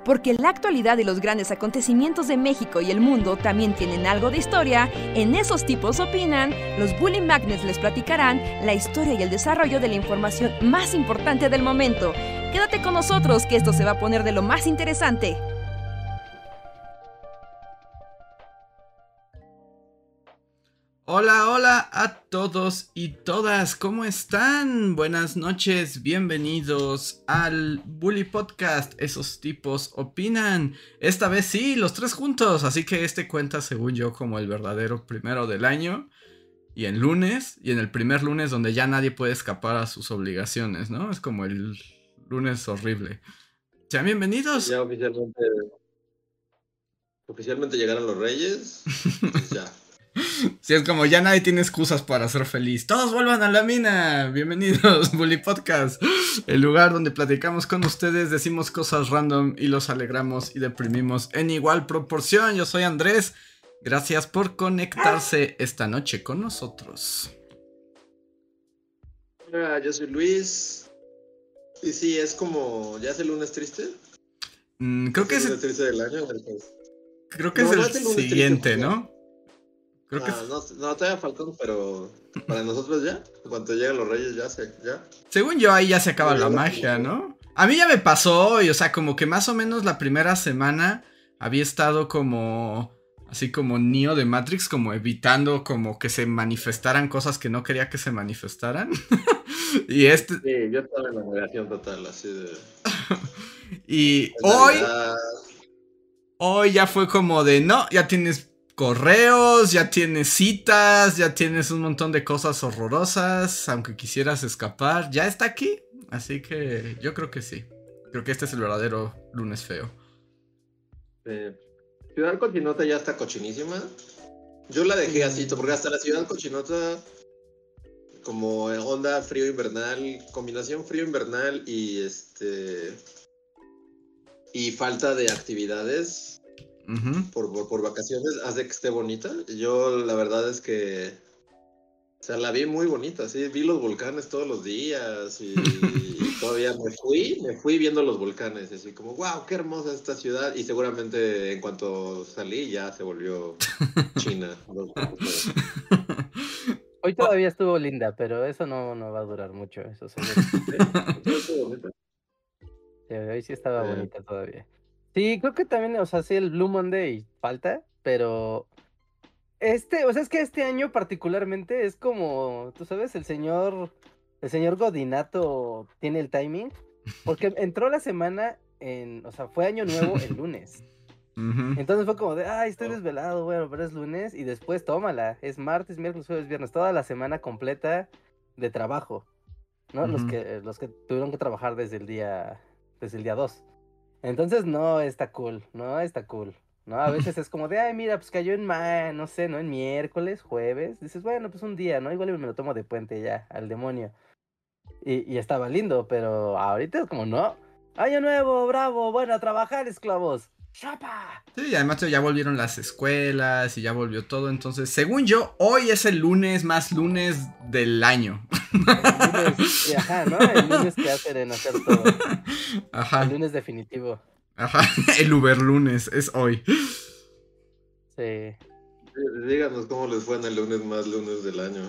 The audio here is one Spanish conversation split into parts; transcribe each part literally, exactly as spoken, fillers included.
Porque la actualidad y los grandes acontecimientos de México y el mundo también tienen algo de historia, en Esos Tipos Opinan, los Bully Magnets les platicarán la historia y el desarrollo de la información más importante del momento. Quédate con nosotros que esto se va a poner de lo más interesante. Hola, hola a todos y todas, ¿cómo están? Buenas noches, bienvenidos al Bully Podcast, Esos Tipos Opinan. Esta vez sí, los tres juntos, así que este cuenta según yo como el verdadero primero del año. Y en lunes, y en el primer lunes donde ya nadie puede escapar a sus obligaciones, ¿no? Es como el lunes horrible. Sean bienvenidos. Ya oficialmente, oficialmente llegaron los Reyes, pues ya. Sí, es como ya nadie tiene excusas para ser feliz. Todos vuelvan a la mina. Bienvenidos, Bully Podcast, el lugar donde platicamos con ustedes, decimos cosas random y los alegramos y deprimimos en igual proporción. Yo soy Andrés. Gracias por conectarse esta noche con nosotros. Hola, yo soy Luis. Y sí, es como, ¿ya es el lunes triste? Mm, creo ¿Es que el es lunes triste del año? Creo que No, es no el es el lunes siguiente, triste, ¿no? Creo que Ah, es... no, no, todavía faltan, pero para nosotros ya, cuando llegan los Reyes ya se, ya. Según yo ahí ya se acaba Ya la la magia, como- ¿no? A mí ya me pasó, y o sea, como que más o menos la primera semana había estado como... Así como Neo de Matrix, como evitando como que se manifestaran cosas que no quería que se manifestaran. Y este... Sí, yo estaba en la negación total, así de... Y Es hoy... Navidad. Hoy ya fue como de, no, ya tienes correos, ya tienes citas, ya tienes un montón de cosas horrorosas, aunque quisieras escapar, ya está aquí. Así que yo creo que sí. Creo que este es el verdadero lunes feo. eh, Ciudad Cochinota ya está cochinísima. Yo la dejé así, porque hasta la Ciudad Cochinota, como onda frío invernal, combinación frío invernal y este y falta de actividades Uh-huh. por, por, por vacaciones, hace que esté bonita. Yo la verdad es que, o sea, la vi muy bonita, sí, vi los volcanes todos los días y, y todavía me fui, me fui viendo los volcanes, así como, wow, qué hermosa esta ciudad, y seguramente en cuanto salí ya se volvió China. Hoy todavía estuvo linda, pero eso no, no va a durar mucho, eso seguro. Sí, estuvo bonita. Sí, hoy sí estaba Eh, bonita todavía. Sí, creo que también, o sea, sí, el Blue Monday falta, pero este, o sea, es que este año particularmente es como, tú sabes, el señor, el señor Godinato tiene el timing, porque entró la semana en, o sea, fue año nuevo el lunes. Uh-huh. Entonces fue como de, ay, estoy Oh. desvelado, bueno, pero es lunes, y después tómala, es martes, miércoles, jueves, viernes, toda la semana completa de trabajo, ¿no? Los Uh-huh. que, los que tuvieron que trabajar desde el día, desde el día dos. Entonces no está cool, no está cool, ¿no? A veces es como de, ay, mira, pues cayó en, ma no sé, ¿no? En miércoles, jueves, dices, bueno, pues un día, ¿no? Igual me lo tomo de puente ya, al demonio. Y, y estaba lindo, pero ahorita es como, no, año nuevo, bravo, bueno, a trabajar, esclavos. ¡Chapa! Sí, y además ya volvieron las escuelas y ya volvió todo, entonces, según yo, hoy es el lunes más lunes del año. El lunes, sí, ajá, ¿no? El lunes que hacen en hacer todo. Ajá. El lunes definitivo. Ajá, el Uber lunes es hoy. Sí. Díganos cómo les fue en el lunes más lunes del año.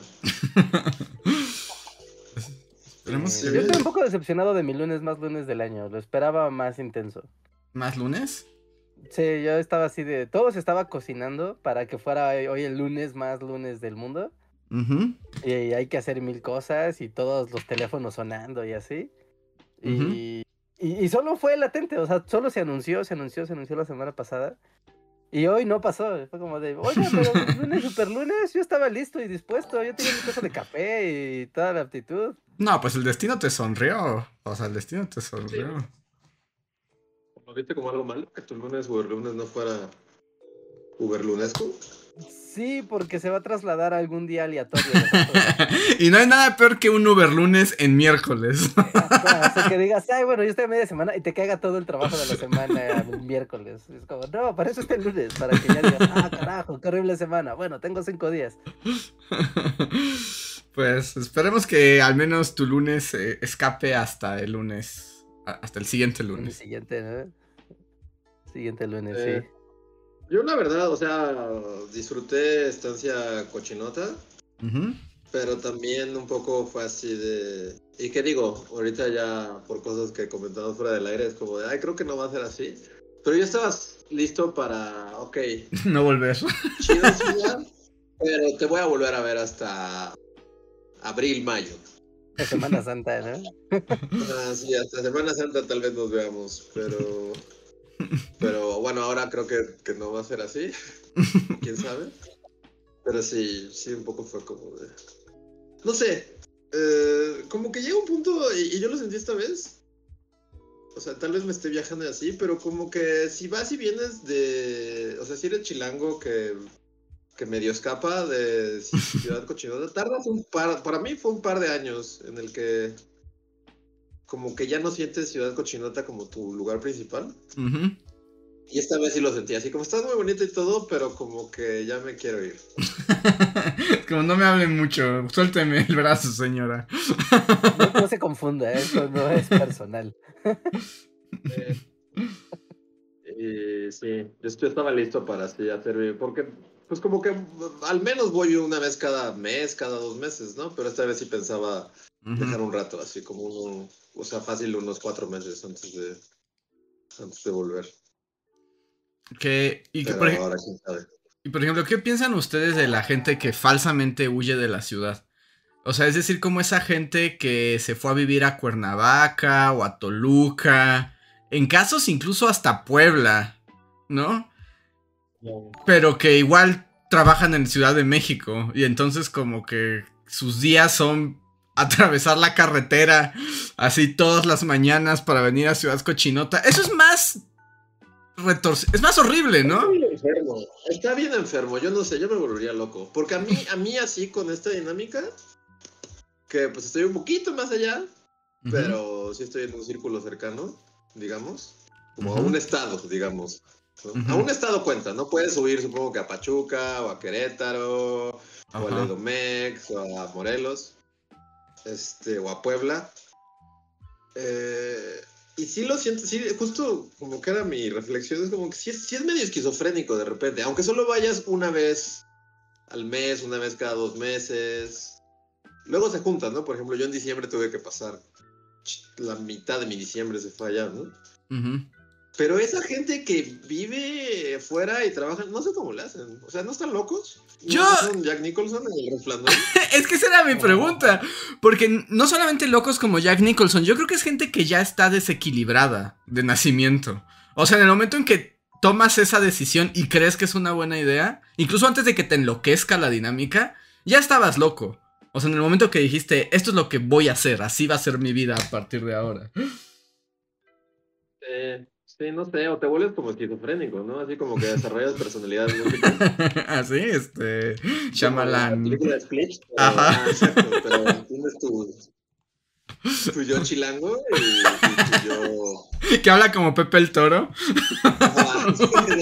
Esperemos Sí, que yo estoy un bien. poco decepcionado de mi lunes más lunes del año. Lo esperaba más intenso. ¿Más lunes? Sí, yo estaba así de... Todo se estaba cocinando para que fuera hoy, hoy el lunes más lunes del mundo. Uh-huh. Y, y hay que hacer mil cosas y todos los teléfonos sonando y así. Y, Uh-huh. y, y solo fue latente, o sea, solo se anunció, se anunció, se anunció la semana pasada. Y hoy no pasó, fue como de, oiga, pero pues, lunes, super lunes, yo estaba listo y dispuesto, yo tenía mi taza de café y toda la aptitud. No, pues el destino te sonrió. O sea, el destino te sonrió. ¿Lo viste como algo malo? Que tu lunes Uber lunes no fuera Uber lunesco. Sí, porque se va a trasladar a algún día aleatorio. de resto de la semana. Y no hay nada peor que un Uber lunes en miércoles. Ajá, o sea, que digas, ay, bueno, yo estoy a media semana y te caiga todo el trabajo de la semana el miércoles. Es como, no, para eso está el lunes, para que ya digas, ah, carajo, qué horrible semana. Bueno, tengo cinco días. Pues esperemos que al menos tu lunes eh, escape hasta el lunes. a- Hasta el siguiente El lunes. siguiente, ¿no? Siguiente lunes, Eh, sí. Yo la verdad, o sea, disfruté estancia cochinota, Ujú. pero también un poco fue así de... ¿Y qué digo? Ahorita ya por cosas que comentamos fuera del aire es como de, ay, creo que no va a ser así. Pero yo estaba listo para, ok, No volver. chido ciudad, pero te voy a volver a ver hasta abril, mayo. La Semana Santa, ¿no? Ah, sí, hasta Semana Santa tal vez nos veamos, pero... Pero bueno, ahora creo que, que no va a ser así, quién sabe. Pero sí, sí, un poco fue como de... No sé, eh, como que llega un punto, y, y yo lo sentí esta vez, o sea, tal vez me esté viajando así, pero como que si vas y vienes de... O sea, si eres chilango que, que medio escapa de Ciudad Cochinota, tardas un par... Para mí fue un par de años en el que como que ya no sientes Ciudad Cochinota como tu lugar principal. Ujú. Y esta vez sí lo sentí así, como estás muy bonito y todo, pero como que ya me quiero ir. Como no me hablen mucho, suélteme el brazo, señora. No, no se confunda, esto no es personal. Eh, y sí, yo estoy- estaba listo para así hacer, porque pues como que al menos voy una vez cada mes, cada dos meses, ¿no? Pero esta vez sí pensaba dejar Ujú. un rato, así como uno, o sea, fácil unos cuatro meses antes de, antes de volver. Que, y que por, Pero ej- ahora quién sabe. y por ejemplo, ¿qué piensan ustedes de la gente que falsamente huye de la ciudad? O sea, es decir, como esa gente que se fue a vivir a Cuernavaca o a Toluca, en casos incluso hasta Puebla, ¿no? Pero que igual trabajan en Ciudad de México y entonces como que sus días son atravesar la carretera así todas las mañanas para venir a Ciudad Cochinota. Eso es más retorcido, es más horrible, Está ¿no? bien enfermo, está bien enfermo, yo no sé, yo me volvería loco. Porque a mí, a mí así con esta dinámica, que pues estoy un poquito más allá, Ujú, pero sí estoy en un círculo cercano, digamos, como a ujú, un estado, digamos. ¿No? A ujú. un estado cuenta, ¿no? Puedes subir, supongo que a Pachuca, o a Querétaro, o a Ajá. Edomex, o a Morelos, este, o a Puebla. Eh, y sí lo siento, sí, justo como que era mi reflexión, es como que sí es, sí es medio esquizofrénico de repente, aunque solo vayas una vez al mes, una vez cada dos meses. Luego se juntan, ¿no? Por ejemplo, yo en diciembre tuve que pasar la mitad de mi diciembre se fue allá, ¿no? Ujú. Pero esa gente que vive fuera y trabaja, no sé cómo le hacen. O sea, ¿no están locos? Yo, ¿No, no son Jack Nicholson en El Resplandor? es que esa era mi No. pregunta, porque no solamente locos como Jack Nicholson, yo creo que es gente que ya está desequilibrada de nacimiento. O sea, en el momento en que tomas esa decisión y crees que es una buena idea, incluso antes de que te enloquezca la dinámica, ya estabas loco. O sea, en el momento que dijiste, esto es lo que voy a hacer, así va a ser mi vida a partir de ahora. Eh, sí, no sé, o te vuelves como esquizofrénico, ¿no? Así como que desarrollas personalidades múltiples. Así, este, Como en la Shyamalan. película de Split. Pero, Ajá. ah, exacto, pero tienes tu, tu yo chilango y, y tu yo... Que habla como Pepe el Toro. Ajá.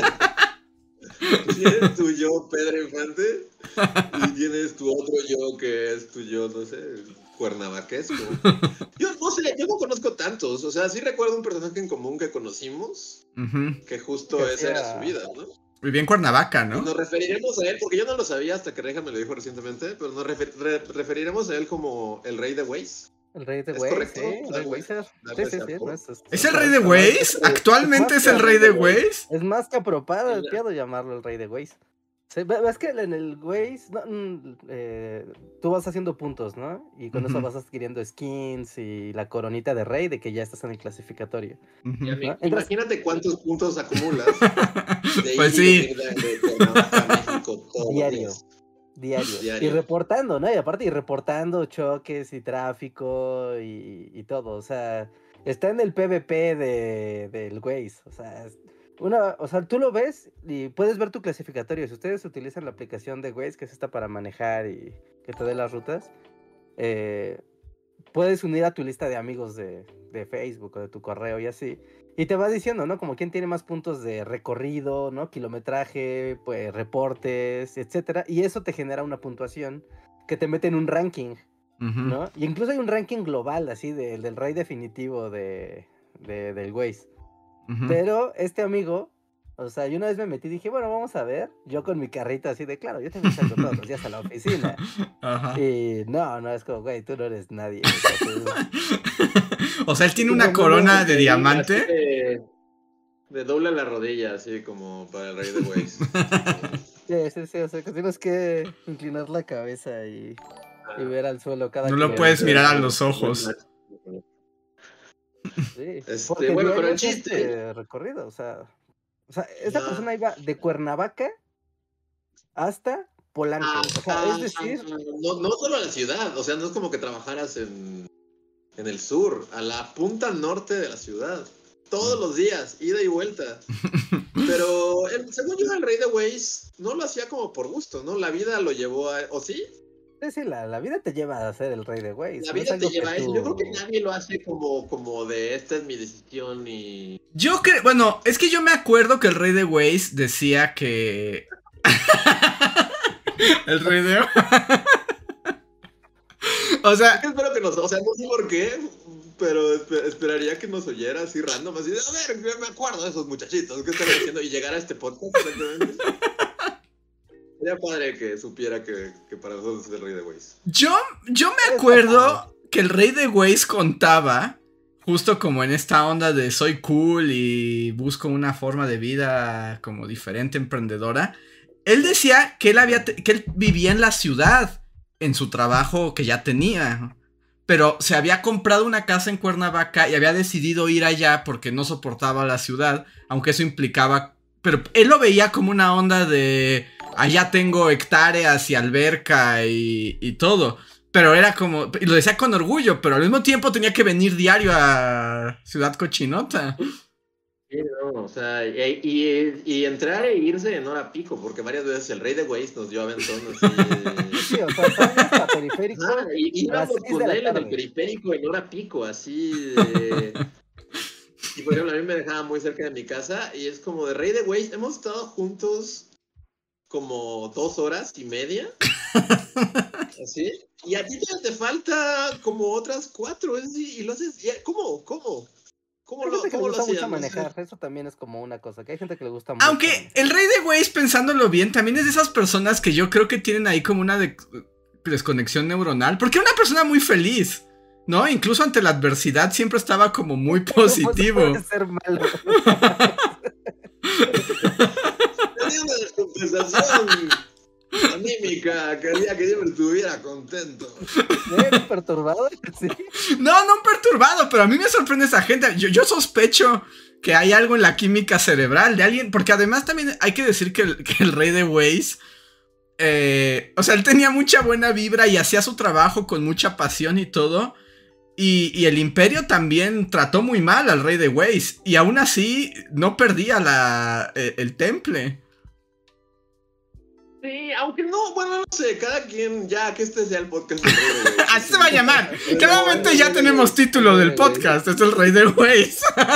Tienes tu yo Pedro Infante y tienes tu otro yo que es tu yo, no sé, cuernavaquesco. Yo no sé, yo no conozco tantos, o sea, sí recuerdo un personaje en común que conocimos, Ujú. que justo Que esa era su hacía- vida, ¿no? Vivía en Cuernavaca, Y ¿no? nos referiremos a él, porque yo no lo sabía hasta que Reja me lo dijo recientemente, pero nos refer- re- referiremos a él como el rey de Waze. El rey de ¿Es Waze, correcto? sí, el rey Darle- Wazer. darle Sí, sí, ese sí, no apodo. es, es, ¿Es es el rey de correcto, ¿no? Es, Waze? es ¿Actualmente más es el que, rey de Waze? es más que apropiado El- piado llamarlo el rey de Waze. Sí, ve- ves que en el Waze no, mm, eh, tú vas haciendo puntos, ¿no? Y con eso Ujú, vas adquiriendo skins y la coronita de rey de que ya estás en el clasificatorio. ujú. y a mí- ¿No? Entras, imagínate cuántos puntos acumulas de Pues ir y sí. venir de, de Cuernavaca a México todos los diario, días. diario. Y Diario. reportando, ¿no? Y aparte, y reportando choques y tráfico y, y todo. O sea, está en el P V P de, del Waze. O sea, es una, o sea, tú lo ves y puedes ver tu clasificatorio. Si ustedes utilizan la aplicación de Waze, que es esta para manejar y que te dé las rutas, eh, puedes unir a tu lista de amigos de, de Facebook o de tu correo y así. Y te va diciendo, ¿no? Como quién tiene más puntos de recorrido, ¿no? Kilometraje, pues reportes, etcétera. Y eso te genera una puntuación que te mete en un ranking, Ujú, ¿no? Y incluso hay un ranking global, así, de- del rey definitivo de, de- del Waze. ujú. Pero este amigo O sea, yo una vez me metí y dije, bueno, vamos a ver. Yo con mi carrito así de, claro, yo también salgo todos los días a la oficina. Ajá. Y no, no, es como, güey, tú no eres nadie. O sea, tú... O sea, él tiene una No, no, corona no, de así diamante. De, de doble la rodilla, así como para el rey de Waze. Sí, sí, sí, o sea, que tienes que inclinar la cabeza y, y ver al suelo cada No lo kilómetro. puedes mirar a los ojos. Sí, Este, porque bueno, pero diario el es chiste- este recorrido, o sea, o sea, esa Ajá. persona iba de Cuernavaca hasta Polanco, Ah, o sea, ah, es decir, no, no solo a la ciudad, o sea, no es como que trabajaras en, en el sur, a la punta norte de la ciudad. Todos los días, ida y vuelta. Pero el- según yo, el rey de Waze no lo hacía como por gusto, ¿no? La vida lo llevó a... ¿O sí? sí, sí, la, la vida te lleva a ser el rey de güey. La no es vida te algo que lleva a eso. tú- Yo creo que nadie lo hace como, como de esta es mi decisión y... Yo creo, bueno, es que yo me acuerdo que el rey de Waze decía que... el rey de... o sea, Espero que nos... O sea, no sé por qué, pero espe- esperaría que nos oyera así random, así de, a ver, yo me acuerdo de esos muchachitos, ¿qué están haciendo? Y llegar a este podcast, exactamente. Sería padre que supiera que, que para nosotros es el rey de Waze. yo, yo me Está acuerdo que el rey de Waze contaba, justo como en esta onda de soy cool y busco una forma de vida como diferente, emprendedora. Él decía que él, había te- que él vivía en la ciudad, en su trabajo que ya tenía, pero se había comprado una casa en Cuernavaca y había decidido ir allá porque no soportaba la ciudad, aunque eso implicaba... Pero él lo veía como una onda de... Allá tengo hectáreas y alberca y, y todo. Pero era como... Y lo decía con orgullo, pero al mismo tiempo tenía que venir diario a Ciudad Cochinota. Sí, no, o sea, y, y, y entrar e irse en hora pico, porque varias veces el rey de Waze nos dio aventón así... Sí, o sea, sales a periférico. Ah, y a las íbamos seis con de la él en el tarde. periférico en hora pico, así de... Y por ejemplo, a mí me dejaba muy cerca de mi casa y es como de rey de Waze, hemos estado juntos como dos horas y media, así, y a ti te, te falta como otras cuatro, es así, y lo haces, y- ¿cómo? ¿Cómo? ¿Cómo Hay lo, gente que le cómo lo gusta mucho hacían? No sé. manejar, eso también es como una cosa, que hay gente que le gusta mucho. Aunque manejar. el rey de Waze, pensándolo bien, también es de esas personas que yo creo que tienen ahí como una de- desconexión neuronal. Porque era una persona muy feliz, ¿no? Incluso ante la adversidad siempre estaba como muy ¿Cómo se positivo. puede ser malo? Tenía una descompensación anímica, quería que yo estuviera contento. ¿Eres perturbado? Sí. No, no perturbado, pero a mí me sorprende esa gente. Yo, yo sospecho que hay algo en la química cerebral de alguien, porque además también hay que decir que el, que el rey de Waze, eh, o sea, él tenía mucha buena vibra y hacía su trabajo con mucha pasión y todo. Y, y el imperio también trató muy mal al rey de Waze, y aún así no perdía la, eh, el temple. Sí, aunque no, bueno, no sé, cada quien, ya que este sea el podcast del rey de Waze. Así se va a llamar. No, Claramente ya no, tenemos no, título no, del no, podcast. Es el rey de Waze.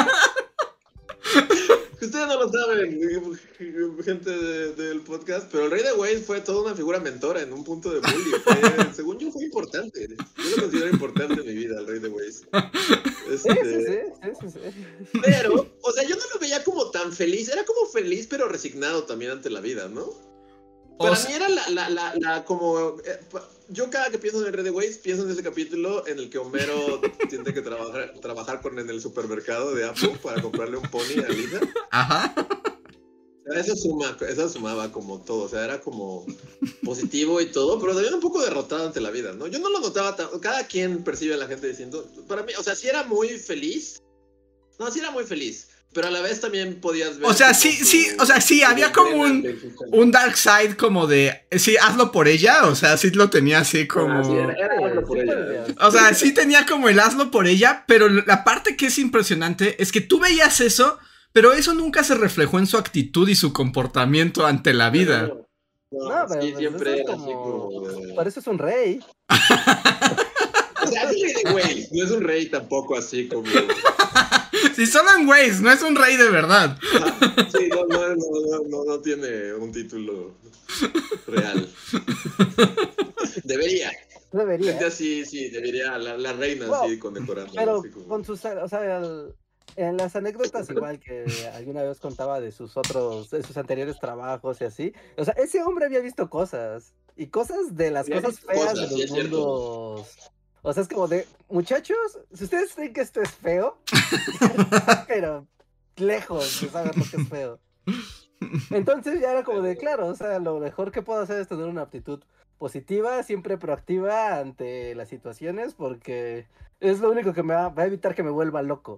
Ustedes no lo saben, gente de- del podcast, pero el rey de Waze fue toda una figura mentora en un punto de bully. Fue- según yo, fue importante. Yo lo considero importante en mi vida, el rey de Waze. Sí, sí, Este, sí, sí, sí, sí. pero, o sea, yo no lo veía como tan feliz. Era como feliz, pero resignado también ante la vida, ¿no? O Para sea- mí era la, la, la, la como... eh, pa- yo cada que pienso en el rey de Waze, pienso en ese capítulo en el que Homero tiene que trabajar, trabajar con, en el supermercado de Apple para comprarle un pony a Lisa. Ajá. O sea, Eso, suma, eso sumaba como todo, o sea, era como positivo y todo, pero también un poco derrotado ante la vida, ¿no? Yo no lo notaba tan... Cada quien percibe a la gente diciendo... Para mí, o sea, sí era muy feliz. No, sí era muy feliz, pero a la vez también podías ver... O sea, como sí, su- sí, o sea, sí, su había como un- desvena de- Un dark side como de, sí, hazlo por ella, o sea, sí lo tenía así como... Ah, sí, era- era Sí, hazlo por sí ella. podrías. O sea, sí tenía como el hazlo por ella, pero la parte que es impresionante es que tú veías eso, pero eso nunca se reflejó en su actitud y su comportamiento ante la vida. No, no, No, pero sí, pues siempre eso es era así como... como... de- Para eso es un rey. O sea, es un rey de güey, no es un rey tampoco así como... Si solo en Waze, no es un rey de verdad. Ah, sí, no, no, no, no, no, no tiene un título real. Debería. Debería. Gente así, sí, debería, la, la reina Wow, así condecorando. Pero así como- con sus, o sea, el- En las anécdotas, igual que alguna vez contaba de sus otros, de sus anteriores trabajos y así. O sea, ese hombre había visto cosas. Y cosas de las Había cosas visto feas cosas, de sí, los es cierto. mundos. O sea, es como de, muchachos, si ustedes creen que esto es feo, pero lejos de saber lo que es feo. Entonces ya era como de, claro, o sea, lo mejor que puedo hacer es tener una actitud positiva, siempre proactiva ante las situaciones, porque es lo único que me va, va a evitar que me vuelva loco.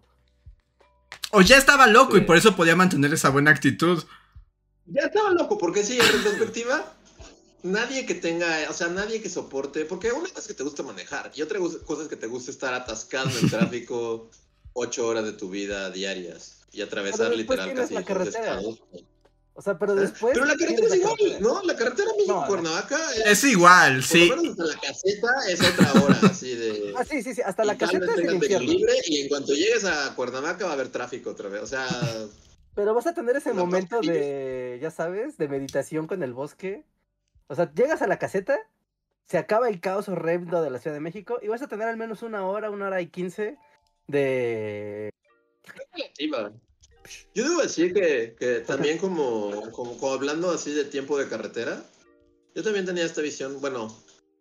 O ya estaba loco Sí. y por eso podía mantener esa buena actitud. Ya estaba loco, porque sí, en retrospectiva, nadie que tenga, o sea, nadie que soporte, porque una cosa es que te gusta manejar y otra cosa es que te gusta estar atascado en el tráfico ocho horas de tu vida diarias y atravesar Pero después literal tienes casi la dos carretera. estados. O sea, pero ¿Eh? después. Pero la carretera tienes es igual, carretera. ¿no? La carretera No, la- México-Cuernavaca es, Es igual, por sí. lo menos hasta la caseta es otra hora, así de... Ah, sí, sí, sí, hasta y la tal caseta vez es el tengas infierno. libre y en cuanto llegues a Cuernavaca va a haber tráfico otra vez, o sea... Pero vas a tener ese La momento pastilla. de, ya sabes, de meditación con el bosque. O sea, llegas a la caseta, se acaba el caos horrendo de la Ciudad de México y vas a tener al menos una hora, una hora y quince de... relativa. Yo debo decir que, que también como, como, como hablando así de tiempo de carretera, yo también tenía esta visión, bueno,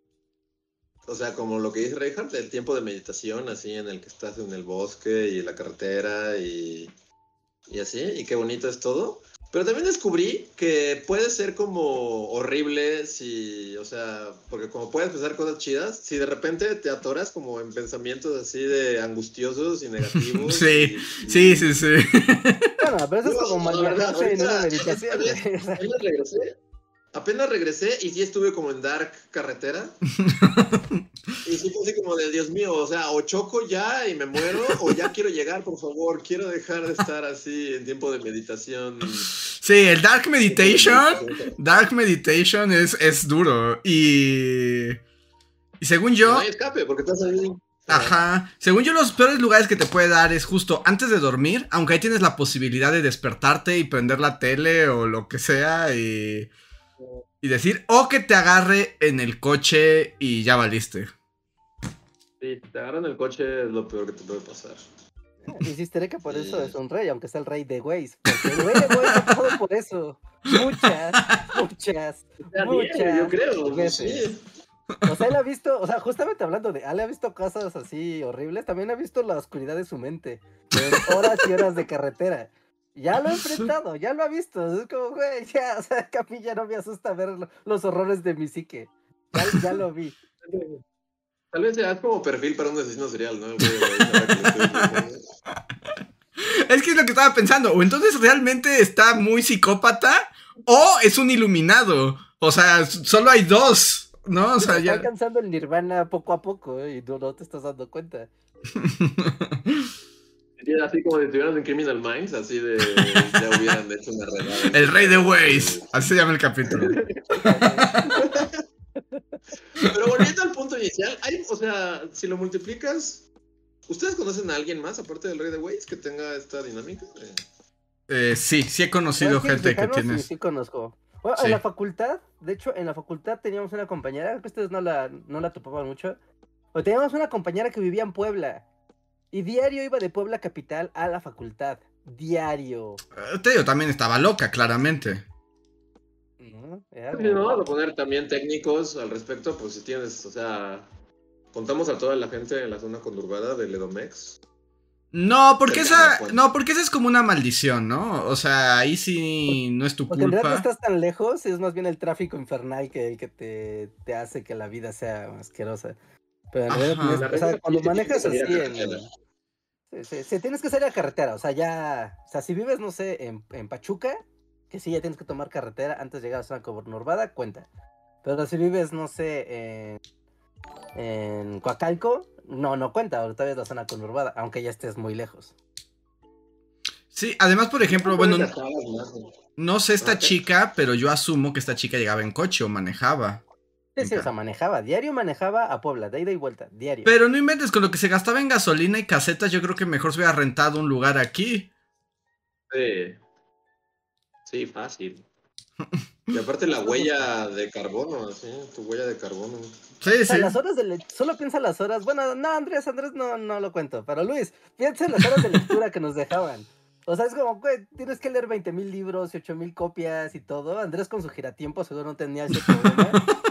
o sea, como lo que dice Reinhardt, el tiempo de meditación, así en el que estás en el bosque y la carretera y, y así, y qué bonito es todo. Pero también descubrí que puede ser como horrible si, o sea, porque como puedes pensar cosas chidas, si de repente te atoras como en pensamientos así de angustiosos y negativos. Sí, y, y... sí, sí, sí. Bueno, pero eso es como No, la verdad, malviajarse en una ahorita, meditación. esta vez, güey, o sea, apenas regresé, apenas regresé y sí estuve como en dark carretera. Y sí fue así como de, Dios mío, o sea, o choco ya y me muero, o ya quiero llegar, por favor, quiero dejar de estar así en tiempo de meditación. Sí, el Dark Meditation. Dark Meditation es, es duro. Y. Y según No yo. hay escape, porque estás ahí. Ajá. Según yo, los peores lugares que te puede dar es justo antes de dormir. Aunque ahí tienes la posibilidad de despertarte y prender la tele o lo que sea. Y. Y decir, o que te agarre en el coche y ya valiste. Sí, te agarran el coche es lo peor que te puede pasar. insistiré que por Sí. eso es un rey, aunque sea el rey de güeyes. Porque el rey de güeyes ha pasado por eso. Muchas, muchas, muchas Yo creo, veces. sí. O sea, él ha visto, o sea, justamente hablando de, él ha visto cosas así horribles, también ha visto la oscuridad de su mente, en horas y horas de carretera. Ya lo he enfrentado, ya lo ha visto, es como, güey, ya, o sea, que a mí ya no me asusta ver lo- los horrores de mi psique. Ya, ya lo vi. Tal vez seas como perfil para un asesino serial, ¿no? El güey, güey, ahora que lo estoy diciendo. Es que es lo que estaba pensando. O entonces realmente está muy psicópata. O es un iluminado. O sea, s- solo hay dos. ¿No? O sea, Está ya. alcanzando el nirvana poco a poco, ¿eh? Y no, no te estás dando cuenta. Sería así como si estuvieras en Criminal Minds, así de ya hubieran hecho una redada. El rey de Waze. Así se llama el capítulo. Pero volviendo al punto inicial, hay, o sea, si lo multiplicas, ¿ustedes conocen a alguien más aparte del rey de Waze que tenga esta dinámica? Eh, Eh, sí, sí he conocido ¿Sabes qué? gente que Mexicanos, tiene. Sí, sí conozco. Bueno, Sí. en la facultad, de hecho, en la facultad teníamos una compañera, creo que ustedes no la, no la topaban mucho, pero teníamos una compañera que vivía en Puebla, y diario iba de Puebla capital a la facultad, diario. Eh, Te digo, también estaba loca, claramente. ¿No? Era Si como, no, vamos wow. a poner también técnicos al respecto, pues si tienes, o sea, contamos a toda la gente en la zona conurbada del Edomex. No, porque Cercano, esa. pues. No, porque esa es como una maldición, ¿no? O sea, ahí sí no es tu Porque en realidad no culpa. estás tan lejos, es más bien el tráfico infernal que el que te, te hace que la vida sea asquerosa. Pero en realidad, Ajá. tienes- La o sea, regla cuando sí tienes que manejas salir a así en... carretera. Sí, sí, sí, tienes que salir a carretera, o sea, ya... O sea, si vives, no sé, en, en Pachuca, que sí, ya tienes que tomar carretera antes de llegar a zona conurbada, cuenta. Pero si vives, no sé, en, en Coacalco, no, no cuenta, ahorita es la zona conurbada, aunque ya estés muy lejos. Sí, además, por ejemplo, No bueno, puedes gastar más, ¿no? no sé esta Ok. chica, pero yo asumo que esta chica llegaba en coche o manejaba. Sí, sí, o sea, manejaba, diario manejaba a Puebla, de ida y vuelta, diario. Pero no inventes, con lo que se gastaba en gasolina y casetas, yo creo que mejor se hubiera rentado un lugar aquí. Sí. Sí, fácil. Y aparte la huella de carbono, así, tu huella de carbono. Sí, O sea, sí. las horas de le- solo piensa las horas. Bueno, no, Andrés, Andrés no, no lo cuento. Pero Luis, piensa en las horas de lectura que nos dejaban. O sea, es como, güey, tienes que leer veinte mil libros y ocho mil copias y todo. Andrés con su giratiempo seguro no tenía ese problema.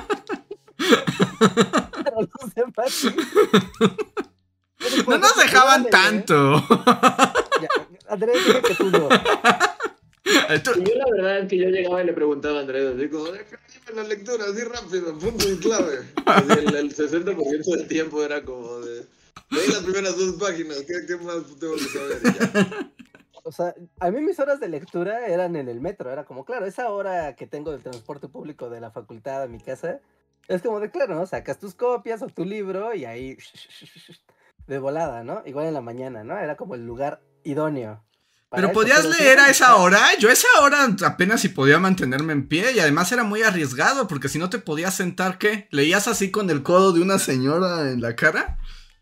Pero los demás sí. Pero, No por nos ejemplo, dejaban yo de leer- tanto. Ya, Andrés, dime que tú no. Tú- Y yo la verdad es que yo llegaba y le preguntaba a Andrés, así como, dime la lectura, así rápido, punto y clave. Así el, el sesenta por ciento del tiempo era como de, leí las primeras dos páginas, ¿qué, qué más tengo que saber? Y ya. O sea, a mí mis horas de lectura eran en el metro. Era como, claro, esa hora que tengo del transporte público de la facultad a mi casa, es como de, claro, ¿no? Sacas tus copias o tu libro y ahí de volada, ¿no? Igual en la mañana, ¿no? Era como el lugar idóneo. para Pero eso, podías pero si leer vas a esa buscar- hora. Yo a esa hora apenas si podía mantenerme en pie. Y además era muy arriesgado. Porque si no te podías sentar, ¿qué? ¿Leías así con el codo de una señora en la cara?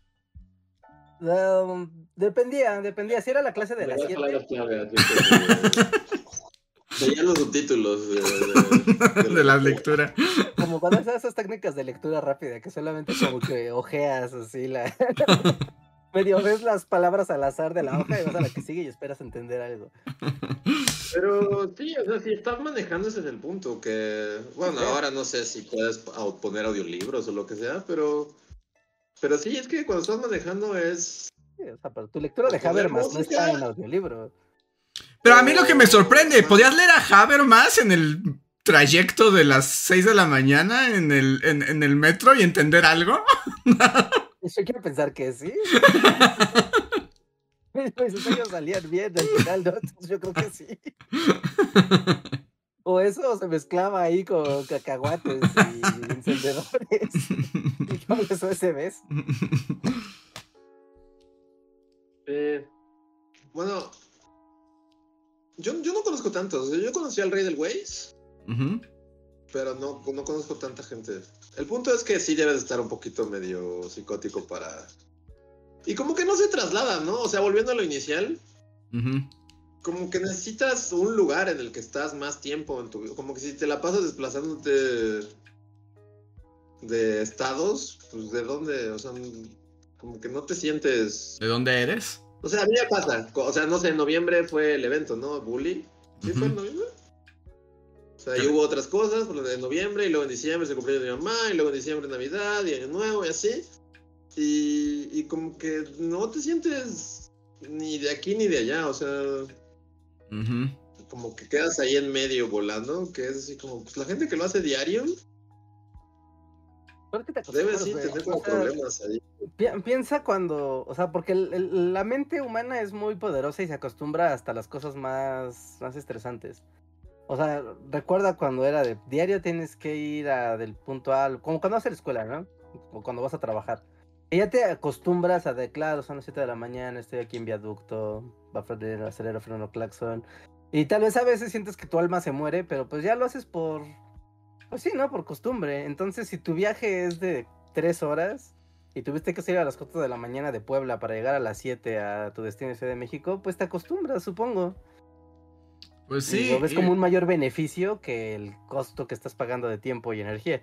Um, dependía, dependía. Si era la clase de Me las das palabras siete, clave, así que veía los subtítulos de, de, De la lectura. como cuando haces esas técnicas de lectura rápida, que solamente como que ojeas así la... medio ves las palabras al azar de la hoja y vas a la que sigue y esperas entender algo. Pero sí, o sea, si estás manejando ese es el punto, que, bueno, Sí. ahora no sé si puedes au- poner audiolibros o lo que sea, pero, pero sí, es que cuando estás manejando es... Sí, o sea, pero tu lectura de O poner Habermas no música. está en audiolibro. Pero a mí lo que me sorprende, Ajá. ¿podías leer a Habermas en el trayecto de las seis de la mañana en el, en, en el metro y entender algo? Yo quiero pensar que sí. Mis sueños salían bien al final, ¿no? Entonces yo creo que sí. O eso o se mezclaba ahí con cacahuates y encendedores y cables U S Bs. Eh, bueno, yo, yo no conozco tantos. Yo conocí al Rey del Waze, Ujú. pero no, no conozco tanta gente. El punto es que sí debes estar un poquito medio psicótico para... Y como que no se traslada, ¿no? O sea, volviendo a lo inicial, Ujú. como que necesitas un lugar en el que estás más tiempo en tu vida. Como que si te la pasas desplazándote de estados, pues ¿de dónde? O sea, como que no te sientes... ¿De dónde eres? O sea, a mí me pasa. O sea, no sé, en noviembre fue el evento, ¿no? Bully. ¿Sí Ujú. fue en noviembre? O sea, y hubo otras cosas, por lo de noviembre, y luego en diciembre se cumplió de mi mamá, y luego en diciembre Navidad, y Año Nuevo, y así. Y, y como que no te sientes ni de aquí ni de allá, o sea, Ujú. como que quedas ahí en medio volando, que es así como, pues la gente que lo hace diario ¿Por qué te debe acostumbras, sí güey? tener O como sea, problemas ahí. pi- piensa cuando, o sea, porque el- el- la mente humana es muy poderosa y se acostumbra hasta las cosas más, más estresantes. O sea, recuerda cuando era de diario tienes que ir a del punto A, al- como cuando vas a la escuela, ¿no? O cuando vas a trabajar. Y ya te acostumbras a de, claro, son las siete de la mañana, estoy aquí en viaducto, va a frenar el acelero, freno, claxon. Y tal vez a veces sientes que tu alma se muere, pero pues ya lo haces por, pues sí, ¿no? Por costumbre. Entonces, si tu viaje es de tres horas y tuviste que salir a las cuatro de la mañana de Puebla para llegar a las siete a tu destino en Ciudad de México, pues te acostumbras, supongo. Pues Y sí. lo ves y- como un mayor beneficio que el costo que estás pagando de tiempo y energía.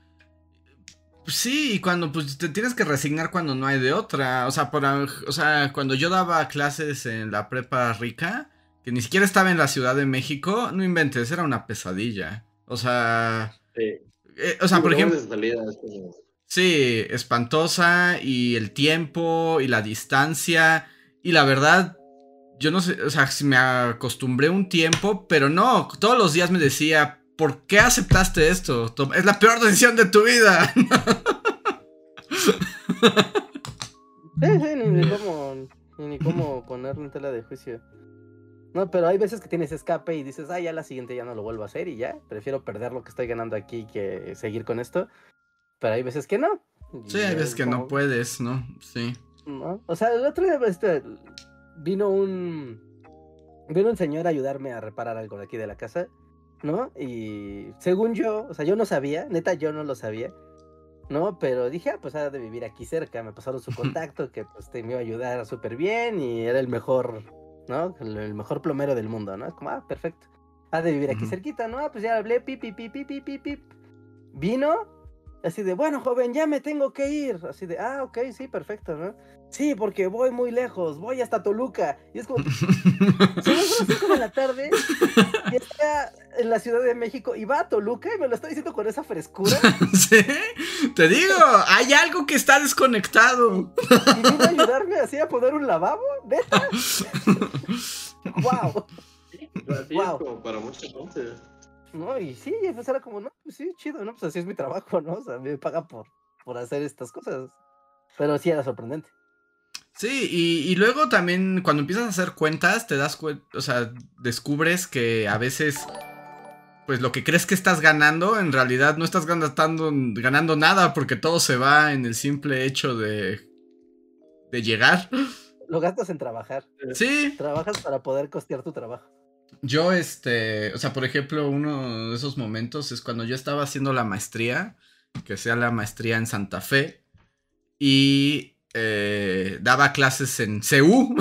Sí, y cuando pues te tienes que resignar cuando no hay de otra. O sea, por, o sea, cuando yo daba clases en la prepa rica, que ni siquiera estaba en la Ciudad de México, no inventes, era una pesadilla. O sea, Sí. eh, o sea, Sí, por luego ejemplo, de salida es como... sí, espantosa y el tiempo y la distancia y la verdad, yo no sé, o sea, si me acostumbré un tiempo, pero no, todos los días me decía, ¿por qué aceptaste esto? Tom- Es la peor decisión de tu vida. Sí, sí, ni, ni cómo, ni, ni cómo ponerlo en tela de juicio. No, pero hay veces que tienes escape y dices, ah, ya la siguiente ya no lo vuelvo a hacer y ya, prefiero perder lo que estoy ganando aquí que seguir con esto. Pero hay veces que no. y Sí, hay veces es que como, no puedes, ¿no? Sí. ¿no? O sea, el otro día este, vino un vino un señor a ayudarme a reparar algo de aquí de la casa, ¿no? Y según yo, o sea, yo no sabía, neta, yo no lo sabía, ¿no? Pero dije, ah, pues ha de vivir aquí cerca, me pasaron su contacto, que pues te me iba a ayudar súper bien y era el mejor, ¿no? El, el mejor plomero del mundo, ¿no? Es como, ah, perfecto. Ha de vivir aquí Ujú. cerquita, ¿no? Ah, pues ya hablé, pip, pip, pip, pip, pip, pip, pip. Vino, así de, bueno, joven, ya me tengo que ir. Así de, ah, ok, sí, perfecto, ¿no? Sí, porque voy muy lejos, voy hasta Toluca. Y es como, son las cinco de la tarde y está en la Ciudad de México y va a Toluca y me lo está diciendo con esa frescura. Sí, te digo, hay algo que está Y, desconectado. y vino a ayudarme así a poner un lavabo, ¿neta? ¡Wow! Así Wow. es como para mucha gente. No, y sí, pues era como, no, pues sí, chido, ¿no? Pues así es mi trabajo, ¿no? O sea, me pagan por, por hacer estas cosas. Pero sí era sorprendente. Sí, y, y luego también cuando empiezas a hacer cuentas, te das cuenta, o sea, descubres que a veces, pues lo que crees que estás ganando, en realidad no estás ganando, ganando nada, porque todo se va en el simple hecho de, de llegar. Lo gastas en trabajar. Sí, Trabajas para poder costear tu trabajo. yo este, o sea, por ejemplo, uno de esos momentos es cuando yo estaba haciendo la maestría, que sea la maestría en Santa Fe, y eh, daba clases en C U.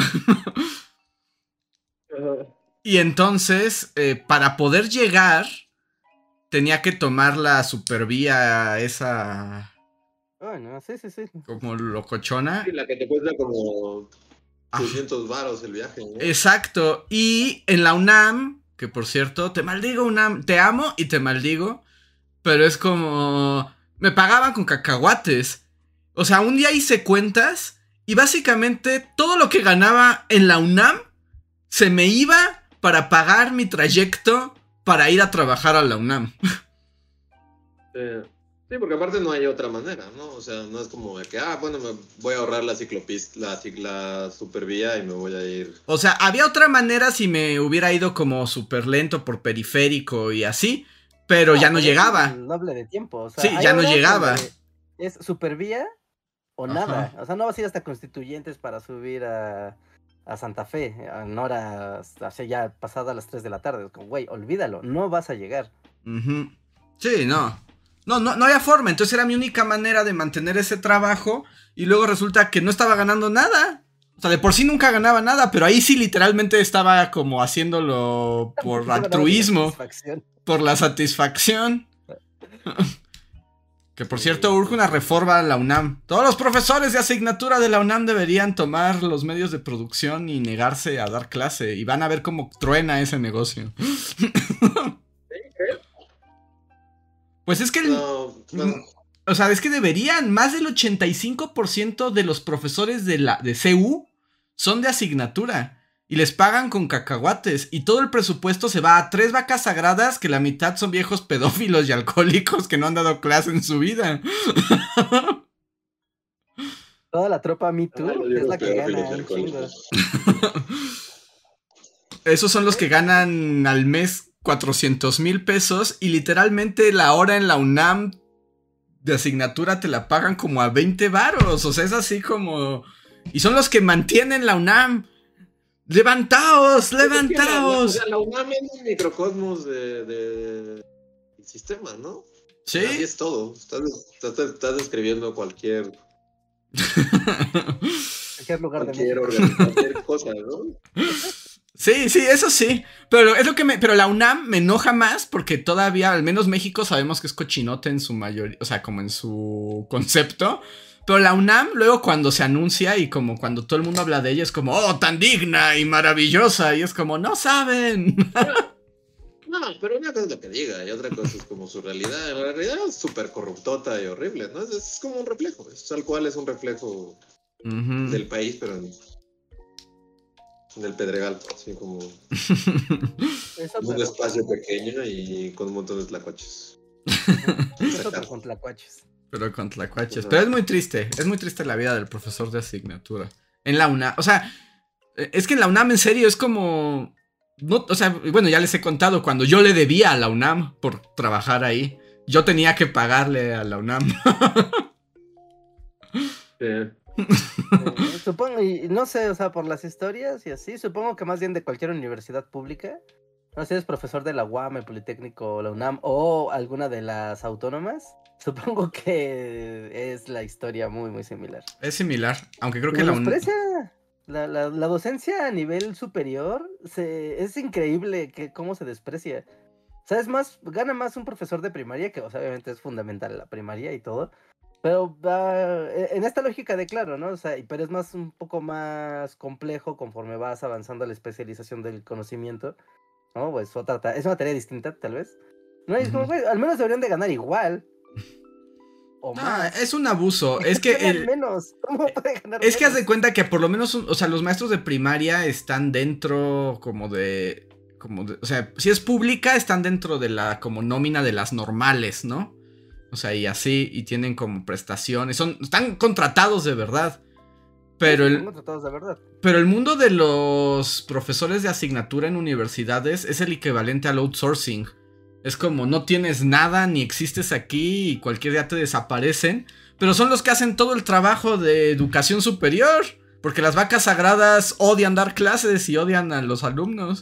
Y entonces, eh, para poder llegar, tenía que tomar la supervía esa Ay, no, sí, sí, sí. como locochona. Sí, la que te cuesta como Ah, seiscientos varos el viaje, ¿no? exacto. Y en la UNAM, que por cierto, te maldigo UNAM, te amo y te maldigo, pero es como... Me pagaban con cacahuates. O sea, un día hice cuentas y básicamente todo lo que ganaba en la UNAM se me iba para pagar mi trayecto para ir a trabajar a la UNAM. Eh, sí, porque aparte no hay otra manera, ¿no? O sea, no es como de que, ah, bueno, me voy a ahorrar la ciclopista, la, cic- la supervía y me voy a ir. O sea, había otra manera si me hubiera ido como súper lento por periférico y así, pero ya no pero es llegaba. el doble de tiempo. O sea, Sí, hay ya no horas llegaba. donde es supervía o Ajá. nada. O sea, no vas a ir hasta Constituyentes para subir a, a Santa Fe en horas, así ya pasadas las tres de la tarde. Es como, güey, olvídalo, no vas a llegar. Ujú. Sí, no. No, no, no había forma. Entonces era mi única manera de mantener ese trabajo. Y luego resulta que no estaba ganando nada. O sea, de por sí nunca ganaba nada. Pero ahí sí literalmente estaba como haciéndolo por Eso ganaba de altruismo. satisfacción. Por la satisfacción. Que por cierto, urge una reforma a la UNAM. Todos los profesores de asignatura de la UNAM deberían tomar los medios de producción y negarse a dar clase. Y van a ver cómo truena ese negocio. Pues es que el, No, bueno, o sea, es que deberían. Más del ochenta y cinco por ciento de los profesores de, la, de C U son de asignatura. Y les pagan con cacahuates. Y todo el presupuesto se va a tres vacas sagradas que la mitad son viejos pedófilos y alcohólicos que no han dado clase en su vida. Toda la tropa Me Too ah, los es viejos la que pedófilos gana y un chingo. alcohólicos. Esos son los que ganan al mes cuatrocientos mil pesos. Y literalmente la hora en la UNAM de asignatura te la pagan como a veinte varos. O sea, es así como... Y son los que mantienen la UNAM. ¡Levantaos! ¡Levantaos! O sea, la UNAM es un microcosmos de, de, de sistema, ¿no? Sí. Así es todo. Estás, estás, estás describiendo cualquier, Cualquier lugar de cualquier, México. organ- cualquier cosa, ¿no? Sí, sí, eso sí. Pero es lo que me. Pero la UNAM me enoja más porque todavía, al menos México, sabemos que es cochinote en su mayoría. O sea, como en su concepto. Pero la UNAM, luego cuando se anuncia y como cuando todo el mundo habla de ella, es como, oh, tan digna y maravillosa. Y es como, no saben. No, pero una cosa es lo que diga y otra cosa es como su realidad. La realidad es súper corruptota y horrible, ¿no? Es, es como un reflejo. Es, tal cual es un reflejo Ujú. del país, pero en, en el Pedregal, así como Eso, un pero, espacio pequeño y con un montón de tlacuaches. eso pero con tlacuaches. Pero con tlacuaches. Ajá. Pero es muy triste. Es muy triste la vida del profesor de asignatura. En la UNAM. O sea, es que en la UNAM en serio es como... No, o sea, bueno, ya les he contado cuando yo le debía a la UNAM por trabajar ahí. Yo tenía que pagarle a la UNAM. Sí. Eh, supongo, y no sé, o sea, por las historias y así, supongo que más bien de cualquier universidad pública. No sé si es profesor de la U A M, el Politécnico, la UNAM o alguna de las autónomas. Supongo que es la historia muy, muy similar. Es similar. Aunque creo que la UNAM... Menosprecia La, la, la docencia a nivel superior se, es increíble que cómo se desprecia. O sea, es más, gana más un profesor de primaria, que o sea, obviamente es fundamental la primaria y todo. Pero uh, en esta lógica de claro, ¿no? O sea, pero es más un poco más complejo conforme vas avanzando a la especialización del conocimiento, ¿no? Pues otra ta- es una tarea distinta, tal vez. No, es como, güey, al menos deberían de ganar igual. O No, más. es un abuso. Es que Ganan el, menos. ¿Cómo puede ganar es que haz de menos? cuenta que por lo menos, un- o sea, los maestros de primaria están dentro como de, como de, o sea, si es pública están dentro de la como nómina de las normales, ¿no? O sea, y así, y tienen como prestaciones, son, están contratados de verdad. Pero Son el, contratados de verdad. pero el mundo de los profesores de asignatura en universidades es el equivalente al outsourcing. Es como no tienes nada ni existes aquí y cualquier día te desaparecen. Pero son los que hacen todo el trabajo de educación superior. Porque las vacas sagradas odian dar clases y odian a los alumnos.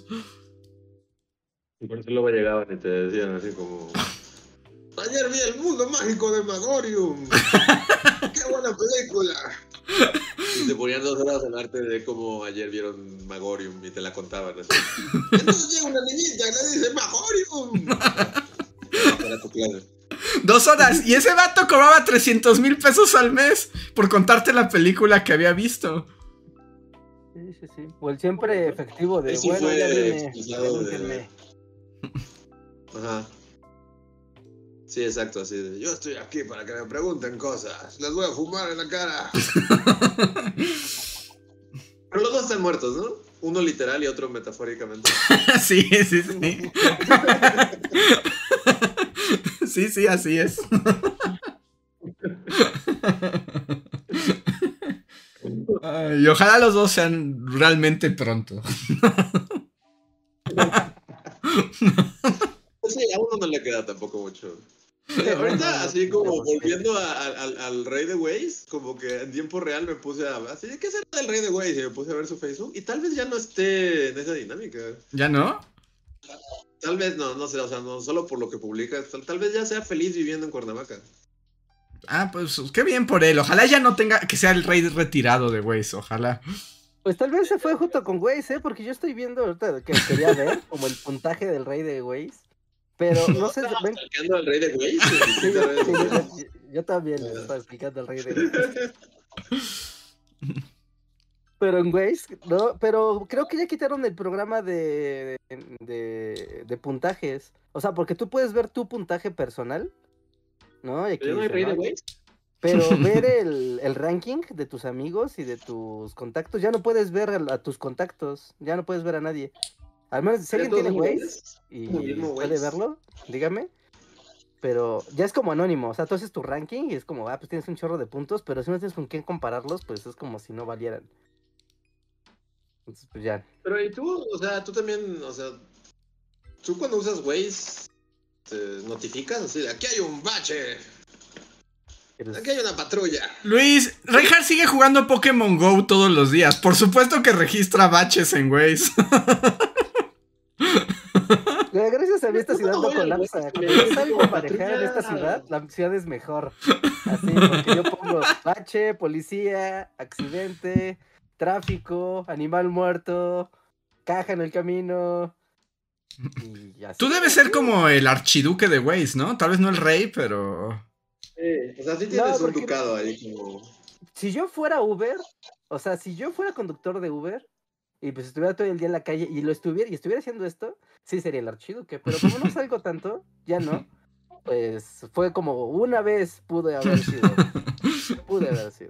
Y por eso luego llegaban y te decían así como... Ayer vi El Mundo Mágico de Magorium. ¡Qué buena película! Y te ponían dos horas a hablarte de cómo ayer vieron Magorium y te la contaban así. Entonces llega una niñita y le dice ¡Magorium! Era tu clase. Dos horas. Y ese vato cobraba trescientos mil pesos al mes por contarte la película que había visto. Sí, sí, sí. O el siempre efectivo de, Ese bueno, fue ya vine, expulsado pregúntenme. de... Ajá. Sí, exacto, así de, yo estoy aquí para que me pregunten cosas. Les voy a fumar en la cara. Pero los dos están muertos, ¿no? Uno literal y otro metafóricamente. Sí, sí, sí. Sí, sí, así es. Ay, y ojalá los dos sean realmente pronto. Sí, a uno no le queda tampoco mucho. Eh, ahorita, así como volviendo a, a, al, al Rey de Waze, como que en tiempo real me puse a... Así, ¿qué será del Rey de Waze? Y me puse a ver su Facebook y tal vez ya no esté en esa dinámica. ¿Ya no? Tal vez no, no sé, o sea, no solo por lo que publica, tal, tal vez ya sea feliz viviendo en Cuernavaca. Ah, pues qué bien por él. Ojalá ya no tenga que sea el rey retirado de Waze, ojalá. Pues tal vez se fue junto con Waze, ¿eh? Porque yo estoy viendo ahorita que quería ver como el puntaje del rey de Waze. Pero no sé... ¿Estás ven... explicando al Rey de Waze? Sí, yo, sí, yo, yo, yo también les estaba explicando al rey de Waze. Pero en Waze, no, pero creo que ya quitaron el programa de, de, de puntajes. O sea, porque tú puedes ver tu puntaje personal, ¿no? Y aquí ¿Pero no hay dice, Rey ¿no? de Waze? Pero ver el, el ranking de tus amigos y de tus contactos, ya no puedes ver a, a tus contactos, ya no puedes ver a nadie. Al menos si alguien tiene Waze y puede verlo, dígame. Pero ya es como anónimo, o sea, tú haces tu ranking y es como, ah, pues tienes un chorro de puntos, pero si no tienes con quién compararlos, pues es como si no valieran. Entonces, pues ya. Pero y tú, o sea, tú también, o sea, tú cuando usas Waze, te notificas así de, aquí hay un bache, Eres... aquí hay una patrulla. Luis, Reinhardt sigue jugando Pokémon Go todos los días. Por supuesto que registra baches en Waze. Gracias a mí esta ciudad no colapsa. Cuando yo salgo a manejar en esta ciudad, la ciudad es mejor. Así, porque yo pongo bache, policía, accidente, tráfico, animal muerto, caja en el camino. Y así, Tú debes así. ser como el archiduque de Waze, ¿no? Tal vez no el rey, pero... Sí, o sea, sí tienes No, un porque- ducado ahí como... Si yo fuera Uber, o sea, si yo fuera conductor de Uber y pues estuviera todo el día en la calle y lo estuviera y estuviera haciendo esto, sí sería el archiduque, pero como no salgo tanto, ya no. Pues fue como una vez pude haber sido. Pude haber sido.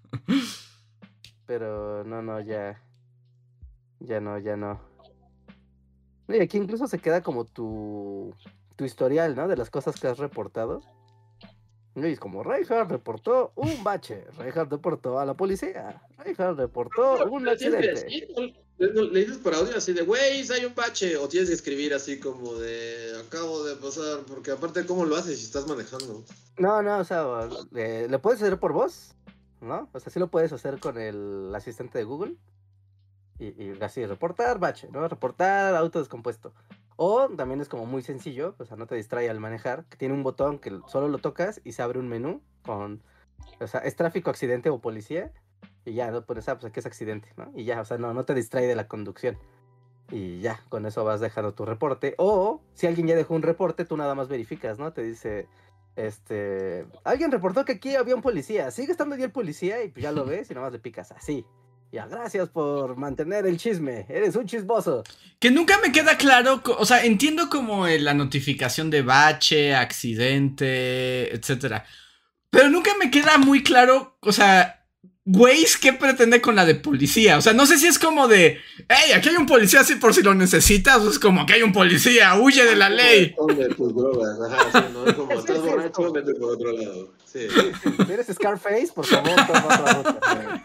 Pero no, no, ya. Ya no, ya no. Y aquí incluso se queda como tu, tu historial, ¿no? De las cosas que has reportado. Y es como, Reinhardt reportó un bache. Reinhardt reportó a la policía. Reinhardt reportó un Pero siempre accidente. así, ¿no? Le, le dices por audio así de, Waze, hay un bache, o tienes que escribir así como de, acabo de pasar, porque aparte, ¿cómo lo haces si estás manejando? No, no, o sea, le, le puedes hacer por voz, ¿no? O sea, sí lo puedes hacer con el asistente de Google. Y, y así, reportar bache, ¿no? Reportar auto descompuesto. O también es como muy sencillo, o sea, no te distrae al manejar, que tiene un botón que solo lo tocas y se abre un menú con, o sea, es tráfico, accidente o policía. Y ya, ¿no? Pones, ah, pues aquí es accidente, ¿no? Y ya, o sea, no, no te distrae de la conducción. Y ya, con eso vas dejando tu reporte. O, si alguien ya dejó un reporte, tú nada más verificas, ¿no? Te dice, este... Alguien reportó que aquí había un policía. Sigue estando ahí el policía y pues ya lo ves y nada más le picas así. Ya, gracias por mantener el chisme. Eres un chismoso. Que nunca me queda claro, o sea, entiendo como la notificación de bache, accidente, etcétera. Pero nunca me queda muy claro, o sea, Waze, ¿qué pretende con la de policía? O sea, no sé si es como de, hey, aquí hay un policía así por si lo necesitas, o es como que hay un policía, huye de la ley. De tus drogas, ajá, sí, ¿no? Es como, estás borracho, vete por otro lado. Sí. Si eres Scarface, por favor, toma otra ruta.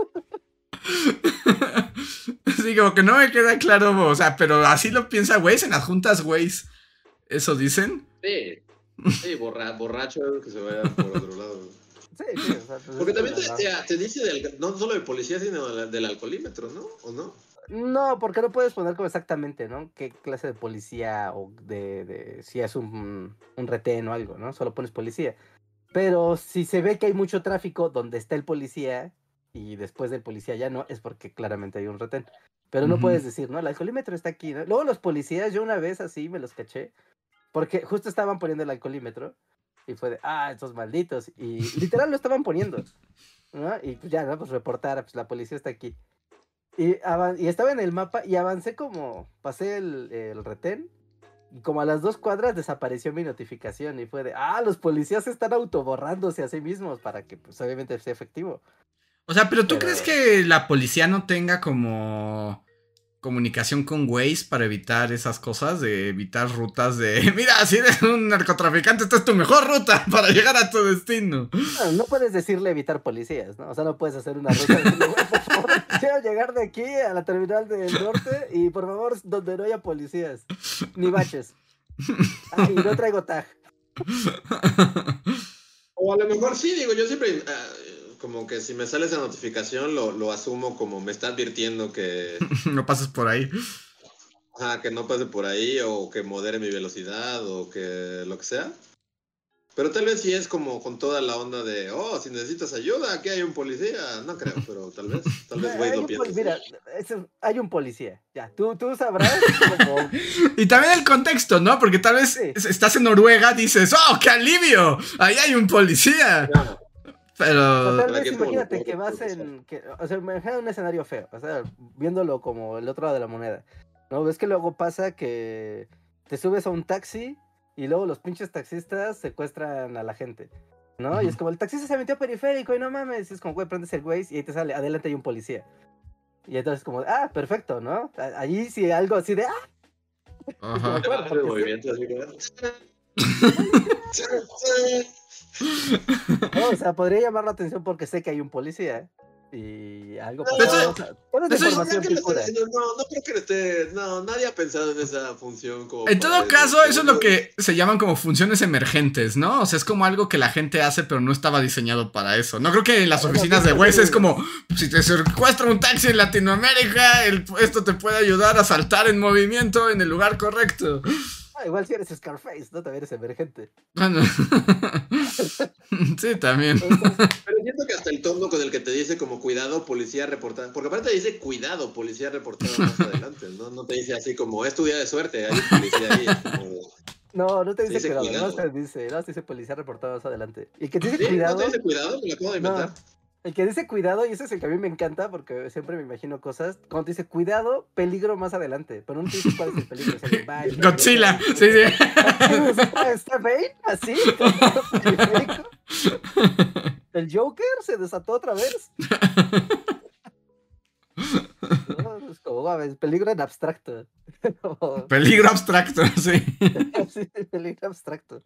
Sí, como que no me queda claro, o sea, pero así lo piensa Waze en las juntas Waze. ¿Eso dicen? Sí, sí, borra, borracho que se vaya por otro lado. Sí, sí, o sea, pues porque también te, la... te, te dice del, no solo del policía, sino del, del alcoholímetro, ¿no? ¿O no? No, porque no puedes poner como exactamente, ¿no? Qué clase de policía o de, de si es un, un retén o algo, ¿no? Solo pones policía. Pero si se ve que hay mucho tráfico donde está el policía y después del policía ya no, es porque claramente hay un retén. Pero no uh-huh. puedes decir, ¿no? El alcoholímetro está aquí, ¿no? Luego los policías, yo una vez así me los caché, porque justo estaban poniendo el alcoholímetro y fue de, ah, estos malditos. Y literal lo estaban poniendo, ¿no? Y pues ya, ¿no? Pues reportar, pues la policía está aquí. Y, avan- y estaba en el mapa y avancé como, pasé el, el retén. Y como a las dos cuadras desapareció mi notificación y fue de, ah, los policías están autoborrándose a sí mismos para que pues obviamente sea efectivo. O sea, pero ¿tú Pero... crees que la policía no tenga como comunicación con Waze para evitar esas cosas? De evitar rutas de, mira, si eres un narcotraficante, esta es tu mejor ruta para llegar a tu destino. No, no puedes decirle evitar policías, ¿no? O sea, no puedes hacer una ruta de, por favor, quiero llegar de aquí a la terminal del norte y por favor, donde no haya policías, ni baches. Ah, y no traigo tag. O a lo mejor sí, digo, yo siempre, uh, como que si me sale esa notificación, lo, lo asumo como me está advirtiendo que... no pases por ahí. Ajá, que no pase por ahí, o que modere mi velocidad, o que lo que sea. Pero tal vez sí es como con toda la onda de, oh, si necesitas ayuda, aquí hay un policía. No creo, pero tal vez, tal vez Wade lo piensa. Mira, es, hay un policía, ya, tú, tú sabrás como... Y también el contexto, ¿no? Porque tal vez sí. estás en Noruega, dices, oh, qué alivio, ahí hay un policía. Claro. Pero... O tal vez imagínate que vas en... Que, o sea, imagínate un escenario feo, o sea, viéndolo como el otro lado de la moneda. ¿No? Ves que luego pasa que te subes a un taxi y luego los pinches taxistas secuestran a la gente, ¿no? Uh-huh. Y es como, el taxista se metió a periférico y no mames, y es como, güey, prendes el Waze y ahí te sale, adelante hay un policía. Y entonces como, ah, perfecto, ¿no? Allí sí algo así de, ah. Ajá. Uh-huh. El movimiento así que... No, o sea, podría llamar la atención porque sé que hay un policía, ¿eh? Y algo no, pasó. O sea, no, información no, no, no creo que esté. No, nadie ha pensado en esa función como. En todo caso, eso es lo que se llaman como funciones emergentes, ¿no? O sea, es como algo que la gente hace, pero no estaba diseñado para eso. No creo que en las oficinas de Waze es como, si te secuestra un taxi en Latinoamérica, el, esto te puede ayudar a saltar en movimiento en el lugar correcto. Ah, igual si eres Scarface, ¿no? También eres emergente. Bueno. Sí, también. Pero siento que hasta el tono con el que te dice como cuidado, policía reportado. Porque aparte te dice cuidado, policía reportado más adelante, ¿no? No te dice así como es tu día de suerte, hay un policía ahí. Como... No, no te dice, dice cuidado, cuidado, no te dice, no te dice policía reportado más adelante. Y que te dice ¿Sí? cuidado. ¿No te dice cuidado? Me lo acabo de inventar. No. El que dice cuidado, y ese es el que a mí me encanta porque siempre me imagino cosas. Cuando te dice cuidado, peligro más adelante. Pero no te dice cuál es el peligro. O sea, vaya, Godzilla, sí, sí. ¿Está bien? ¿Así? ¿El Joker se desató otra vez? No, es como, a ver, peligro en abstracto. Peligro abstracto, sí. Sí, peligro abstracto.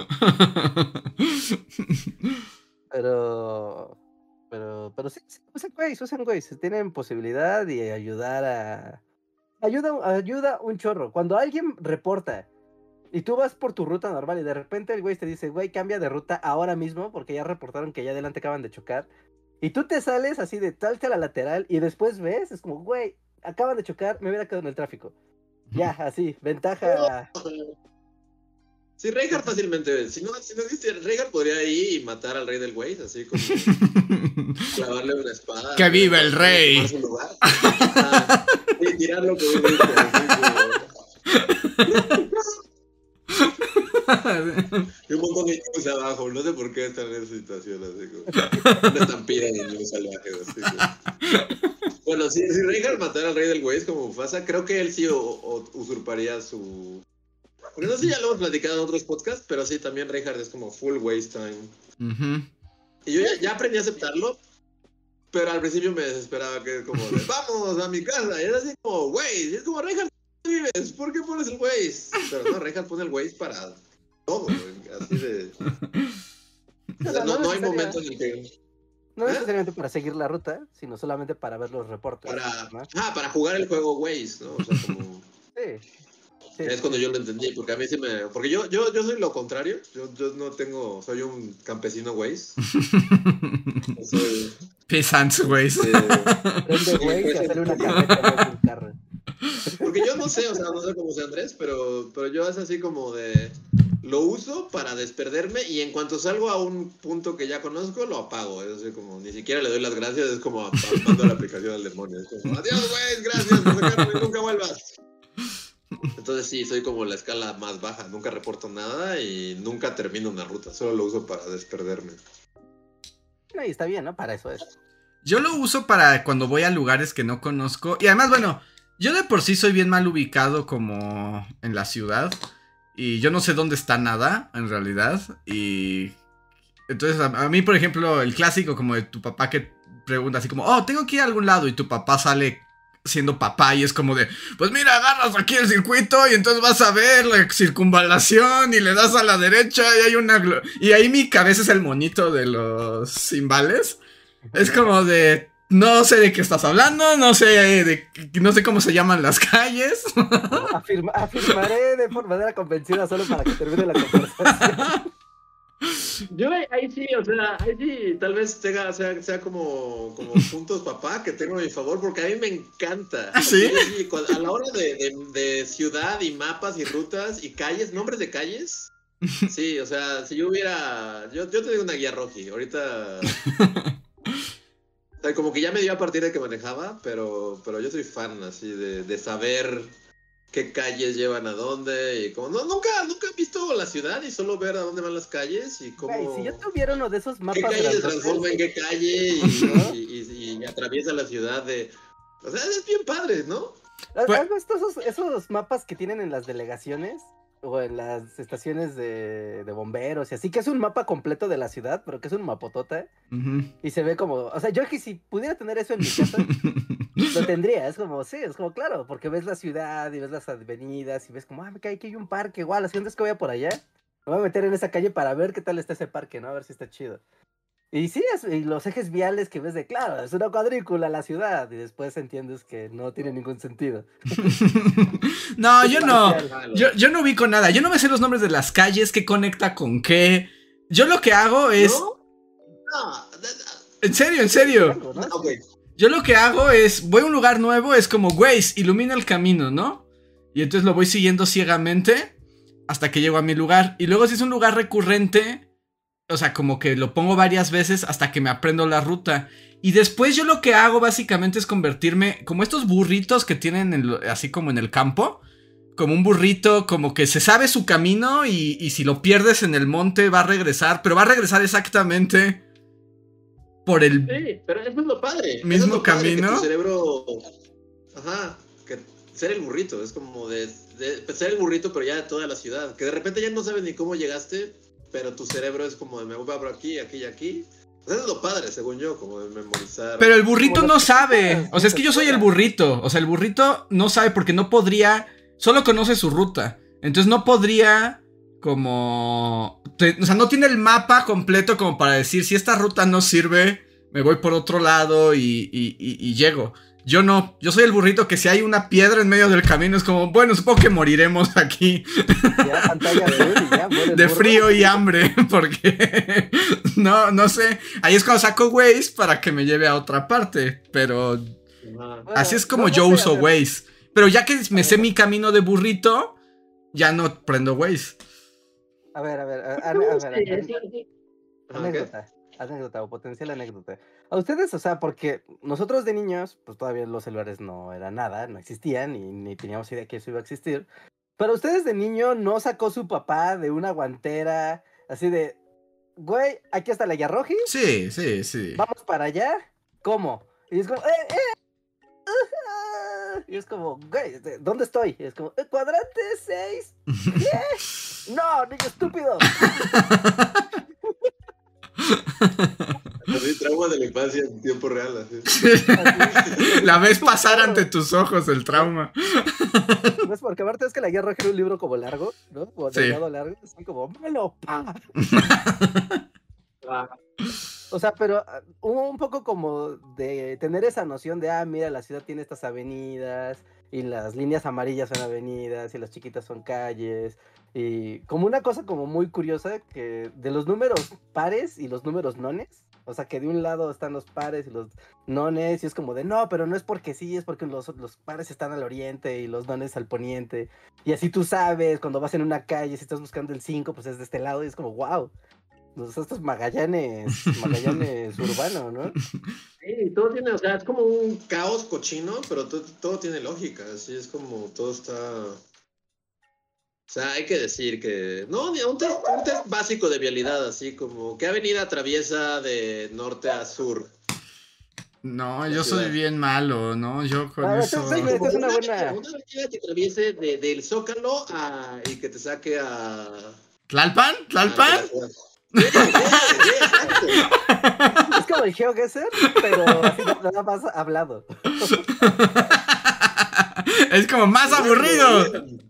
Pero, pero, pero sí, sí, usan Waze, usan Waze, tienen posibilidad de ayudar a, ayuda, ayuda un chorro. Cuando alguien reporta y tú vas por tu ruta normal y de repente el güey te dice, güey, cambia de ruta ahora mismo porque ya reportaron que allá adelante acaban de chocar. Y tú te sales así de talte a la lateral y después ves, es como, güey, acaban de chocar, me hubiera quedado en el tráfico. Ya, así, ventaja... Sí, Reinhardt fácilmente, si no, si no existe, Reinhardt podría ir y matar al rey del Waze, así como... clavarle una espada. ¡Que viva el rey! Tomar su lugar. Ah, y tirarlo con un disco. Y un montón de niños abajo, no sé por qué están en esa situación, así como una estampida de niños salvajes, así como. Bueno, si, si Reinhardt matara al rey del Waze como Mufasa, creo que él sí o, o, usurparía su... Porque no sé si ya lo hemos platicado en otros podcasts, pero sí, también Reinhardt es como full Waze time. Uh-huh. Y yo ya, ya aprendí a aceptarlo, pero al principio me desesperaba que como de, vamos a mi casa, y era así como, Waze, y es como, Reinhardt, ¿dónde vives? ¿Por qué pones el Waze? Pero no, Reinhardt pone el Waze para todo, así de... O sea, no, no hay momento en el que... No ¿Eh? necesariamente para seguir la ruta, sino solamente para ver los reportes. Para... ¿no? Ah, para jugar el juego Waze, ¿no? O sea, como... Sí. Sí. Es cuando yo lo entendí, porque a mí sí me... Porque yo, yo, yo soy lo contrario, yo, yo no tengo... Soy un campesino Waze. Soy... Peasants Waze. Eh, Prende Waze y hacerle una carreta en un carro. Porque yo no sé, o sea, no sé cómo sea Andrés, pero, pero yo es así como de... Lo uso para desperderme y en cuanto salgo a un punto que ya conozco, lo apago. Es así como, ni siquiera le doy las gracias, es como mando la aplicación al demonio. Es como, adiós, güey, gracias por sacarme, nunca vuelvas. Entonces sí, soy como la escala más baja, nunca reporto nada y nunca termino una ruta, solo lo uso para desperderme. No, y está bien, ¿no? Para eso es. Yo lo uso para cuando voy a lugares que no conozco. Y además, bueno, yo de por sí soy bien mal ubicado como en la ciudad. Y yo no sé dónde está nada, en realidad. Y entonces a, a mí, por ejemplo, el clásico como de tu papá que pregunta así como, oh, tengo que ir a algún lado. Y tu papá sale siendo papá y es como de, pues mira, agarras aquí el circuito y entonces vas a ver la circunvalación y le das a la derecha y hay una... glo- Y ahí mi cabeza es el monito de los cimbales. Es como de... No sé de qué estás hablando, no sé de, no sé cómo se llaman las calles. Afirma, afirmaré de forma manera convencida solo para que termine la conversación. Yo ahí sí, o sea, ahí sí, tal vez tenga, sea, sea como, como puntos papá que tengo a mi favor, porque a mí me encanta. ¿Ah, sí? Sí, a la hora de, de, de ciudad y mapas y rutas y calles, nombres de calles, sí, o sea, si yo hubiera, yo, yo tengo una guía Roji, ahorita... O sea, como que ya me dio a partir de que manejaba, pero, pero yo soy fan así de, de saber qué calles llevan a dónde y como no, nunca, nunca he visto la ciudad y solo ver a dónde van las calles y cómo... Ay, si yo tuviera uno de esos mapas... ¿Qué calle se grandotes, transforma en qué calle y, ¿no? y, y, y atraviesa la ciudad de... O sea, es bien padre, ¿no? ¿Has Pues- has visto esos, esos mapas que tienen en las delegaciones? O en las estaciones de, de bomberos y así, que es un mapa completo de la ciudad, pero que es un mapotota. Uh-huh. Y se ve como, o sea, yo que si pudiera tener eso en mi casa, lo tendría. Es como, sí, es como, claro, porque ves la ciudad y ves las avenidas y ves como, ah, me cae aquí hay un parque, guau, la siguiente vez que vaya por allá, me voy a meter en esa calle para ver qué tal está ese parque, ¿no? A ver si está chido. Y sí, es, y los ejes viales que ves de, claro, es una cuadrícula la ciudad, y después entiendes que no tiene ningún sentido. No, yo no. Parcial. Yo, yo no ubico nada. Yo no me sé los nombres de las calles, qué conecta con qué. Yo lo que hago es... ¿No? No, da- da- En serio, en serio. Algo, ¿no? no, güey. Yo lo que hago es, voy a un lugar nuevo, es como, Waze, ilumina el camino, ¿no? Y entonces lo voy siguiendo ciegamente hasta que llego a mi lugar. Y luego si es un lugar recurrente, o sea, como que lo pongo varias veces hasta que me aprendo la ruta. Y después yo lo que hago básicamente es convertirme como estos burritos que tienen en lo- así como en el campo. Como un burrito, como que se sabe su camino y, y si lo pierdes en el monte va a regresar, pero va a regresar exactamente por el... Sí, pero eso es lo padre. Eso Mismo es lo padre, camino. Que tu cerebro... Ajá, que ser el burrito, es como de, de ser el burrito pero ya de toda la ciudad. Que de repente ya no sabes ni cómo llegaste, pero tu cerebro es como de me voy por aquí, aquí y aquí. O sea, eso es lo padre, según yo, como de memorizar. Pero el burrito Como no los sabe. chiquitos, O sea, es que yo soy el burrito. O sea, el burrito no sabe porque no podría. Solo conoce su ruta. Entonces no podría como... te- o sea, no tiene el mapa completo como para decir si esta ruta no sirve, me voy por otro lado y, y, y, y llego. Yo no, yo soy el burrito que si hay una piedra en medio del camino es como, bueno, supongo que moriremos aquí Ya, pantalla azul y ya, muere el de burro. frío y hambre, porque no, no sé. Ahí es cuando saco Waze para que me lleve a otra parte, pero Ajá. Bueno, así es como no, no yo sé, uso a ver. Waze. Pero ya que me A sé ver. mi camino de burrito, ya no prendo Waze. A ver, a ver, a, a, a ver, a ver, Ajá, ¿qué? anécdota. anécdota o potencial anécdota. A ustedes, o sea, porque nosotros de niños, pues todavía los celulares no eran nada, no existían y ni teníamos idea que eso iba a existir. Pero ustedes de niño no sacó su papá de una guantera así de, güey, aquí está la Yarroji, Sí, sí, sí. vamos para allá. ¿Cómo? Y es como, eh, eh, uh, y es como, güey, ¿dónde estoy? Y es como, "Eh, cuadrante seis. ¿Qué? No, niño estúpido. Así, trauma de la infancia en tiempo real, así. La ves pasar ante tus ojos el trauma. No es porque aparte es que la Guerra era un libro como largo, ¿no? Como Sí. delgado largo, así como, ¡malo! ¡Pa! O sea, pero ah, hubo un poco como de tener esa noción de, ah, mira, la ciudad tiene estas avenidas, y las líneas amarillas son avenidas, y las chiquitas son calles, y como una cosa como muy curiosa, que de los números pares y los números nones, o sea, que de un lado están los pares y los nones, y es como de, no, pero no es porque sí, es porque los, los pares están al oriente y los nones al poniente, y así tú sabes, cuando vas en una calle, si estás buscando el cinco, pues es de este lado, y es como, wow. Pues estos Magallanes, Magallanes urbano, ¿no? Sí, todo tiene, o sea, es como un caos cochino, pero todo, todo tiene lógica, así es como todo está... O sea, hay que decir que... No, un test, un test básico de vialidad, así como, ¿qué avenida atraviesa de norte a sur? No, La yo soy ciudad. bien malo, ¿no? Yo con Ah, eso... entonces, Como esta es una una, buena- una avenida que atraviese de, del Zócalo a, y que te saque a... ¿Tlalpan? a ¿Tlalpan? la ciudad. Sí, sí, sí, exacto. Es como el GeoGuessr, pero así na- nada más hablado. Es como más aburrido.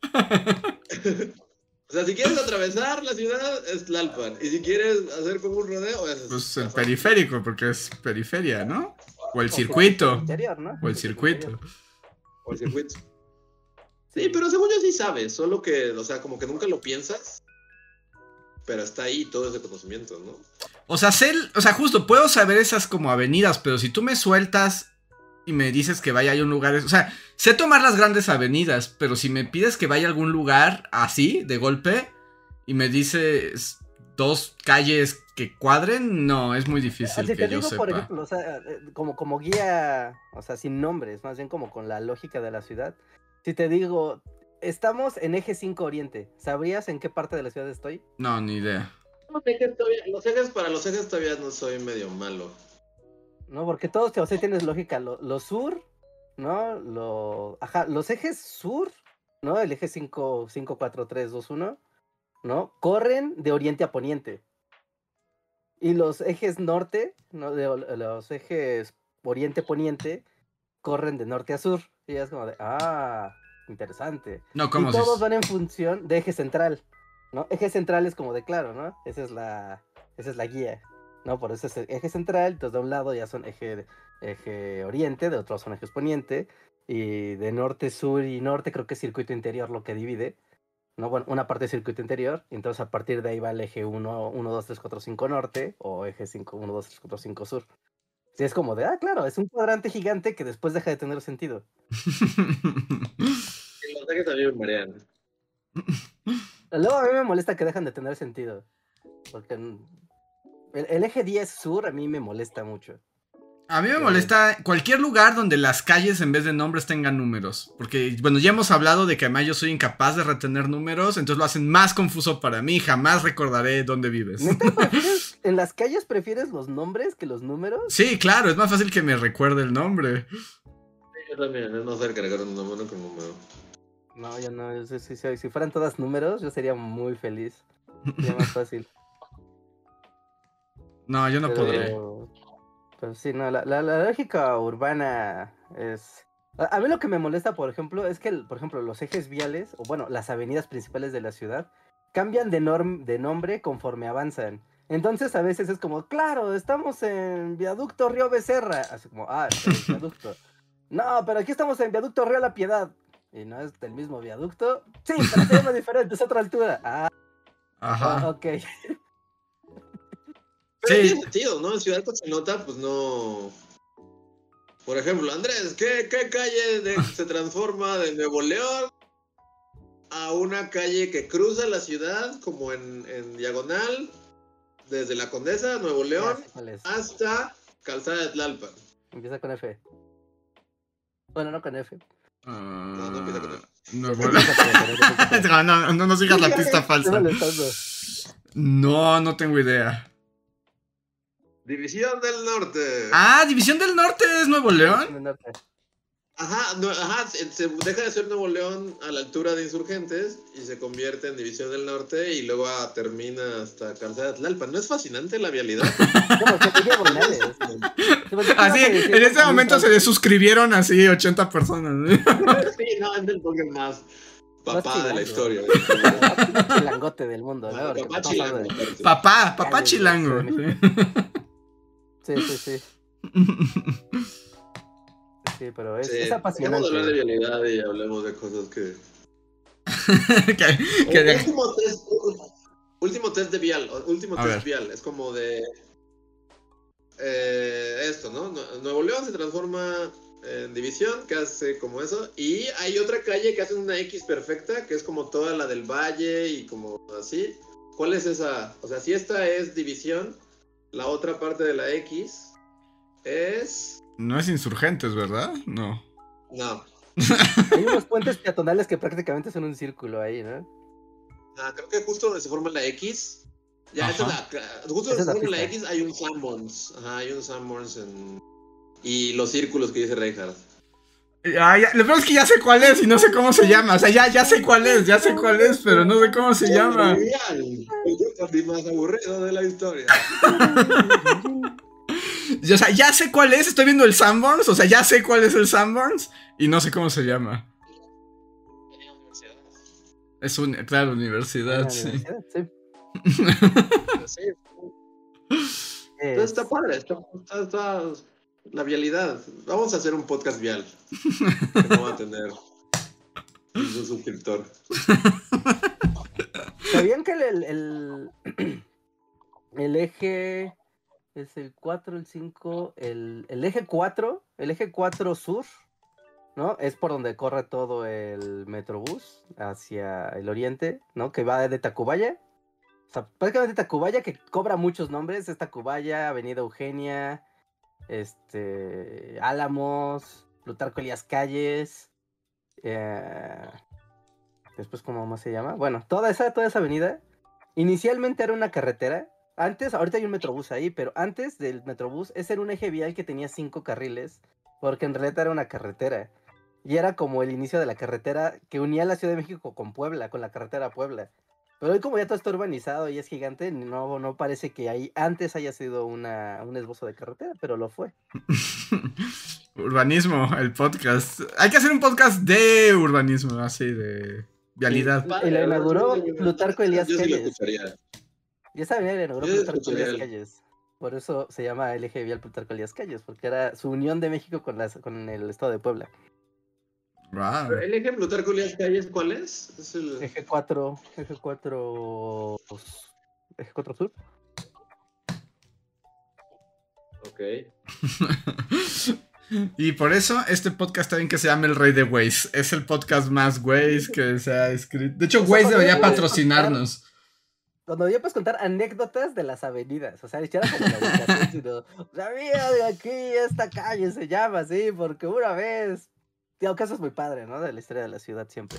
O sea, si quieres atravesar la ciudad, es Tlalpan. Y si quieres hacer como un rodeo, es... Pues el Ajá. periférico, porque es periferia, ¿no? O el O circuito. interior, ¿no? O el circuito. O el circuito. Sí, pero según yo sí sabes, solo que, o sea, como que nunca lo piensas, pero está ahí todo ese conocimiento, ¿no? O sea, sé, o sea, justo puedo saber esas como avenidas, pero si tú me sueltas y me dices que vaya a un lugar, o sea, sé tomar las grandes avenidas, pero si me pides que vaya a algún lugar así, de golpe, y me dices dos calles que cuadren, no, es muy difícil Así que te yo digo, sepa. por ejemplo, o sea, eh, como, como guía, o sea, sin nombres, más bien como con la lógica de la ciudad. Si te digo, estamos en eje cinco Oriente, ¿sabrías en qué parte de la ciudad estoy? No, ni idea. Los ejes, todavía, los ejes, para los ejes todavía no soy medio malo. No, porque todos, o sea, tienes lógica, lo, lo sur, ¿no? Lo, ajá, los ejes sur, ¿no? El eje cinco, cinco, cuatro, tres, dos, uno, ¿no? Corren de oriente a poniente. Y los ejes norte, ¿no? De, los ejes oriente-poniente, corren de norte a sur. Y es como de, ah, interesante. No, Y ¿cómo si? todos van en función de eje central, ¿no? Eje central es como de claro, ¿no? Esa es la, esa es la guía, ¿no? Por eso es el eje central, entonces de un lado ya son eje, eje oriente, de otro son ejes poniente, y de norte, sur y norte creo que es circuito interior lo que divide, ¿no? Bueno, una parte de circuito interior, y entonces a partir de ahí va el eje uno, uno, dos, tres, cuatro, cinco norte, o eje cinco, uno, dos, tres, cuatro, cinco sur. Sí, es como de, ah, claro, es un cuadrante gigante que después deja de tener sentido. Y los ejes también me marean. Luego a mí me molesta que dejan de tener sentido. Porque el, el eje diez sur a mí me molesta mucho. A mí me molesta cualquier lugar donde las calles en vez de nombres tengan números. Porque, bueno, ya hemos hablado de que además yo soy incapaz de retener números, entonces lo hacen más confuso para mí. Jamás recordaré dónde vives. ¿Neta prefieres, en las calles prefieres los nombres que los números? Sí, claro, es más fácil que me recuerde el nombre. Yo también, es no sé cargar un número con un número. No, yo no. Yo, si, si, si fueran todas números, yo sería muy feliz. Sería más fácil. No, yo no pero, podré. Pero sí, no, la, la, la lógica urbana es... A, a mí lo que me molesta, por ejemplo, es que, el, por ejemplo, los ejes viales, o bueno, las avenidas principales de la ciudad, cambian de, norm, de nombre conforme avanzan. Entonces a veces es como, claro, estamos en Viaducto Río Becerra. Así como, ah, el viaducto. No, pero aquí estamos en Viaducto Río La Piedad. Y no es del mismo viaducto. Sí, pero se llama diferente, es otra altura. Ah, Ajá. ah ok. Pero Sí. tiene sentido, ¿no? En Ciudad Cochinota, pues no... Por ejemplo, Andrés, ¿qué, qué calle de, se transforma de Nuevo León a una calle que cruza la ciudad como en, en diagonal desde la Condesa, Nuevo León, Ya sé cuál es. hasta Calzada de Tlalpan. Empieza con F. Bueno, no con F. No, no empieza con F. No, no, no, no nos digas la pista Estoy falsa. molestando. No, no tengo idea. División del Norte. Ah, División del Norte es Nuevo León. Del norte. Ajá, no, ajá, se, se deja de ser Nuevo León a la altura de Insurgentes y se convierte en División del Norte y luego ah, termina hasta Calzada de Tlalpan. ¿No es fascinante la vialidad? No, se ve diagonales. Así, en ese momento se suscribieron así ochenta personas. Sí, no, es el Pokémon más papá Más de la chilango. historia. El chilangote del mundo, ¿no? Porque Papá estamos hablando chilango. de- Papá, papá Calles de chilango. Ciudad de Sí, sí, sí. Sí, pero es, Sí, es dejemos apasionante. de hablar de vialidad y hablemos de cosas que... que, que El de- último test, último test de vial, último A test ver. vial, es como de eh, esto, ¿no? Nue- Nuevo León se transforma en división, que hace como eso, y hay otra calle que hace una X perfecta, que es como toda la del Valle y como así. ¿Cuál es esa? O sea, si esta es división, la otra parte de la X es... No es Insurgentes, ¿verdad? No. No, Hay unos puentes peatonales que prácticamente son un círculo ahí, ¿no? ah, creo que justo donde se forma la X. Ya, esta es Ajá. la, justo Esa donde es se la forma la pista. X hay un Sanborns. Ajá, hay un Sanborns en... Y los círculos que dice Reinhardt. Ah, ya, lo peor es que ya sé cuál es y no sé cómo se llama. O sea, ya, ya sé cuál es, ya sé cuál es, pero no sé cómo se llama. Trivial, el podcast más aburrido de la historia. Y, o sea, ya sé cuál es, estoy viendo el Sanborns, o sea, ya sé cuál es el Sanborns y no sé cómo se llama. Es un, claro, En universidad, la sí. universidad, sí. Sí. Es- Entonces está padre, está, está, está la vialidad. Vamos a hacer un podcast vial. Que no va a tener ningún suscriptor. ¿Sabían que el, el, el, el eje es el cuatro, el cinco, el, el eje cuatro, el eje cuatro sur, ¿no? Es por donde corre todo el Metrobús hacia el oriente, ¿no? Que va de Tacubaya. O sea, prácticamente Tacubaya, que cobra muchos nombres, es Tacubaya, Avenida Eugenia, este, Álamos, Plutarco Elías Calles, eh, después, ¿cómo más se llama? Bueno, toda esa, toda esa avenida, inicialmente era una carretera. Antes, ahorita hay un metrobús ahí, pero antes del metrobús, ese era un eje vial que tenía cinco carriles, porque en realidad era una carretera. Y era como el inicio de la carretera que unía la Ciudad de México con Puebla, con la carretera a Puebla. Pero hoy como ya todo está urbanizado y es gigante, no, no parece que ahí antes haya sido una, un esbozo de carretera, pero lo fue. Urbanismo, el podcast. Hay que hacer un podcast de urbanismo, así, de vialidad. Y la inauguró Plutarco Elías Yo sí lo Calles. escucharía. Y esa avenida la inauguró Yo Plutarco escucharía Elías el- Calles. Por eso se llama el eje vial Plutarco Elías Calles, porque era su unión de México con, las, con el estado de Puebla. Wow. El ejemplo, Plutarco Elías Calles, ¿cuál es? Es el... Eje cuatro, eje cuatro, eje cuatro sur. Ok. Y por eso este podcast también que se llama El Rey de Waze. Es el podcast más Waze que se ha escrito. De hecho, O sea, Waze cuando debería yo puedo patrocinarnos. Cuando yo puedes contar anécdotas de las avenidas, o sea, ya era como la ubicación, sino, o sea, mira, de aquí esta calle se llama así, porque una vez, digo, que eso es muy padre, ¿no? De la historia de la ciudad siempre.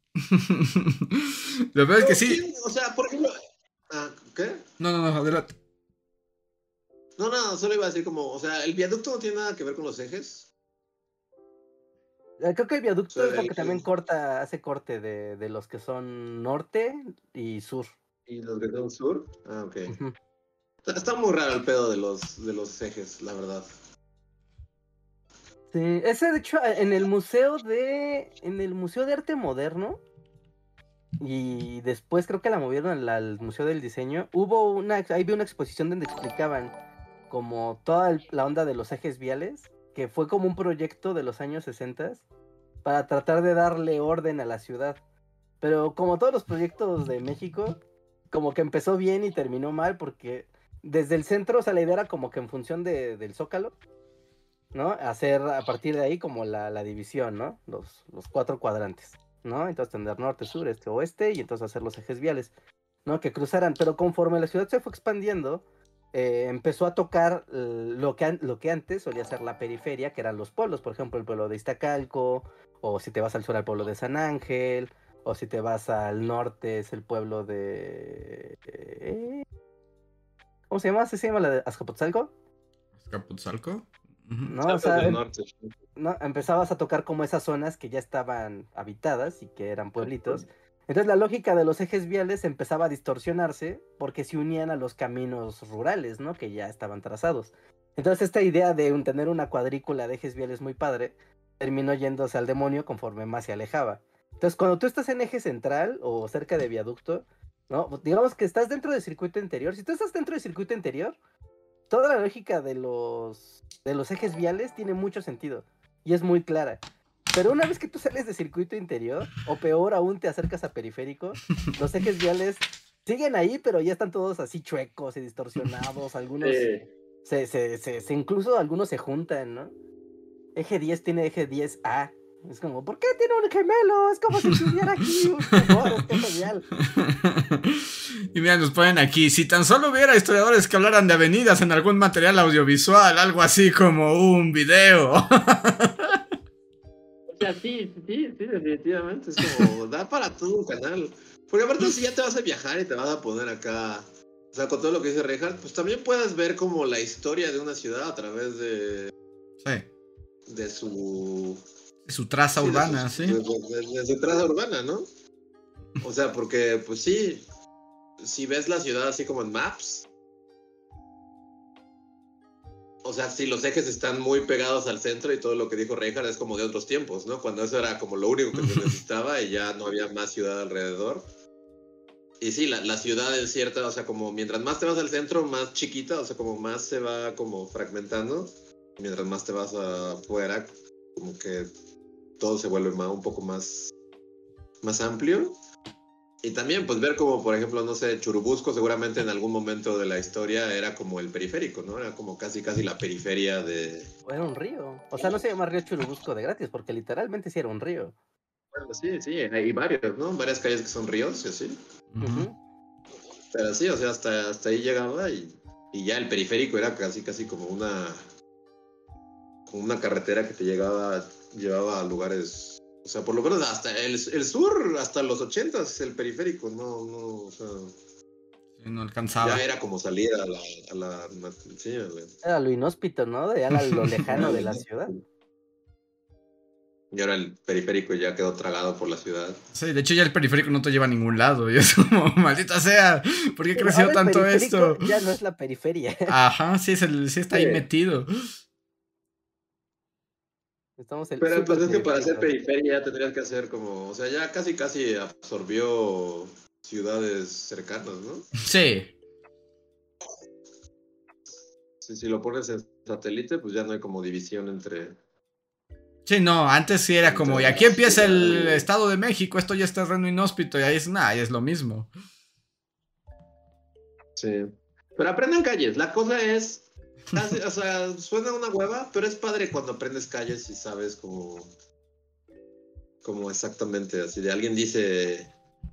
Lo peor es que No, sí. ¿quién? O sea, por ejemplo... Ah, ¿qué? No, no, no, adelante. No, no, solo iba a decir como... O sea, ¿el viaducto no tiene nada que ver con los ejes? Eh, Creo que el viaducto O sea, es lo el- que también corta, hace corte de, de los que son norte y sur. ¿Y los que son sur? Ah, ok. Ujú. Está, está muy raro el pedo de los, de los ejes, la verdad. Sí, ese de hecho en el museo de en el Museo de Arte Moderno y después creo que la movieron al, al Museo del Diseño. Hubo una ex- ahí vi una exposición donde explicaban como toda el- la onda de los ejes viales, que fue como un proyecto de los años sesenta para tratar de darle orden a la ciudad. Pero como todos los proyectos de México, como que empezó bien y terminó mal porque desde el centro, o sea, la idea era como que en función de, del Zócalo, ¿no? Hacer a partir de ahí como la, la división, ¿no? Los, los cuatro cuadrantes, ¿no? Entonces tener norte, sur, este, oeste y entonces hacer los ejes viales. ¿no? Que cruzaran, pero conforme la ciudad se fue expandiendo, eh, empezó a tocar eh, lo, que an- lo que antes solía ser la periferia, que eran los pueblos, por ejemplo, el pueblo de Iztacalco, o si te vas al sur al pueblo de San Ángel, o si te vas al norte es el pueblo de... eh, ¿Cómo se llama? ¿Sí se llama la de Azcapotzalco? ¿Azcapotzalco? Ujú. ¿No? O Saltas sea, del em- norte. ¿no? Empezabas a tocar como esas zonas que ya estaban habitadas y que eran pueblitos. Entonces la lógica de los ejes viales empezaba a distorsionarse porque se unían a los caminos rurales, ¿no? Que ya estaban trazados. Entonces esta idea de un- tener una cuadrícula de ejes viales muy padre terminó yéndose al demonio conforme más se alejaba. Entonces cuando tú estás en eje central o cerca de viaducto, ¿no? Digamos que estás dentro del circuito interior. Si tú estás dentro del circuito interior, toda la lógica de los, de los ejes viales tiene mucho sentido y es muy clara. Pero una vez que tú sales de circuito interior, o peor aún te acercas a periférico, los ejes viales siguen ahí, pero ya están todos así chuecos y distorsionados. Algunos, Sí. se, se, se, se- incluso algunos se juntan, ¿no? Eje diez tiene eje diez A. Es como, ¿por qué tiene un gemelo? Es como si tuviera aquí un favor, es que es genial. Y mira, nos ponen aquí, si tan solo hubiera historiadores que hablaran de avenidas en algún material audiovisual, algo así como un video. O sea, sí, sí, sí, definitivamente. Es como, da para todo un canal. Porque aparte, si ya te vas a viajar y te vas a poner acá, o sea, con todo lo que dice Reinhardt, pues también puedes ver como la historia de una ciudad a través de, Sí, de su... su traza sí, de urbana, su- sí. de, de- de su traza urbana, ¿no? O sea, porque, pues sí, si ves la ciudad así como en Maps, o sea, si los ejes están muy pegados al centro y todo lo que dijo Reinhardt es como de otros tiempos, ¿no? Cuando eso era como lo único que se necesitaba y ya no había más ciudad alrededor. Y sí, la, la ciudad es cierta, o sea, como mientras más te vas al centro, más chiquita, o sea, como más se va como fragmentando. Mientras más te vas afuera, como que todo se vuelve más, un poco más, más amplio. Y también, pues ver como, por ejemplo, no sé, Churubusco seguramente en algún momento de la historia era como el periférico, ¿no? Era como casi, casi la periferia de... O era un río. O sea, no se llama río Churubusco de gratis, porque literalmente sí era un río. Bueno, sí, sí, hay varios, ¿no? Varias calles que son ríos y así. Ujú. Ujú. Pero sí, o sea, hasta, hasta ahí llegaba y, y ya el periférico era casi, casi como una... como una carretera que te llegaba, llevaba a lugares... O sea, por lo menos hasta el, el sur, hasta los ochentas, el periférico, no, no, o sea... Sí, no alcanzaba. Ya era como salir a la... A la sí, a la- Era lo inhóspito, ¿no? De era lo lejano de la ciudad. Y ahora el periférico ya quedó tragado por la ciudad. Sí, de hecho ya el periférico no te lleva a ningún lado. Y es como, maldita sea, ¿por qué Pero creció ahora el tanto periférico esto? ya no es la periferia. Ajá, sí, es el- sí está ahí Sí. metido. Estamos el Pero pues es que super para hacer periférico. periferia ya tendrías que hacer como... O sea, ya casi casi absorbió ciudades cercanas, ¿no? Sí. Si, si lo pones en satélite, pues ya no hay como división entre... Sí, no, antes sí era como, y aquí empieza el Estado de México, esto ya es terreno inhóspito, y ahí es nada, ya es lo mismo. Sí. Pero aprendan calles. La cosa es... casi- o sea, suena una hueva, pero es padre cuando aprendes calles y sabes como... Como exactamente, así de alguien dice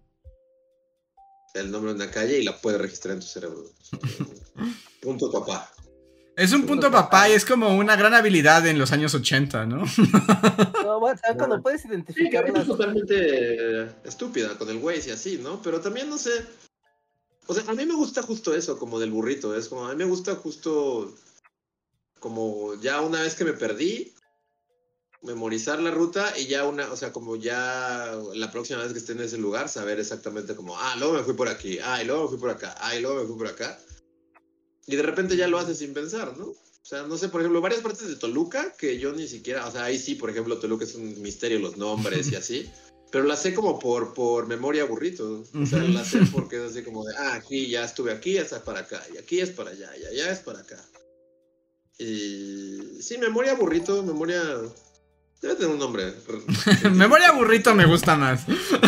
el nombre de una calle y la puede registrar en tu cerebro. Punto papá. Es un punto papá y es como una gran habilidad en los años ochenta, ¿no? No, bueno, ¿sabes? Cuando puedes Sí, que identificar es las... totalmente eh, estúpida con el Waze y así, ¿no? Pero también no sé. O sea, a mí me gusta justo eso, como del burrito. Es como, a mí me gusta justo como ya una vez que me perdí, memorizar la ruta y ya una, o sea, como ya la próxima vez que esté en ese lugar, saber exactamente como, ah, luego me fui por aquí, ah, y luego me fui por acá, ah, y luego me fui por acá. Y de repente ya lo haces sin pensar, ¿no? O sea, no sé, por ejemplo, varias partes de Toluca que yo ni siquiera, o sea, ahí sí, por ejemplo, Toluca es un misterio los nombres y así, pero la sé como por, por memoria burrito. O sea, Ujú. la sé porque es así como de, ah, aquí ya estuve aquí, ya está para acá, y aquí es para allá, y allá es para acá. Y sí, memoria burrito, memoria... Debe tener un nombre. Memoria burrito me gusta más.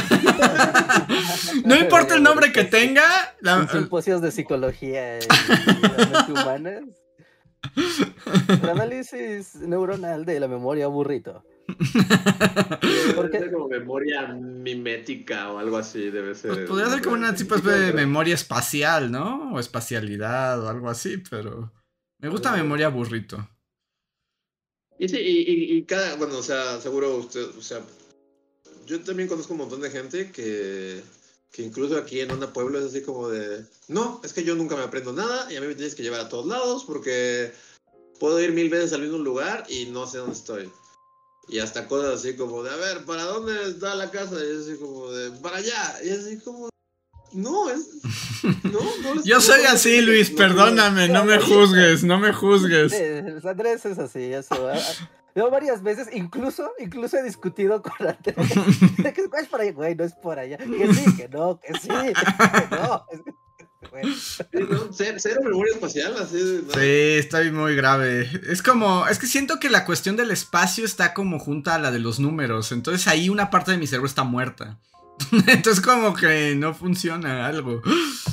No importa el nombre que tenga. En La... simposios de psicología y la mente humanas. El análisis neuronal de la memoria burrito. Debe ser como memoria mimética o algo así, debe ser. Pues podría ser como una tipo de memoria espacial, ¿no? O espacialidad o algo así, pero me gusta memoria burrito. Y sí, y, y, y cada, bueno, o sea, seguro usted, o sea, yo también conozco un montón de gente que, que incluso aquí en Onda Pueblo es así como de, no, es que yo nunca me aprendo nada y a mí me tienes que llevar a todos lados porque puedo ir mil veces al mismo lugar y no sé dónde estoy. Y hasta cosas así como de, a ver, ¿para dónde está la casa? Y es así como de, para allá. Y es así como, no, es... No, no les, Yo no, soy no, así, no, Luis, no, perdóname, no me juzgues, no me juzgues. Sí, Andrés es así, eso. Yo varias veces, incluso, incluso he discutido con Andrés. De que es por allá, güey, no es por allá. Que sí, que no, que sí, que no. Güey. Sí, no, cero, cero memoria espacial, así, ¿no? Sí, está muy grave. Es como, es que siento que la cuestión del espacio está como junta a la de los números. Entonces ahí una parte de mi cerebro está muerta. Entonces como que no funciona algo.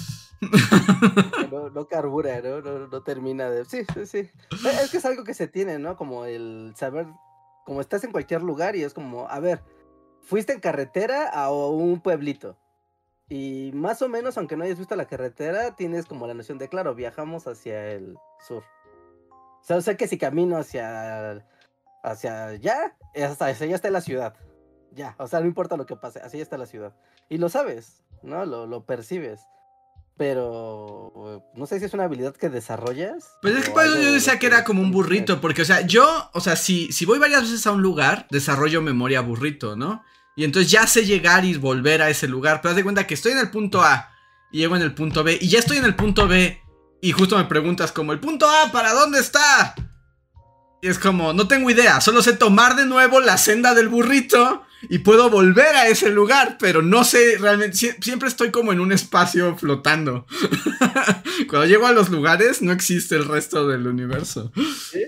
No, no carbura, ¿no? No, no termina de... Sí, sí, sí. Es que es algo que se tiene, ¿no? Como el saber, como estás en cualquier lugar y es como, a ver, fuiste en carretera a un pueblito. Y más o menos, aunque no hayas visto la carretera, tienes como la noción de, claro, viajamos hacia el sur. O sea, sé que si camino hacia, hacia allá, hasta hacia allá está la ciudad. Ya, o sea, no importa lo que pase, así está la ciudad. Y lo sabes, ¿no? Lo, lo percibes. Pero no sé si es una habilidad que desarrollas. Pues es que por eso yo decía que era como un burrito. Porque, o sea, yo, o sea, si, si voy varias veces a un lugar, desarrollo memoria burrito, ¿no? Y entonces ya sé llegar y volver a ese lugar. Pero haz de cuenta que estoy en el punto A y llego en el punto B. Y ya estoy en el punto B. Y justo me preguntas como, ¿el punto A para dónde está? Y es como, no tengo idea. Solo sé tomar de nuevo la senda del burrito y puedo volver a ese lugar. Pero no sé realmente. Siempre estoy como en un espacio flotando. Cuando llego a los lugares no existe el resto del universo. ¿Sí?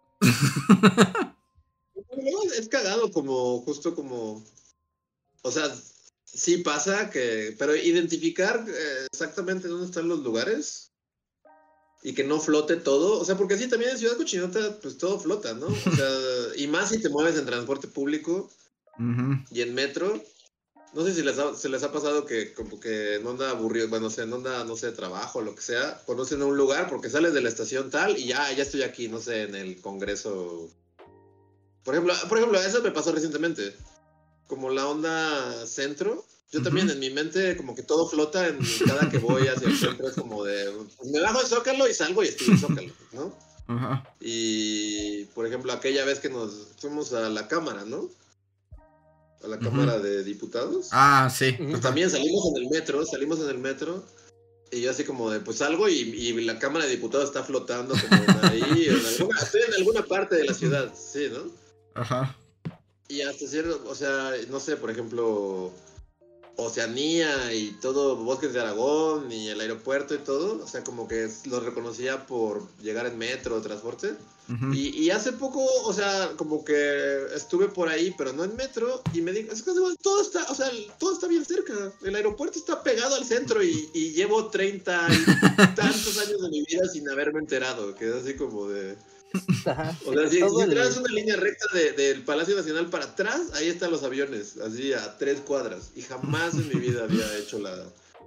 Es cagado como, justo como... O sea, sí pasa que... Pero identificar eh, exactamente dónde están los lugares y que no flote todo. O sea, porque sí, también en Ciudad Cochinota, pues todo flota, ¿no? O sea, y más si te mueves en transporte público uh-huh. y en metro. No sé si les ha, se les ha pasado que como que en onda aburrido, bueno, o sea, en onda, no sé, trabajo o lo que sea, conocen un lugar porque sales de la estación tal y ya, ya estoy aquí, no sé, en el Congreso. Por ejemplo, por ejemplo, eso me pasó recientemente. Como la onda centro, yo uh-huh. también en mi mente como que todo flota en cada que voy hacia el centro, es como de, pues me bajo de Zócalo y salgo y estoy en Zócalo, ¿no? Uh-huh. Y, por ejemplo, aquella vez que nos fuimos a la Cámara, ¿no? A la uh-huh. Cámara de Diputados. Ah, sí. Pues uh-huh. también salimos en el metro, salimos en el metro, y yo así como de, pues salgo y, y la Cámara de Diputados está flotando como ahí, en alguna, estoy en alguna parte de la ciudad, sí, ¿no? Ajá. Y hasta cierto, o sea, no sé, por ejemplo, Oceanía y todo, Bosques de Aragón y el aeropuerto y todo, o sea, como que lo reconocía por llegar en metro, transporte. Uh-huh. Y, y hace poco, o sea, como que estuve por ahí, pero no en metro, y me dijo, es que todo está, o sea, todo está bien cerca, el aeropuerto está pegado al centro y, y llevo treinta y tantos años de mi vida sin haberme enterado, que es así como de... Ajá, o sea, si, si traes una línea recta de, del Palacio Nacional para atrás, ahí están los aviones, así a tres cuadras. Y jamás en mi vida había hecho la...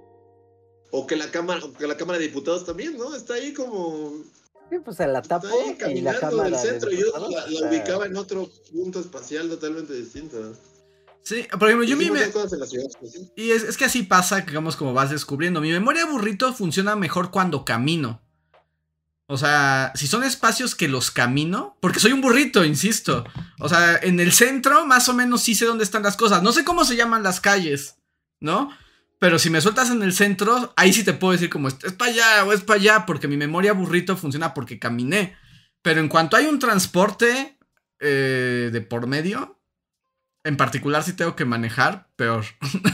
O que la Cámara, o que la Cámara de Diputados también, ¿no? Está ahí como... Sí, pues en la tapo y la Cámara del centro. De yo la, la ubicaba en otro punto espacial totalmente distinto. Sí, por ejemplo, yo mi me... ciudad, pues, ¿sí? Y es, es que así pasa, digamos, como vas descubriendo. Mi memoria burrito funciona mejor cuando camino. O sea, si son espacios que los camino, porque soy un burrito, insisto. O sea, en el centro más o menos sí sé dónde están las cosas. No sé cómo se llaman las calles, ¿no? Pero si me sueltas en el centro, ahí sí te puedo decir como es para allá o es para allá, porque mi memoria burrito funciona porque caminé. Pero en cuanto hay un transporte eh, de por medio, en particular si tengo que manejar, peor.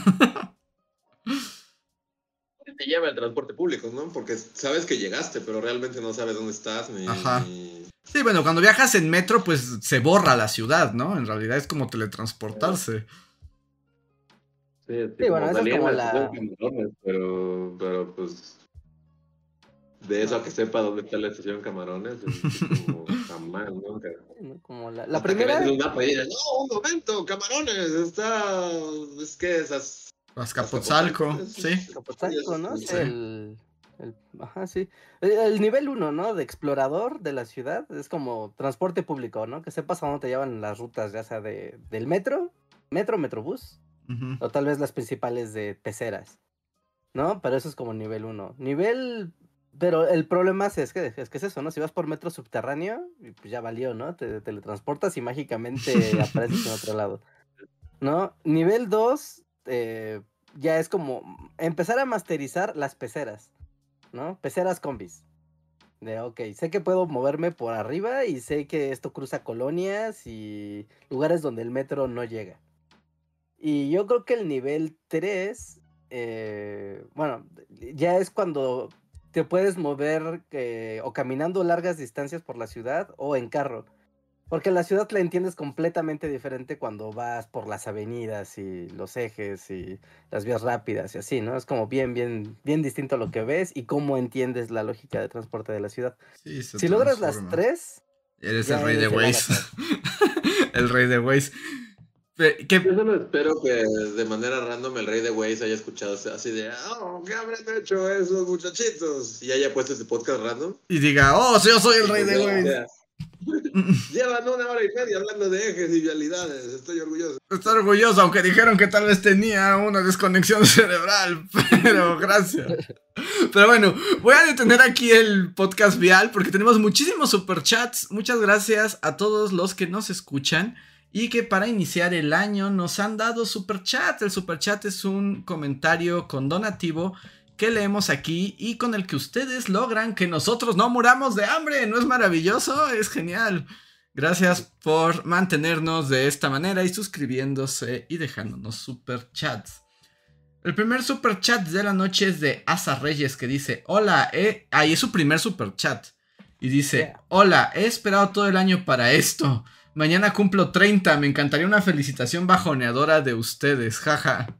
Te lleva el transporte público, ¿no? Porque sabes que llegaste, pero realmente no sabes dónde estás ni... Ajá. Sí, bueno, cuando viajas en metro, pues se borra la ciudad, ¿no? En realidad es como teletransportarse. Sí, sí, sí, bueno, eso es como la... Pero, pero pues... De eso a que sepa dónde está la estación Camarones, es como Jamás, nunca. ¿no? Como la, la Hasta primera. Que ves un mapa y dices, no, un momento, camarones, está. Es que esas. Azcapotzalco, sí. Azcapotzalco, ¿no? Sí. Sí, el, el- ajá, sí. El, el nivel uno, ¿no? De explorador de la ciudad es como transporte público, ¿no? Que sepas a dónde te llevan las rutas, ya sea de, del metro, metro, metrobús, Ujú. o tal vez las principales de peceras, ¿no? Pero eso es como nivel uno. Nivel. Pero el problema es es que, es que es eso, ¿no? Si vas por metro subterráneo, y pues ya valió, ¿no? Te teletransportas y mágicamente apareces en otro lado, ¿no? Nivel dos eh, ya es como empezar a masterizar las peceras, ¿no? Peceras combis. De, ok, sé que puedo moverme por arriba y sé que esto cruza colonias y lugares donde el metro no llega. Y yo creo que el nivel tres, eh, bueno, ya es cuando te puedes mover eh, o caminando largas distancias por la ciudad o en carro. Porque la ciudad la entiendes completamente diferente cuando vas por las avenidas y los ejes y las vías rápidas y así, ¿no? Es como bien, bien, bien distinto a lo que ves y cómo entiendes la lógica de transporte de la ciudad. Sí, se Si logras las transforma. tres, Eres ya el rey de eres el Waze. avatar. El rey de Waze. Pe- Yo ¿Qué? solo espero que de manera random el rey de Waze haya escuchado así de, oh, ¿qué habrán hecho esos muchachitos? Y haya puesto este podcast random. Y diga, oh, sí, yo soy el rey de Ya, Waze. ya. Llevan una hora y media hablando de ejes y vialidades, estoy orgulloso. Estoy orgulloso, aunque dijeron que tal vez tenía una desconexión cerebral, pero gracias. Pero bueno, voy a detener aquí el podcast vial porque tenemos muchísimos superchats. Muchas gracias a todos los que nos escuchan y que para iniciar el año nos han dado superchat. El superchat es un comentario con donativo que leemos aquí y con el que ustedes logran que nosotros no muramos de hambre. ¿No es maravilloso? Es genial. Gracias por mantenernos de esta manera y suscribiéndose y dejándonos superchats. El primer superchat de la noche es de Asa Reyes que dice, hola, eh... ahí es su primer superchat. Y dice, Yeah. hola, he esperado todo el año para esto. Mañana cumplo treinta, me encantaría una felicitación bajoneadora de ustedes, jaja.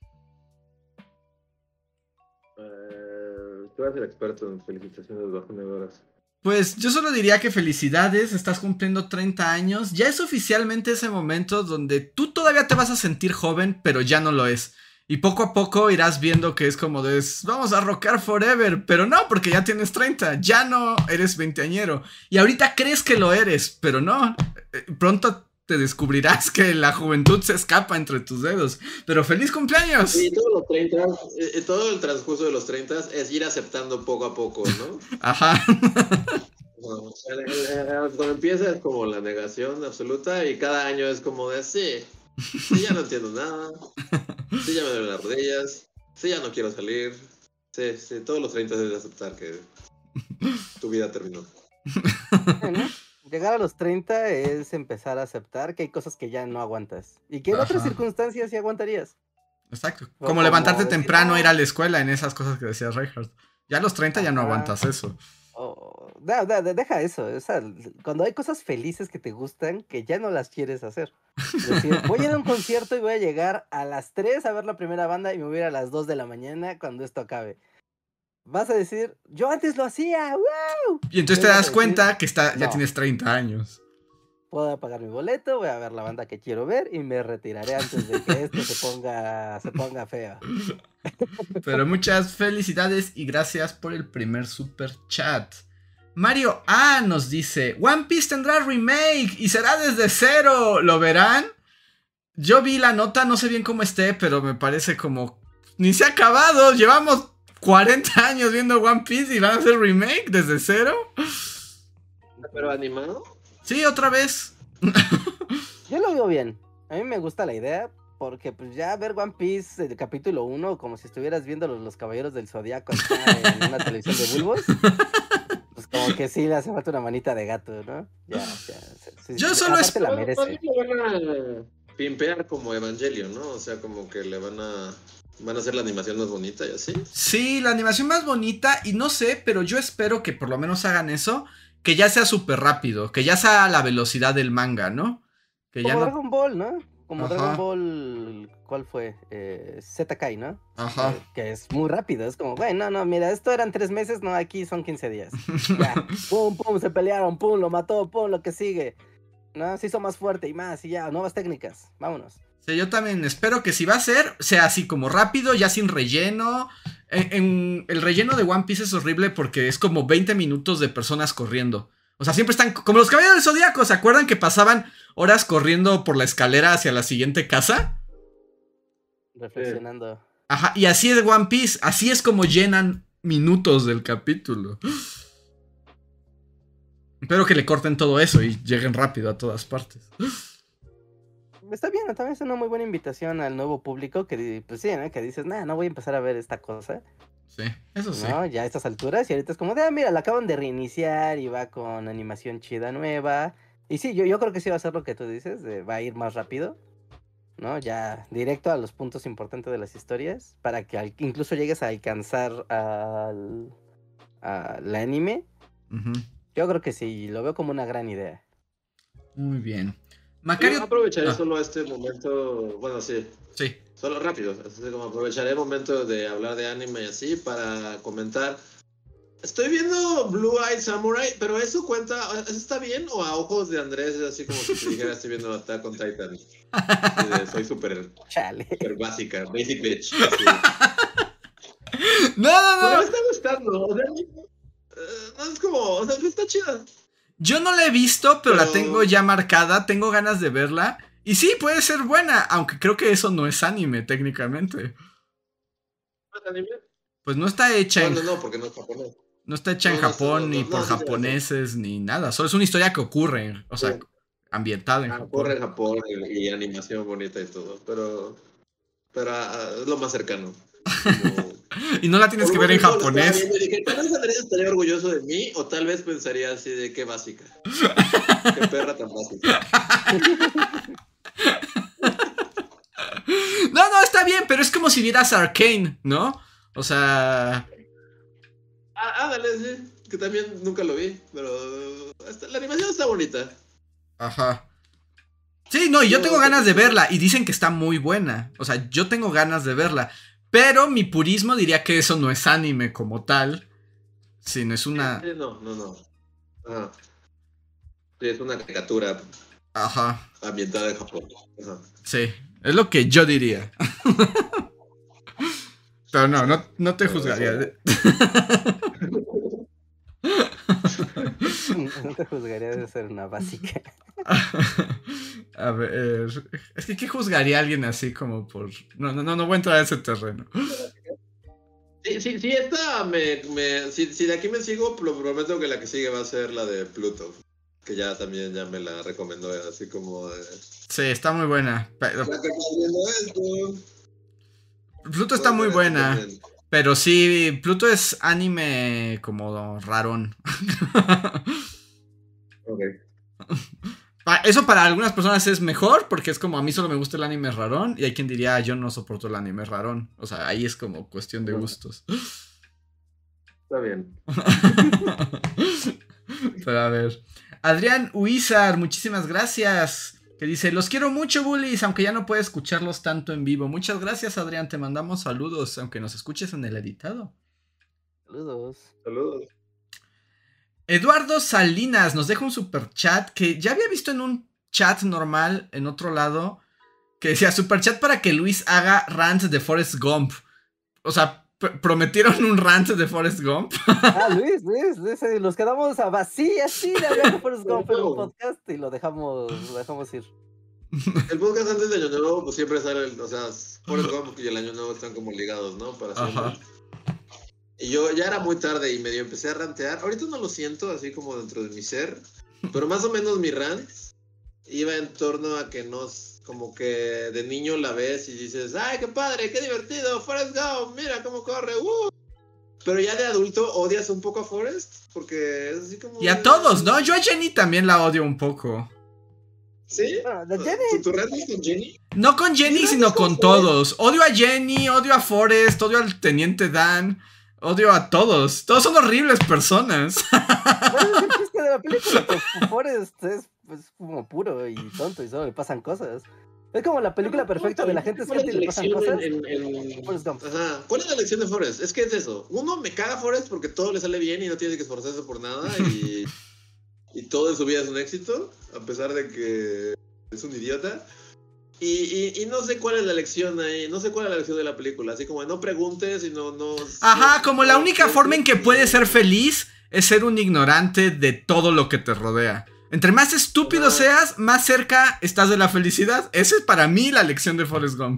Eh, tú eres el experto en felicitaciones bajoneadoras. Pues yo solo diría que felicidades, estás cumpliendo treinta años. Ya es oficialmente ese momento donde tú todavía te vas a sentir joven, pero ya no lo es. Y poco a poco irás viendo que es como de, vamos a rockear forever. Pero no, porque ya tienes treinta, ya no eres veinteañero. Y ahorita crees que lo eres, pero no. Pronto te descubrirás que la juventud se escapa entre tus dedos. Pero ¡feliz cumpleaños! Sí, todos los treinta, eh, todo el transcurso de los treinta es ir aceptando poco a poco, ¿no? Ajá. Bueno, el- el- el- cuando empieza es como la negación absoluta y cada año es como de, sí, sí, ya no entiendo nada, sí, ya me duelen las rodillas, sí, ya no quiero salir, sí, sí, todos los treinta es aceptar que tu vida terminó. Bueno, llegar a los treinta es empezar a aceptar que hay cosas que ya no aguantas. Y que en otras Ajá. circunstancias sí aguantarías. Exacto. O Como levantarte como decir, temprano, "Ah". ir a la escuela, en esas cosas que decía Reinhardt. Ya a los treinta ya no Ajá. aguantas eso. Oh, da- da- da- deja eso. O sea, cuando hay cosas felices que te gustan, que ya no las quieres hacer. Es decir, voy a ir a un concierto y voy a llegar a las tres a ver la primera banda y me voy a ir a las dos de la mañana cuando esto acabe. Vas a decir, yo antes lo hacía, ¡wow! Y entonces te Vas a das decir, cuenta que está, ya no. tienes treinta años. Puedo pagar mi boleto, voy a ver la banda que quiero ver y me retiraré antes de que esto se ponga, se ponga feo. Pero muchas felicidades y gracias por el primer super chat. Mario A nos dice, One Piece tendrá remake y será desde cero. ¿Lo verán? Yo vi la nota, no sé bien cómo esté, pero me parece como... Ni se ha acabado, llevamos cuarenta años viendo One Piece y van a hacer remake desde cero. ¿Pero animado? Sí, otra vez. Yo lo veo bien. A mí me gusta la idea porque pues ya ver One Piece el capítulo uno como si estuvieras viendo los, los Caballeros del Zodiaco acá en una televisión de bulbos. Pues como que sí le hace falta una manita de gato, ¿no? Ya, ya. Sí, sí, Yo sí, solo aparte espero- la merece. También lo van a pimpear como Evangelion, ¿no? O sea, como que le van a... Van a hacer la animación más bonita y así. Sí, la animación más bonita y no sé, pero yo espero que por lo menos hagan eso, que ya sea súper rápido, que ya sea a la velocidad del manga, ¿no? Que ya Como no... Dragon Ball, ¿no? Como Ajá. Dragon Ball, ¿cuál fue? Eh, Z Kai, ¿no? Ajá. Eh, que es muy rápido, es como, güey, no, no, mira, esto eran tres meses, no, aquí son quince días. Ya, pum, pum, se pelearon, pum, lo mató, pum, lo que sigue. No, se hizo más fuerte y más, y ya, nuevas técnicas, vámonos. Sí, yo también espero que si va a ser, sea así como rápido, ya sin relleno. En, en- el relleno de One Piece es horrible porque es como veinte minutos de personas corriendo. O sea, siempre están como los caballeros del Zodíaco. ¿Se acuerdan que pasaban horas corriendo por la escalera hacia la siguiente casa? Reflexionando. Ajá, y así es One Piece. Así es como llenan minutos del capítulo. Espero que le corten todo eso y lleguen rápido a todas partes. Está bien, también es una muy buena invitación al nuevo público que, di- pues sí, ¿no? Que dices, nah, no voy a empezar a ver esta cosa, Sí, eso sí. ¿no? Ya a estas alturas, y ahorita es como de, ah, mira, la acaban de reiniciar y va con animación chida nueva. Y sí, yo, yo creo que sí va a ser lo que tú dices, de, va a ir más rápido, ¿no? Ya directo a los puntos importantes de las historias, para que al- incluso llegues a alcanzar al, al anime. Ujú. Yo creo que sí, lo veo como una gran idea. Muy bien. Yo Macario. aprovecharé Ah, solo este momento, bueno, sí, sí. solo rápido, así como aprovecharé el momento de hablar de anime y así para comentar. Estoy viendo Blue Eye Samurai, pero eso cuenta, ¿eso está bien? O a ojos de Andrés es así como si te dijera estoy viendo Attack on Titan. Así de, soy súper Chale. súper básica, basic bitch. Así. No, no, Pero no. me está gustando, o sea, eh, no es como, o sea, está chida. Yo no la he visto, pero, Pero- la tengo ya marcada. Tengo ganas de verla. Y sí, puede ser buena. Aunque creo que eso no es anime, técnicamente. ¿Es anime? Pues no está hecha No, en, no, no, porque no es japonés. no está hecha en no, no, Japón, no, ni no, por no, sí, sí, japoneses, ni nada. Solo es una historia que ocurre. O sea, Sí. ambientada en Ah, Japón. corre en Japón y, y animación bonita y todo, pero, pero ah, es lo más cercano. Como- Y no la tienes que ver en Por un momento lo estaba japonés. viendo y dije, tal vez Andrés estaría orgulloso de mí, o tal vez pensaría así de qué básica. Qué perra tan básica. No, no, está bien, pero es como si vieras Arcane, ¿no? O sea. Ah, ah, dale, sí, que también nunca lo vi, pero hasta- la animación está bonita. Ajá. Sí, no, y yo No, tengo sí, ganas de sí. verla. Y dicen que está muy buena. O sea, yo tengo ganas de verla. Pero mi purismo diría que eso no es anime como tal. Sino es una. Sí, no, no, no. Ajá. Sí, es una caricatura Ajá. ambientada en Japón. Ajá. Sí. Es lo que yo diría. Pero no, no, no te Pero juzgaría. eso- No te juzgaría de ser una básica. A ver. Es que ¿qué juzgaría a alguien así como por. No, no, no, no voy a entrar a ese terreno. Sí, sí, sí, esta me, me si, si de aquí me sigo, lo prometo que la que sigue va a ser la de Pluto, que ya también ya me la recomendó, así como de, Sí, está muy buena. Pero ya que estás viendo esto, Pluto está muy puedes ver buena. esto también. Pero sí, Pluto es anime como rarón. Ok. Pa- Eso para algunas personas es mejor, porque es como a mí solo me gusta el anime rarón, y hay quien diría yo no soporto el anime rarón. O sea, ahí es como cuestión de Ujú. gustos. Está bien. Pero a ver. Adrián Huizar, muchísimas gracias. Que dice, los quiero mucho, bullies, aunque ya no puedo escucharlos tanto en vivo. Muchas gracias, Adrián, te mandamos saludos, aunque nos escuches en el editado. Saludos. Saludos. Eduardo Salinas nos deja un super chat que ya había visto en un chat normal en otro lado, que decía super chat para que Luis haga rant de Forrest Gump. O sea, pr- prometieron un rant de Forrest Gump. Ah, Luis, Luis, Luis, eh, nos quedamos a así, así de hablar de Forrest Gump en un podcast y lo dejamos, lo dejamos ir. El podcast antes de Año Nuevo, pues siempre sale, el- o sea, Forrest Gump y el Año Nuevo están como ligados, ¿no? Para siempre. Ajá. Y yo ya era muy tarde y medio empecé a rantear. Ahorita no lo siento así como dentro de mi ser, pero más o menos mi rant iba en torno a que nos, como que de niño la ves y dices, ¡ay, qué padre, qué divertido! Forrest Gump, mira cómo corre, ¡uh! Pero ya de adulto odias un poco a Forrest, porque es así como... Y a todos, ¿no? Yo a Jenny también la odio un poco. ¿Sí? Bueno, de Jenny- ¿Tu, tu rant es con Jenny? No con Jenny, Mira, sino es con con todos. Odio a Jenny, odio a Forrest, odio al Teniente Dan, odio a todos. Todos son horribles personas. Bueno, es el chiste de la película, que Forrest es pues, como puro y tonto y solo le pasan cosas. Es como la película perfecta de la gente ¿Cuál es suelta la y le pasan lección cosas. en, en, en... Forrest Gump. Ajá. ¿Cuál es la lección de Forrest? Es que es eso. Uno, me caga Forrest porque todo le sale bien y no tiene que esforzarse por nada y, y todo en su vida es un éxito, a pesar de que es un idiota. Y, y, y no sé cuál es la lección ahí, no sé cuál es la lección de la película, así como no preguntes y no... no Ajá, no, como la no, única no, forma en que no, puedes ser feliz es ser un ignorante de todo lo que te rodea. Entre más estúpido Ajá. seas, más cerca estás de la felicidad. Esa es para mí la lección de Forrest Gump.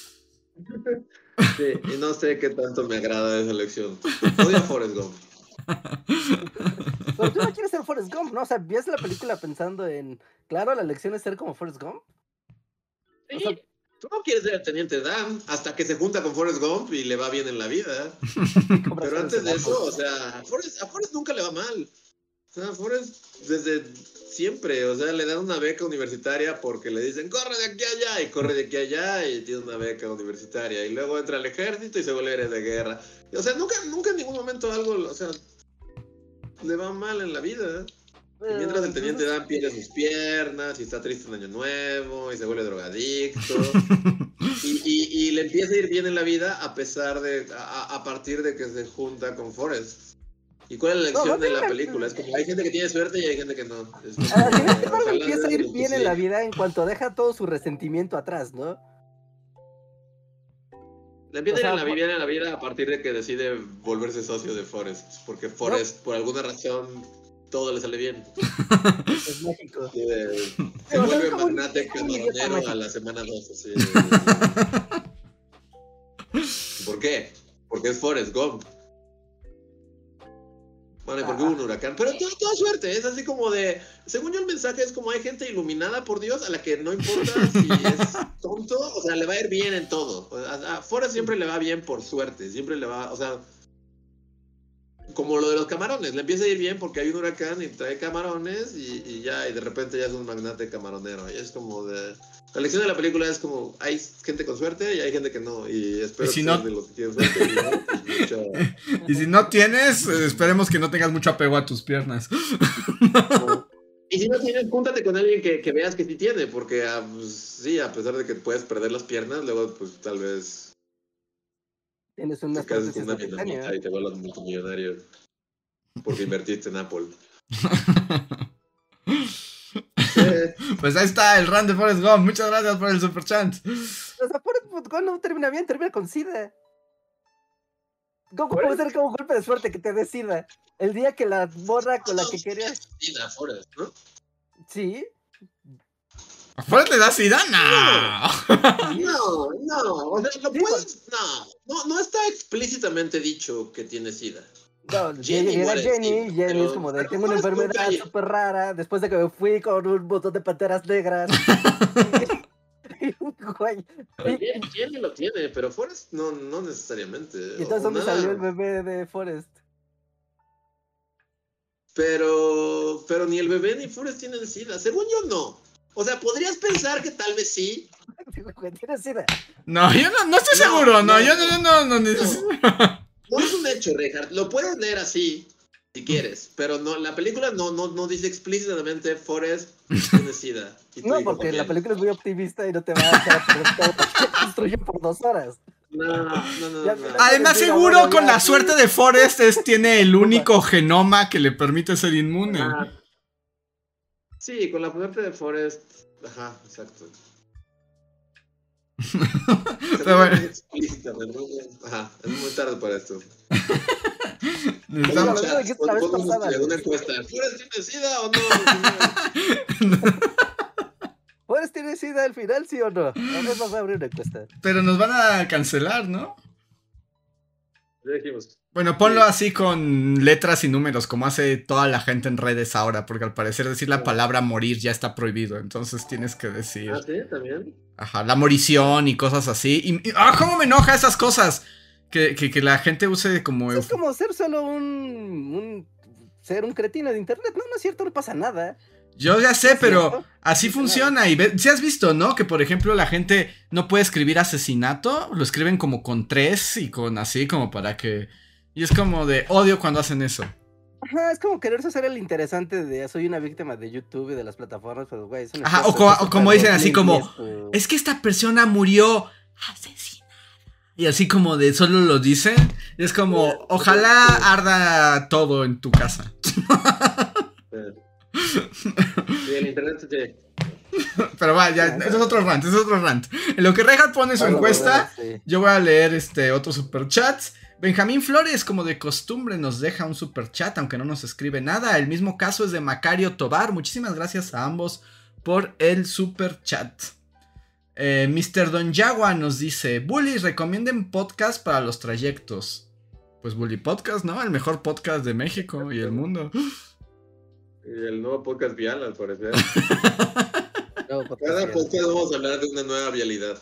Sí, y no sé qué tanto me agrada esa lección. Odio a Forrest Gump. Pero tú no quieres ser Forrest Gump, ¿no? O sea, ¿ves la película pensando en, claro, la lección es ser como Forrest Gump? Sí, O sea, tú no quieres ser el Teniente Dan hasta que se junta con Forrest Gump y le va bien en la vida. compras Pero en antes de el eso, o sea, a Forrest, a Forrest nunca le va mal. O sea, a Forrest desde siempre, o sea, le dan una beca universitaria porque le dicen, corre de aquí a allá, y corre de aquí a allá, y tiene una beca universitaria. Y luego entra al ejército y se vuelve héroe de guerra. Y, o sea, nunca, nunca en ningún momento algo, o sea, le va mal en la vida. Y mientras el Teniente Dan pierde sus piernas y está triste en Año Nuevo y se vuelve drogadicto y, y, y le empieza a ir bien en la vida a pesar de, a, a partir de que se junta con Forrest. ¿Y cuál es la lección No, no de la tiene- película? Es como hay gente que tiene suerte y hay gente que no. Es como, A Teniente Dan ojalá le empieza a de ir los que bien en sí. la vida en cuanto deja todo su resentimiento atrás, ¿no? Le empieza O sea, a ir en la por- bien en la vida a partir de que decide volverse socio de Forrest. Porque Forrest, por alguna razón, todo le sale bien. Es México. Y de- se Sí, o sea, vuelve es como un- magnate es como un idiota camaronero a mágico. la semana dos. Así. ¿Por qué? Porque es Forrest Gump. Bueno, y porque hubo un huracán. Pero toda, toda suerte, es así como de... Según yo el mensaje es como hay gente iluminada por Dios a la que no importa si es tonto, o sea, le va a ir bien en todo. A, a Forrest siempre le va bien por suerte, siempre le va... O sea, como lo de los camarones, le empieza a ir bien porque hay un huracán y trae camarones y, y ya, y de repente ya es un magnate camaronero. Y es como de... La lección de la película es como, hay gente con suerte y hay gente que no. Y espero Y si que no- sean de los que tienen suerte. Y, no, pues, mucha- Y si no tienes, eh, esperemos que no tengas mucho apego a tus piernas. Y si no tienes, júntate con alguien que, que veas que sí tiene, porque ah, pues, sí, a pesar de que puedes perder las piernas, luego pues tal vez Tienes te unas casas con prótesis una de titanio. vietnamita y te vuelvas multimillonario porque invertiste en Apple. Eh, Pues ahí está el run de Forrest Gump. Muchas gracias por el super chant. O sea, Forrest Gump no termina bien, termina con SIDA. ¿Cómo ¿Cuál? puede ser como un golpe de suerte que te dé SIDA? El día que la morra con la que querías... Sí, la Forrest, ¿no? Sí. ¿A Forrest le da sida? No. No, no, o sea, lo Sí, puedes, no, no, no está explícitamente dicho que tiene SIDA. No, Jenny llega muere de Jenny, SIDA, Jenny pero- es como de, pero tengo una Forrest Gump enfermedad hay- súper rara, después de que me fui con un montón de panteras negras. Y, güey, Pero Jenny, Jenny lo tiene, pero Forrest no, no necesariamente. ¿y entonces o dónde nada. salió el bebé de Forrest? Pero, pero ni el bebé ni Forrest tienen SIDA. Según yo, no. O sea, podrías pensar que tal vez sí. Güey, tiene SIDA. No, yo no, no estoy No, seguro. No, no, yo no, no, no, no necesito. No es un hecho, Reinhardt. Lo puedes leer así, si quieres. Pero no, la película no, no, no dice explícitamente Forrest tiene SIDA. Y tu No, hijo porque la también. película es muy optimista y no te va a dejar perder todo lo que construye por dos horas. No, no, no. Ya, no. ya. Además, Mira, seguro bueno, con ya. la suerte de Forrest es, tiene el único genoma que le permite ser inmune. Ah. Sí, con la suerte de Forrest. Ajá, exacto. Pero bueno, Explícitamente, ¿no? Ajá, es muy tarde para esto. necesitamos- lo mismo dijiste la vez Pon- pon pasada, una- una Luis. encuesta. ¿Forrest tiene SIDA o no? ¿Forrest tiene SIDA al final, sí o no? A ver, vamos a abrir una encuesta. Pero nos van a cancelar, ¿no? Ya dijimos. Bueno, ponlo Sí. así con letras y números, como hace toda la gente en redes ahora, porque al parecer decir la palabra morir ya está prohibido, entonces tienes que decir, Ah, sí, también. ajá, la morición y cosas así. Y, y- ¡ah, cómo me enoja esas cosas! Que, que, que la gente use como... Es como ser solo un, un... ser un cretino de internet. No, no es cierto, no pasa nada. Yo ya sé, ¿Es pero cierto? así Sí, funciona. Y si has visto, ¿no? Que por ejemplo la gente no puede escribir asesinato, lo escriben como con tres y con así, como para que... Y es como de odio cuando hacen eso. Ajá, es como quererse hacer el interesante de soy una víctima de YouTube y de las plataformas, pero güey, es una Ajá, o, cosa, co- es o como súper dicen así como, dos mil diez, es que esta persona murió asesinada. Y así como de solo lo dicen. Y es como, ojalá arda todo en tu casa. Sí, el internet sí. Pero va, ya, eso es otro rant, eso es otro rant. En lo que Reinhardt pone su Ah, la encuesta, verdad, sí. yo voy a leer este otro superchat. Benjamín Flores, como de costumbre, nos deja un superchat, aunque no nos escribe nada. El mismo caso es de Macario Tobar. Muchísimas gracias a ambos por el superchat. Eh, mister Don Yagua nos dice: Bullies, recomienden podcast para los trayectos. Pues Bully Podcast, ¿no? El mejor podcast de México y el mundo. Y el nuevo podcast vial, al parecer. Luego, podcast Cada vial. podcast vamos a hablar de una nueva vialidad.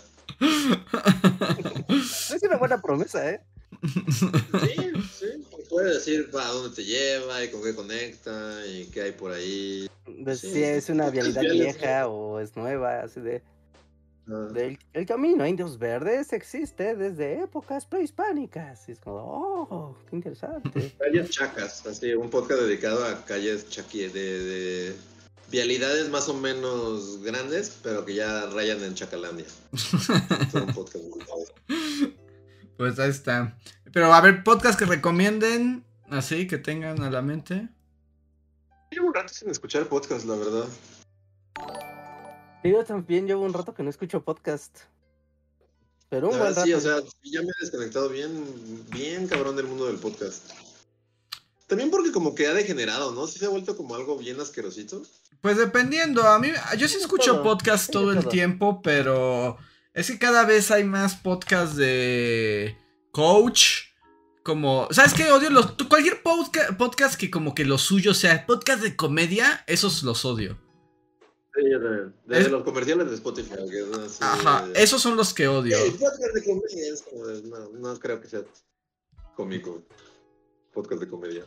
Es una buena promesa, ¿eh? Sí, sí. Puede decir a dónde te lleva y con qué conecta y qué hay por ahí. Pues, Sí, si es una podcast vialidad viales, vieja o es nueva, así de... Ah. del- el camino a Indios Verdes existe desde épocas prehispánicas. Y es como, oh, qué interesante. Calles chacas, así, un podcast dedicado a calles chaqui de, de vialidades más o menos grandes, pero que ya rayan en Chacalandia. Es un podcast dedicado. Pues ahí está. Pero a ver, podcast que recomienden, así que tengan a la mente. Llevo un rato sin escuchar podcast, la verdad. Y yo también llevo un rato que no escucho podcast. Pero un La buen verdad, rato. sí, o sea, ya me he desconectado bien, bien cabrón del mundo del podcast. También porque como que ha degenerado, ¿no? Sí se ha vuelto como algo bien asquerosito. Pues dependiendo, a mí, yo sí Hay de escucho todo, podcast hay de todo el todo. tiempo, pero es que cada vez hay más podcasts de coach. Como, ¿sabes qué? Odio los, tú- cualquier podca- podcast que como que lo suyo sea podcast de comedia, esos los odio. Sí, yo también. Desde Es- los comerciales de Spotify. Que es así Ajá, de- esos son los que odio. Sí, podcast de comedia es como de, no, no creo que sea cómico. Podcast de comedia.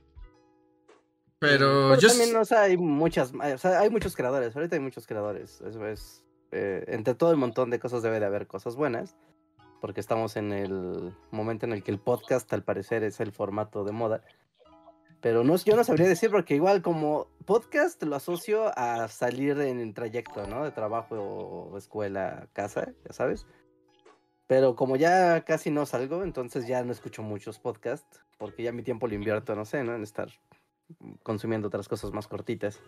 Pero Pero yo también, s- o sea, hay muchas, o sea, hay muchos creadores, ahorita hay muchos creadores, eso es, eh, entre todo el montón de cosas debe de haber cosas buenas, porque estamos en el momento en el que el podcast al parecer es el formato de moda, pero no, yo no sabría decir porque igual como podcast lo asocio a salir en el trayecto, ¿no? De trabajo o escuela, casa, ya sabes, pero como ya casi no salgo, entonces ya no escucho muchos podcasts, porque ya mi tiempo lo invierto, no sé, ¿no? En estar consumiendo otras cosas más cortitas.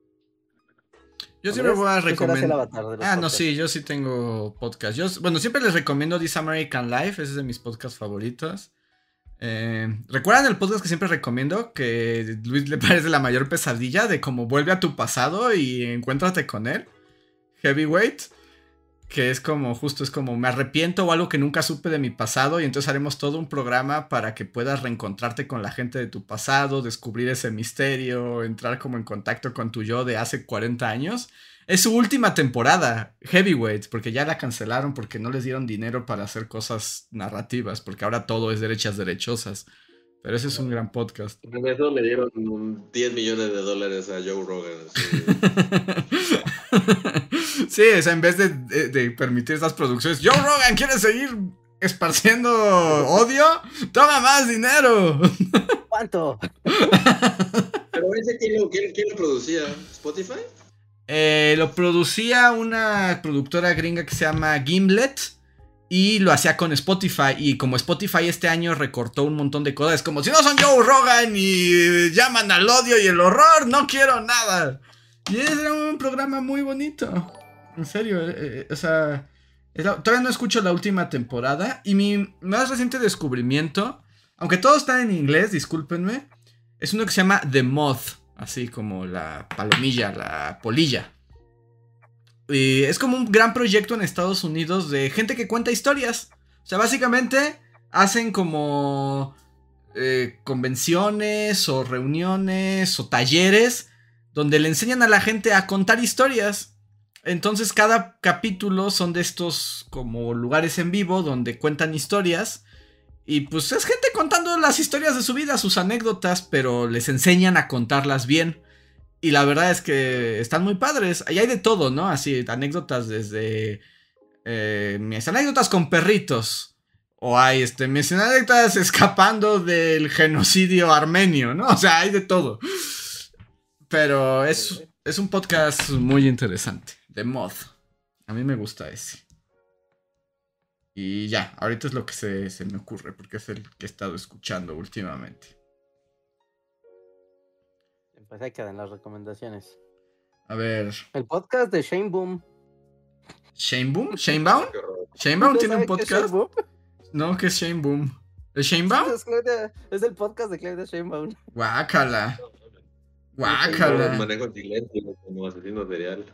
yo siempre voy a Tú serás el recomendar. avatar de los Ah, no, podcasts. sí, yo sí tengo podcast. Yo, bueno, siempre les recomiendo This American Life, ese es de mis podcasts favoritos. Eh, ¿Recuerdan el podcast que siempre recomiendo? Que Luis le parece la mayor pesadilla de cómo vuelve a tu pasado y encuéntrate con él. Heavyweight. Que es como, justo es como, me arrepiento o algo que nunca supe de mi pasado. Y entonces haremos todo un programa para que puedas reencontrarte con la gente de tu pasado, descubrir ese misterio, entrar como en contacto con tu yo de hace cuarenta años. Es su última temporada, Heavyweight, porque ya la cancelaron porque no les dieron dinero para hacer cosas narrativas, porque ahora todo es derechas derechosas. Pero ese es un gran podcast. En eso le dieron un diez millones de dólares a Joe Rogan. Así. Sí, o sea, en vez de, de- de permitir estas producciones, Joe Rogan quiere seguir esparciendo odio, toma más dinero. ¿Cuánto? Pero ese, ¿quién lo, quién, quién lo producía? ¿Spotify? Eh, lo producía una productora gringa que se llama Gimlet y lo hacía con Spotify. Y como Spotify este año recortó un montón de cosas, como si no son Joe Rogan y llaman al odio y el horror, no quiero nada. Y era un programa muy bonito. En serio, eh, eh, o sea, es la- todavía no escucho la última temporada. Y mi más reciente descubrimiento, aunque todo está en inglés, discúlpenme, es uno que se llama The Moth, así como la palomilla, la polilla. Y es como un gran proyecto en Estados Unidos de gente que cuenta historias. O sea, básicamente hacen como eh, convenciones o reuniones o talleres donde le enseñan a la gente a contar historias. Entonces cada capítulo son de estos como lugares en vivo donde cuentan historias. Y pues es gente contando las historias de su vida, sus anécdotas, pero les enseñan a contarlas bien. Y la verdad es que están muy padres. Ahí hay de todo, ¿no? Así, anécdotas desde... Eh, mis anécdotas con perritos. O hay este, mencionadas escapando del genocidio armenio, ¿no? O sea, hay de todo. Pero es, es un podcast muy interesante, de mod. A mí me gusta ese. Y ya, ahorita es lo que se, se me ocurre, porque es el que he estado escuchando últimamente. Pues ahí quedan las recomendaciones. A ver. El podcast de Shane Boom. ¿Shane Boom? ¿Shane Boom? ¿Shane Boom tiene un podcast? No, ¿qué es Shane Boom? ¿Es Shane Boom? Es, Claudia, es el podcast de Claudia Shane Boom. Guácala. Guácala. Manejo silencio como asesino serial.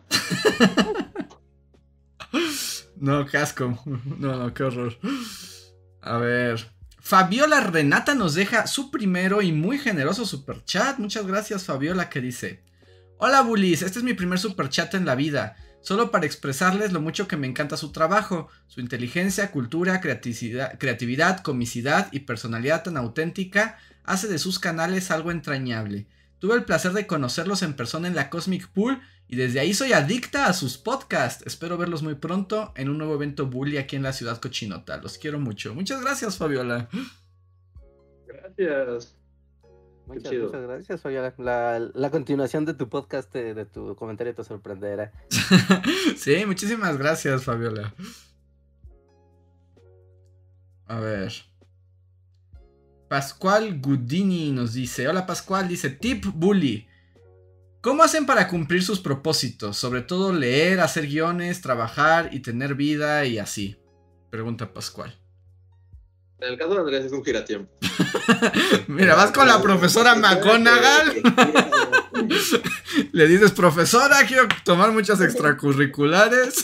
No, qué asco. No, no, qué horror. A ver. Fabiola Renata nos deja su primero y muy generoso superchat. Muchas gracias, Fabiola, que dice: hola, bullies, este es mi primer superchat en la vida. Solo para expresarles lo mucho que me encanta su trabajo, su inteligencia, cultura, creatividad, creatividad, comicidad y personalidad tan auténtica hace de sus canales algo entrañable. Tuve el placer de conocerlos en persona en la Cosmic Pool y desde ahí soy adicta a sus podcasts. Espero verlos muy pronto en un nuevo evento bully aquí en la ciudad cochinota. Los quiero mucho. Muchas gracias, Fabiola. Gracias. Muchas, muchas gracias, Fabiola. La, la continuación de tu podcast, de, de tu comentario te sorprenderá. Sí, muchísimas gracias, Fabiola. A ver. Pascual Gudini nos dice: hola, Pascual, dice: tip bully. ¿Cómo hacen para cumplir sus propósitos? Sobre todo leer, hacer guiones, trabajar y tener vida y así. Pregunta Pascual. En el caso de Andrés es un giratiempo. Mira, vas con la profesora McGonagall. Le dices: profesora, quiero tomar muchas extracurriculares.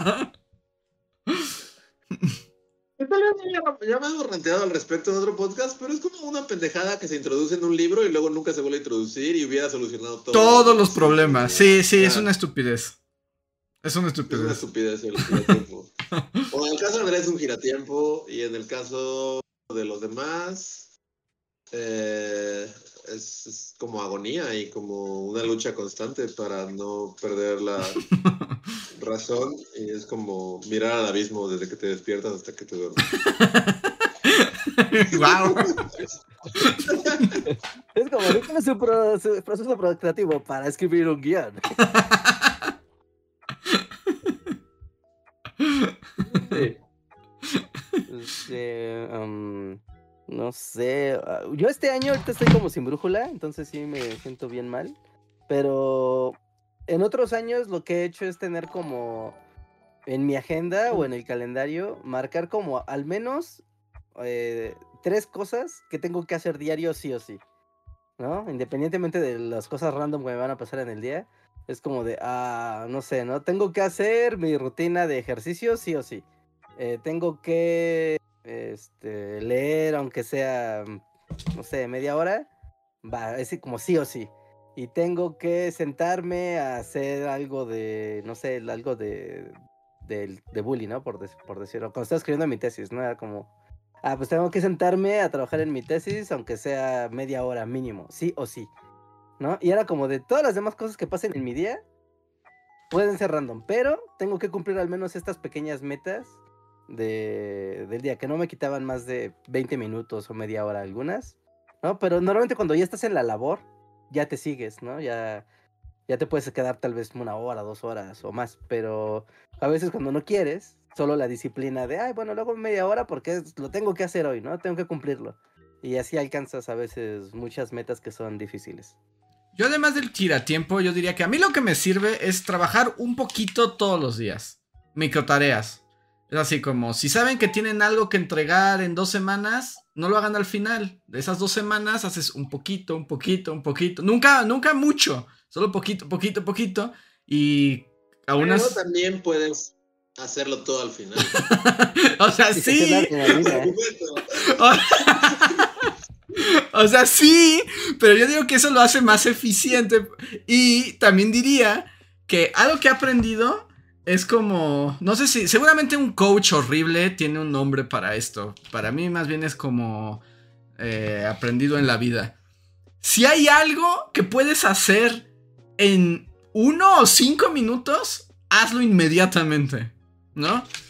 Ya me hemos ranteado al respecto en otro podcast, pero es como una pendejada que se introduce en un libro y luego nunca se vuelve a introducir y hubiera solucionado todo. Todos los problemas. Sí, sí, es una estupidez. Es una estupidez. Es una estupidez el giratiempo. O en el caso de Andrés es un giratiempo y en el caso de los demás eh, es, es como agonía y como una lucha constante para no perder la razón, y es como mirar al abismo desde que te despiertas hasta que te duermes. Wow. Es como, ¿cuál es su, pro, su proceso creativo para escribir un guión? Sí. Este, um, no sé. Yo este año ahorita estoy como sin brújula, entonces sí me siento bien mal. Pero en otros años lo que he hecho es tener como en mi agenda o en el calendario, marcar como al menos eh, tres cosas que tengo que hacer diario sí o sí, ¿no? Independientemente de las cosas random que me van a pasar en el día. Es como de, ah, no sé, ¿no? Tengo que hacer mi rutina de ejercicio sí o sí. Eh, tengo que este, leer, aunque sea, no sé, media hora. Va, es como sí o sí. Y tengo que sentarme a hacer algo de, no sé, algo de, de, de bully, ¿no? Por, de, por decirlo. Cuando estaba escribiendo mi tesis, ¿no? Era como, ah, pues tengo que sentarme a trabajar en mi tesis, aunque sea media hora mínimo, sí o sí, ¿no? Y era como de todas las demás cosas que pasen en mi día, pueden ser random, pero tengo que cumplir al menos estas pequeñas metas de, del día, que no me quitaban más de veinte minutos o media hora algunas, ¿no? Pero normalmente cuando ya estás en la labor, ya te sigues, ¿no? Ya, ya te puedes quedar tal vez una hora, dos horas o más, pero a veces cuando no quieres, solo la disciplina de, ay, bueno, luego media hora porque es, lo tengo que hacer hoy, ¿no? Tengo que cumplirlo. Y así alcanzas a veces muchas metas que son difíciles. Yo además del giratiempo, yo diría que a mí lo que me sirve es trabajar un poquito todos los días. Microtareas. Es así como, si saben que tienen algo que entregar en dos semanas, no lo hagan al final. De esas dos semanas haces un poquito, un poquito, un poquito. Nunca, nunca mucho. Solo poquito, poquito, poquito. Y a unas... Pero también puedes hacerlo todo al final. O sea, sí. O sea, sí, pero yo digo que eso lo hace más eficiente. Y también diría que algo que he aprendido es como, no sé si, seguramente un coach horrible tiene un nombre para esto. Para mí más bien es como eh, aprendido en la vida. Si hay algo que puedes hacer en uno o cinco minutos, hazlo inmediatamente, ¿no?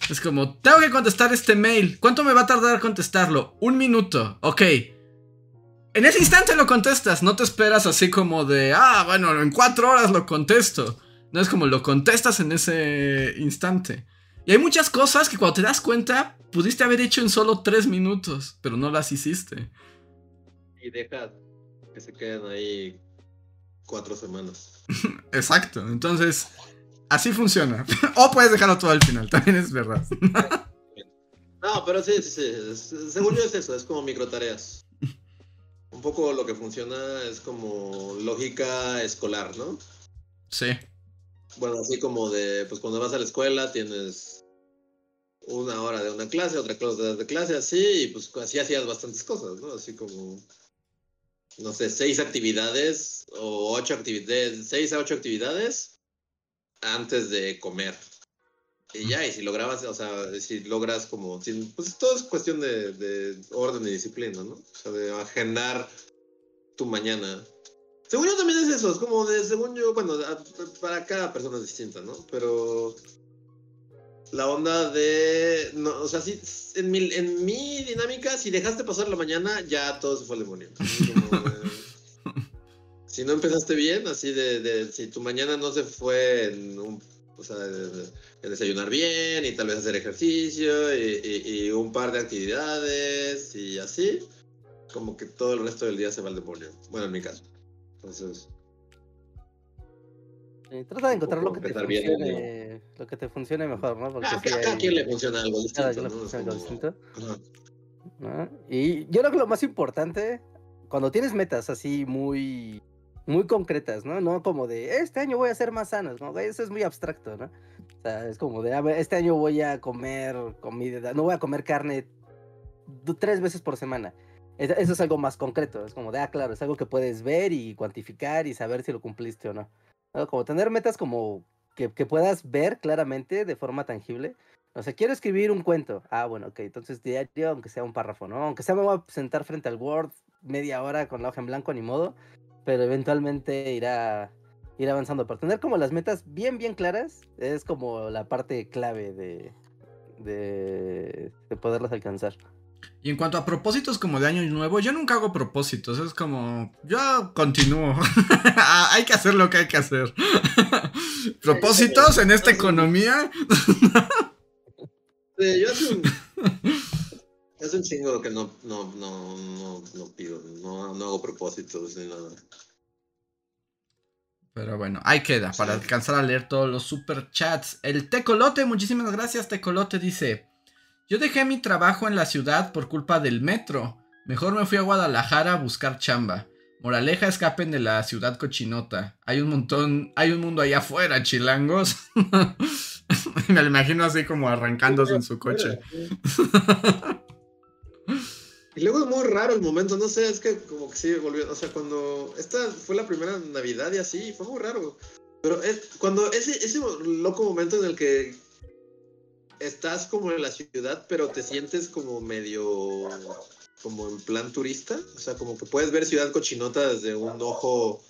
Es como, tengo que contestar este mail. ¿Cuánto me va a tardar contestarlo? Un minuto. Ok. En ese instante lo contestas. No te esperas así como de, ah, bueno, en cuatro horas lo contesto. No es como lo contestas en ese instante. Y hay muchas cosas que cuando te das cuenta pudiste haber hecho en solo tres minutos, pero no las hiciste. Y deja que se queden ahí cuatro semanas. Exacto, entonces así funciona. O puedes dejarlo todo al final, también es verdad. No, pero sí, sí, sí. Según yo es eso, es como microtareas. Un poco lo que funciona es como lógica escolar, ¿no? Sí. Bueno, así como de, pues cuando vas a la escuela tienes una hora de una clase, otra clase de clase, así, y pues así hacías bastantes cosas, ¿no? Así como, no sé, seis actividades o ocho actividades, seis a ocho actividades antes de comer. Y ya, y si lograbas, o sea, si logras como, si, pues todo es cuestión de, de orden y disciplina, ¿no? O sea, de agendar tu mañana. Según yo también es eso, es como de, según yo, bueno, para cada persona es distinta, ¿no? Pero la onda de, no, o sea, sí, en mi, en mi dinámica, si dejaste pasar la mañana, ya todo se fue al demonio. Como de, si no empezaste bien, así de, de, si tu mañana no se fue en un, o sea, de, de, de desayunar bien y tal vez hacer ejercicio y, y, y un par de actividades y así, como que todo el resto del día se va al demonio. Bueno, en mi caso. Entonces, Eh, trata de encontrar lo como que te empezar bien el año. funcione, lo que te funcione mejor, ¿no? Porque Ah, sí a cada hay, quien le funciona algo cada distinto, quien le ¿no? Es funciona algo como, distinto, ajá. ¿no? Y yo creo que lo más importante, cuando tienes metas así muy, muy concretas, ¿no? No como de, este año voy a ser más sanos, ¿no? Eso es muy abstracto, ¿no? O sea, es como de, a ver, este año voy a comer comida, no voy a comer carne du- tres veces por semana. Es- Eso es algo más concreto, es como de, ah, claro, es algo que puedes ver y cuantificar y saber si lo cumpliste o no. ¿No? Como tener metas como que, que puedas ver claramente de forma tangible. O sea, quiero escribir un cuento. Ah, bueno, ok, entonces diario, aunque sea un párrafo, ¿no? Aunque sea me voy a sentar frente al Word media hora con la hoja en blanco, ni modo, pero eventualmente irá, irá avanzando. Pero tener como las metas bien, bien claras es como la parte clave de, de, de poderlas alcanzar. Y en cuanto a propósitos como de año nuevo, yo nunca hago propósitos, es como, yo continúo. Hay que hacer lo que hay que hacer. Propósitos en esta economía. Sí, yo hace un, hace un chingo que no, no, no, no, no pido, no, no hago propósitos ni nada. Pero bueno, ahí queda, para Sí. alcanzar a leer todos los super chats. El Tecolote, muchísimas gracias, Tecolote, dice: yo dejé mi trabajo en la ciudad por culpa del metro. Mejor me fui a Guadalajara a buscar chamba. Moraleja, escapen de la ciudad cochinota. Hay un montón, hay un mundo allá afuera, chilangos. Me lo imagino así como arrancándose en su coche. Y luego es muy raro el momento, no sé, es que como que sí volvió, o sea, cuando esta fue la primera Navidad y así, fue muy raro. Pero es cuando ese, ese loco momento en el que estás como en la ciudad, pero te sientes como medio, como en plan turista, o sea, como que puedes ver Ciudad Cochinota desde un ojo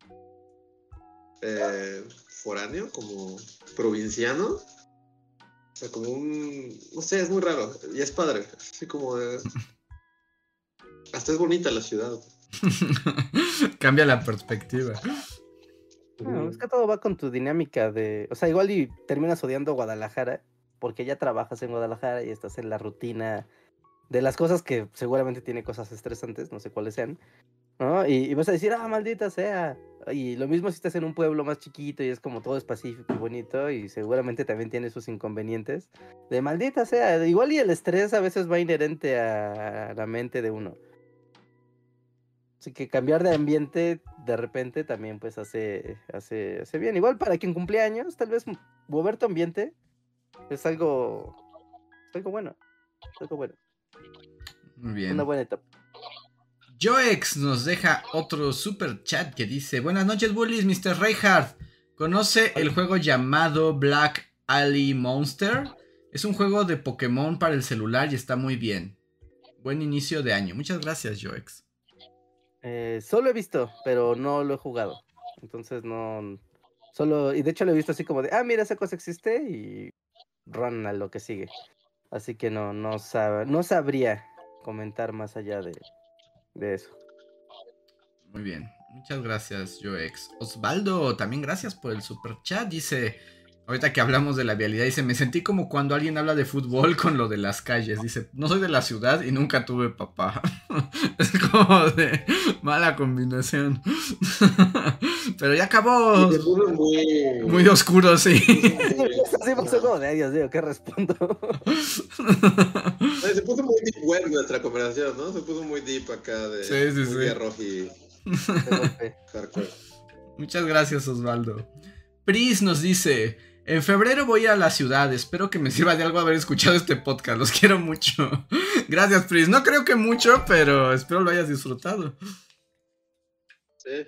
eh, foráneo, como provinciano, o sea, como un, no sé, es muy raro, y es padre, así como de, hasta es bonita la ciudad. Cambia la perspectiva. No, es que todo va con tu dinámica de, o sea, igual y terminas odiando Guadalajara porque ya trabajas en Guadalajara y estás en la rutina de las cosas que seguramente tiene cosas estresantes, no sé cuáles sean, ¿no? Y, y vas a decir, ah, maldita sea. Y lo mismo si estás en un pueblo más chiquito y es como todo es pacífico y bonito y seguramente también tiene sus inconvenientes. De maldita sea, igual y el estrés a veces va inherente a la mente de uno. Así que cambiar de ambiente de repente también pues hace, hace, hace bien. Igual para quien cumple años, tal vez mover tu ambiente es algo, es algo bueno. Es algo bueno. Muy Una bien. buena etapa. Joex nos deja otro super chat que dice: buenas noches, bullies, mister Reinhardt. ¿Conoce el juego llamado Black Alley Monster? Es un juego de Pokémon para el celular y está muy bien. Buen inicio de año. Muchas gracias, Joex. Eh, solo he visto, pero no lo he jugado. Entonces no. Solo. Y de hecho lo he visto así como de, ah, mira, esa cosa existe y run a lo que sigue. Así que no, no, sab- no sabría comentar más allá de, de eso. Muy bien. Muchas gracias, Joex. Osvaldo, también gracias por el super chat. Dice, ahorita que hablamos de la vialidad, dice, me sentí como cuando alguien habla de fútbol con lo de las calles. Dice, no soy de la ciudad y nunca tuve papá. Es como de mala combinación. Pero ya acabó. Se puso muy... Muy oscuro, sí. Sí, pasó como de, Dios mío, ¿qué respondo? Se puso muy deep web nuestra conversación, ¿no? Se puso muy deep acá de sí, sí, muy sí. rojo y hardcore. Muchas gracias, Osvaldo. Pris nos dice, en febrero voy a la ciudad, espero que me sirva de algo haber escuchado este podcast, los quiero mucho. Gracias, Pris, no creo que mucho, pero espero lo hayas disfrutado. Sí.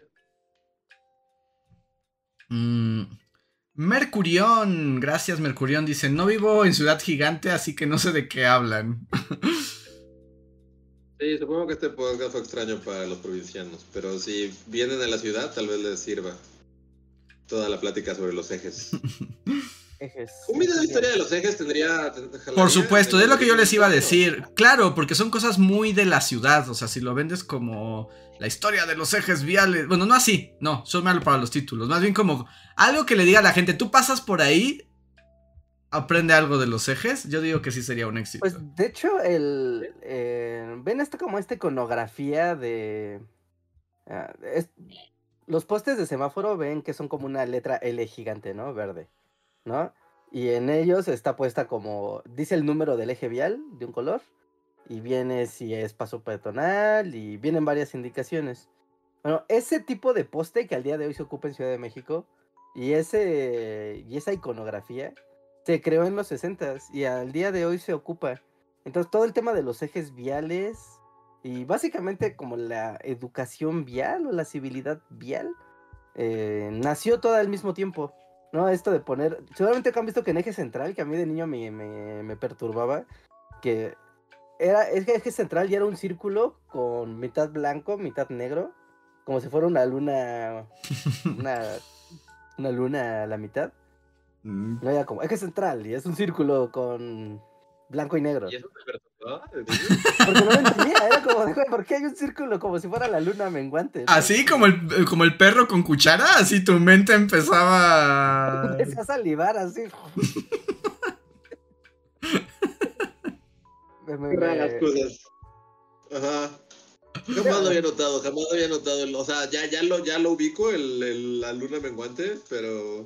Mm. Mercurión, gracias Mercurión, dice, no vivo en Ciudad Gigante, así que no sé de qué hablan. Sí, supongo que este podcast fue extraño para los provincianos, pero si vienen a la ciudad, tal vez les sirva toda la plática sobre los ejes. Ejes. Un video de historia de los ejes tendría... Por supuesto, es lo que yo les iba a decir. Claro, porque son cosas muy de la ciudad, o sea, si lo vendes como la historia de los ejes viales, bueno, no así, no, soy malo para los títulos, más bien como algo que le diga a la gente, tú pasas por ahí, aprende algo de los ejes, yo digo que sí sería un éxito. Pues de hecho, el eh, ven esto como esta iconografía de uh, es, los postes de semáforo ven que son como una letra L gigante, ¿no? Verde, ¿no? Y en ellos está puesta como, dice el número del eje vial de un color, y viene si es paso peatonal, y vienen varias indicaciones. Bueno, ese tipo de poste que al día de hoy se ocupa en Ciudad de México, y, ese, y esa iconografía, se creó en los sesentas, y al día de hoy se ocupa. Entonces todo el tema de los ejes viales, y básicamente como la educación vial, o la civilidad vial, eh, nació todo al mismo tiempo. No, esto de poner, seguramente que han visto que en eje central, que a mí de niño me, me, me perturbaba, que era, es que eje central ya era un círculo con mitad blanco, mitad negro, como si fuera una luna, una, una luna a la mitad. Mm. No era como eje central, y es un círculo con blanco y negro. ¿Y eso te perturbaba? Porque no lo entendía, era como, güey, ¿por qué hay un círculo como si fuera la luna menguante? ¿No? Así como el, como el perro con cuchara, así tu mente empezaba... Empecé a salivar así. me, me, Raras me... cosas. Ajá. Jamás lo había notado, jamás lo había notado. El, o sea, ya, ya, lo, ya lo ubico, el, el, la luna menguante, pero...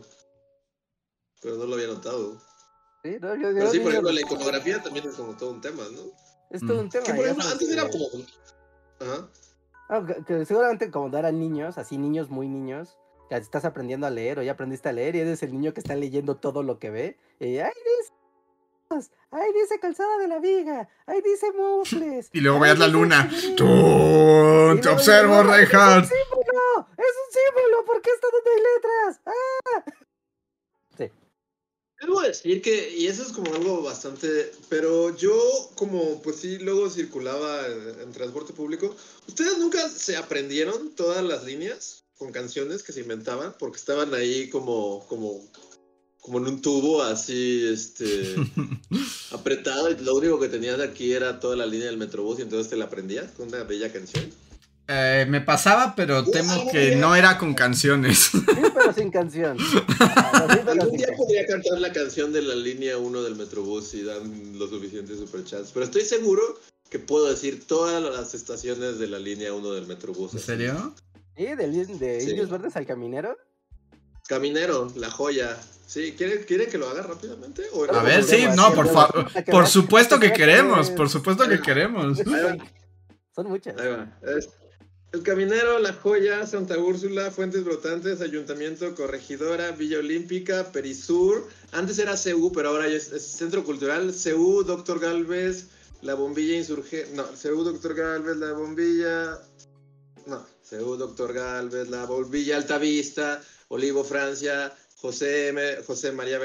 Pero no lo había notado. Sí, no, yo, yo, pero sí, yo, por ejemplo, yo... la iconografía también es como todo un tema, ¿no? Es todo un tema. Que por ejemplo, eso, antes que... era como... Ajá. Ah, que, que seguramente como eran niños, así niños muy niños, que estás aprendiendo a leer o ya aprendiste a leer y eres el niño que está leyendo todo lo que ve. Y ¡ay, dice! ¡Ay, dice calzada de la viga! ¡Ay, dice mufles! Y luego ¡ay, veas la dice luna. chigüín! ¡Tú! ¡Te observo, Reinhardt! ¡Es un símbolo! ¡Es un símbolo! ¿Por qué esto no hay letras? ¡Ah! Sí. Debo decir que, y eso es como algo bastante, pero yo como pues sí luego circulaba en, en transporte público, ¿ustedes nunca se aprendieron todas las líneas con canciones que se inventaban? Porque estaban ahí como, como, como en un tubo así, este, apretado, y lo único que tenías aquí era toda la línea del Metrobús y entonces te la aprendías con una bella canción. Eh, me pasaba, pero temo que no era con canciones. Sí, pero sin canción. Ah, sí, pero Algún sin día canción. podría cantar la canción de la línea uno del Metrobús si dan los suficientes superchats, pero estoy seguro que puedo decir todas las estaciones de la línea uno del Metrobús. ¿En así. serio? Sí, del, de Sí. Indios Verdes al Caminero. Caminero, La Joya. Sí, ¿quiere, ¿quiere que lo haga rápidamente? ¿O A ver, sí, Podemos, no, sí, por podemos. favor. Para que Por veas- supuesto para que veas queremos, es- por supuesto que queremos. Ahí va, Son muchas. ahí va. Es El Caminero, La Joya, Santa Úrsula, Fuentes Brotantes, Ayuntamiento, Corregidora, Villa Olímpica, Perisur. Antes era C U, pero ahora ya es, es Centro Cultural. C U, Doctor Galvez, La Bombilla Insurgente. No, C U, Doctor Galvez, La Bombilla. No, C U, Doctor Galvez, La Bombilla Altavista, Olivo, Francia, José, M, José María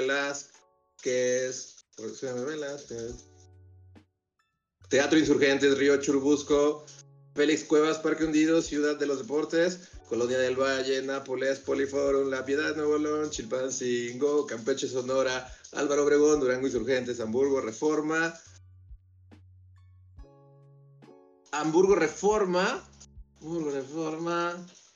Velázquez, José M. Velázquez. Teatro Insurgentes, Río Churubusco, Félix Cuevas, Parque Hundido, Ciudad de los Deportes, Colonia del Valle, Nápoles, Poliforum, La Piedad, Nuevo León, Chilpancingo, Campeche, Sonora, Álvaro Obregón, Durango, Insurgentes, Hamburgo, Reforma, Hamburgo, Reforma, Hamburgo, Reforma,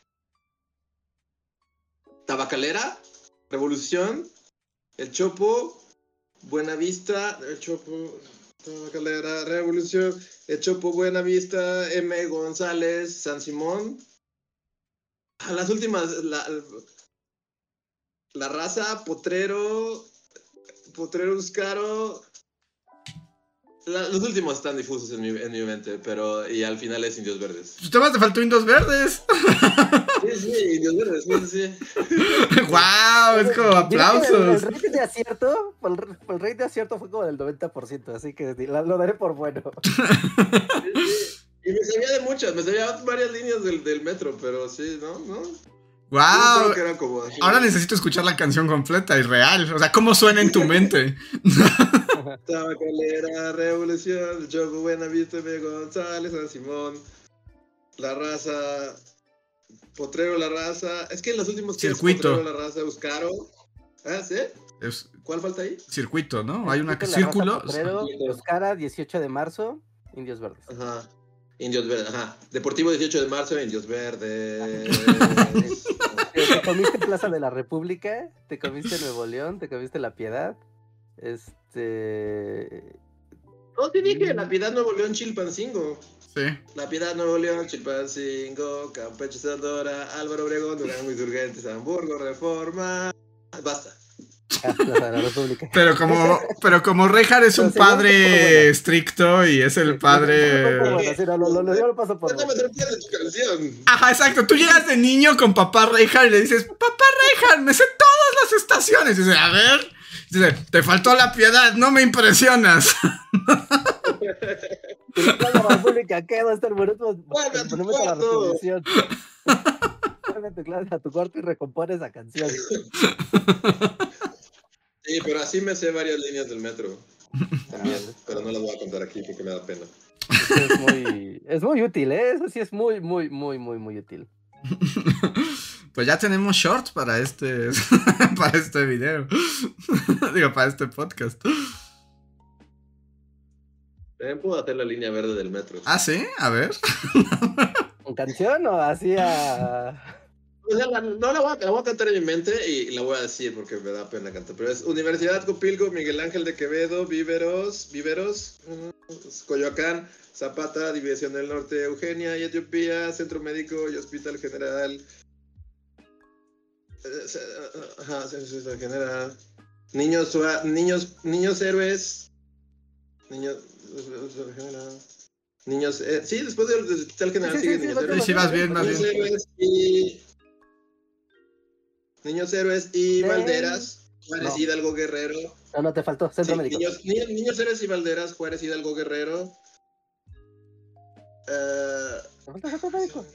Tabacalera, Revolución, El Chopo, Buenavista, El Chopo, Tabacalera, Revolución, El Chopo, Buenavista, M. González, San Simón. A las últimas, la, la Raza, Potrero, Potrero Euscaro. La, los últimos están difusos en mi, en mi mente, pero y al final es Indios Verdes. Pues te más te faltó Indios Verdes. Sí, sí, Indios Verdes, sí, sí. ¡Wow! Es como aplausos. El, el rate de acierto, el, el rate de acierto fue como del noventa por ciento, así que lo daré por bueno. Sí, sí. Y me sabía de muchas, me sabía varias líneas del, del metro, pero sí, ¿no? ¿No? ¡Wow! Que era como así. Ahora necesito escuchar la canción completa y real. O sea, ¿cómo suena en tu mente? Tabacalera, Revolución, El Chopo, Buenavista, M. González, San Simón, La Raza, Potrero, La Raza. Es que en los últimos que Circuito. Es Potrero, La Raza, Euscaro. ¿Ah, sí? Es ¿Cuál falta ahí? circuito, ¿no? Hay una que La Raza, círculo. Potrero, Euskara, dieciocho de marzo, Indios Verdes. Ajá. Indios Verdes, ajá. Deportivo dieciocho de marzo, Indios Verdes. Te, te comiste Plaza de la República, te comiste Nuevo León, te comiste La Piedad. Este. No, te dije, La Piedad, Nuevo León, Chilpancingo. Sí. La Piedad, Nuevo León, Chilpancingo, Campeche, Sonora, Álvaro Obregón, Durango, Insurgentes, Hamburgo, Reforma. Basta. Ah, Plaza de la República. Pero como, pero como Reijar es un padre estricto y es el padre. Bueno, sí, no, no, no, yo lo paso por. No me sorprende tu canción. Ajá, exacto. Tú llegas de niño con papá Reijar y le dices, papá Reijar, me sé todas las estaciones. Y dice, a ver. Dice, te faltó La Piedad, no me impresionas. La República, ¿qué? ¿Dónde está el monumento? Vuelve a El tu monumento a la cuarto. Revolución. Vuelve a tu clase, a tu cuarto y recompone esa canción. Sí, pero así me sé varias líneas del metro. También, pero no las voy a contar aquí porque me da pena. Es muy, es muy útil, ¿eh? Eso sí es muy, muy, muy, muy, muy útil. Pues ya tenemos shorts para este para este video. Digo, para este podcast. También puedo hacer la línea verde del metro. ¿Ah, sí? A ver. ¿Con canción o así a...? O sea, la, no la voy, a, la voy a cantar en mi mente y la voy a decir porque me da pena cantar. Pero es Universidad Copilco, Miguel Ángel de Quevedo, Víveros, Víveros, uh, Coyoacán, Zapata, División del Norte, Eugenia y Etiopía, Centro Médico y Hospital General. Ajá, Centro General. Niños, niños, niños héroes. Niños, niños, eh, sí, después del Hospital General Sí, sigue sí, sí, Niños sí, Héroes. Sí, vas bien, vas Niños bien. Héroes y Niños Héroes y Ven. Valderas, Juárez, No. Hidalgo, Guerrero. No, no, te faltó, Centro Sí, Médico. niños, ni- niños Héroes y Valderas, Juárez, Hidalgo, Guerrero. Eh, ¿Te faltó Centro Médico?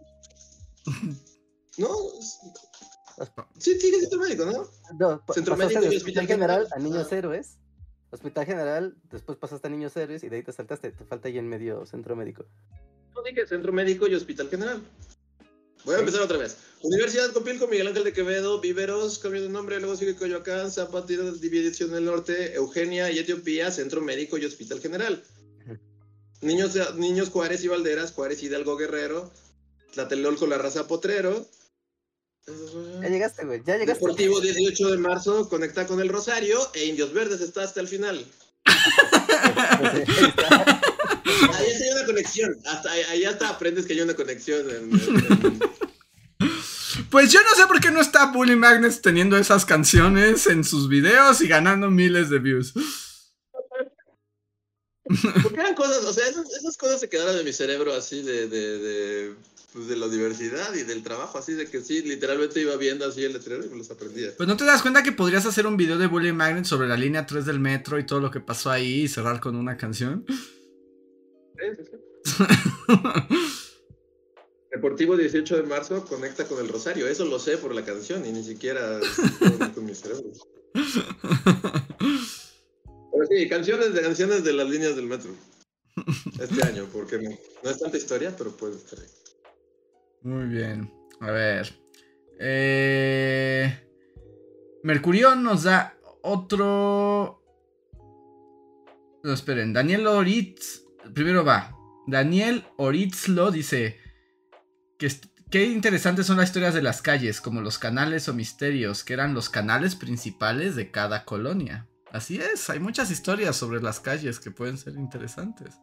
no, sí, sigue Centro Médico, ¿no? No, pa- Centro pasaste Médico de y Hospital Hospital General General. a Niños Ah. Héroes. Hospital General, después pasaste a Niños Héroes y de ahí te saltaste. Te falta ahí en medio Centro Médico. No dije Centro Médico y Hospital General. Voy a Sí. empezar otra vez. Universidad Copilco, Miguel Ángel de Quevedo, Víveros, cambio de nombre, luego sigue Coyoacán, Zapatero, División del Norte, Eugenia y Etiopía, Centro Médico y Hospital General. Ujú. Niños, niños Juárez y Valderas, Juárez, Hidalgo, Guerrero, Tlatelolco, La Raza, Potrero. Ya llegaste, güey, ya llegaste. Deportivo dieciocho de marzo, conecta con el Rosario e Indios Verdes está hasta el final. Pues, eh, ahí está. Ahí sí hay una conexión. Hasta ahí, ahí hasta aprendes que hay una conexión. En, en- en- Pues yo no sé por qué no está Bully Magnets teniendo esas canciones en sus videos y ganando miles de views. Porque eran cosas, o sea, esas, esas cosas se quedaron en mi cerebro así de, de, de, pues de la universidad y del trabajo, así de que sí, literalmente iba viendo así el letrero y me los aprendía. Pues no te das cuenta que podrías hacer un video de Bully Magnets sobre la línea tres del metro y todo lo que pasó ahí y cerrar con una canción. Sí, sí, sí. Deportivo dieciocho de marzo, conecta con el Rosario. Eso lo sé por la canción y ni siquiera con, con mi cerebro. Pero sí, canciones de canciones de las líneas del metro. Este año, porque no, no es tanta historia, pero puede estar ahí. Muy bien. A ver. Eh... Mercurión nos da otro. No, esperen. Daniel Oritz. Primero va. Daniel Oritzlo dice que est- qué interesantes son las historias de las calles, como los canales o misterios, que eran los canales principales de cada colonia. Así es, hay muchas historias sobre las calles que pueden ser interesantes.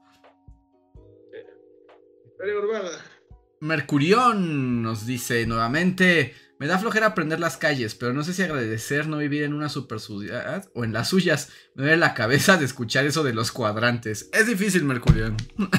Historia urbana. Mercurión nos dice nuevamente: me da flojera aprender las calles, pero no sé si agradecer no vivir en una super ciudad o en las suyas. Me duele la cabeza de escuchar eso de los cuadrantes. Es difícil, Mercurión.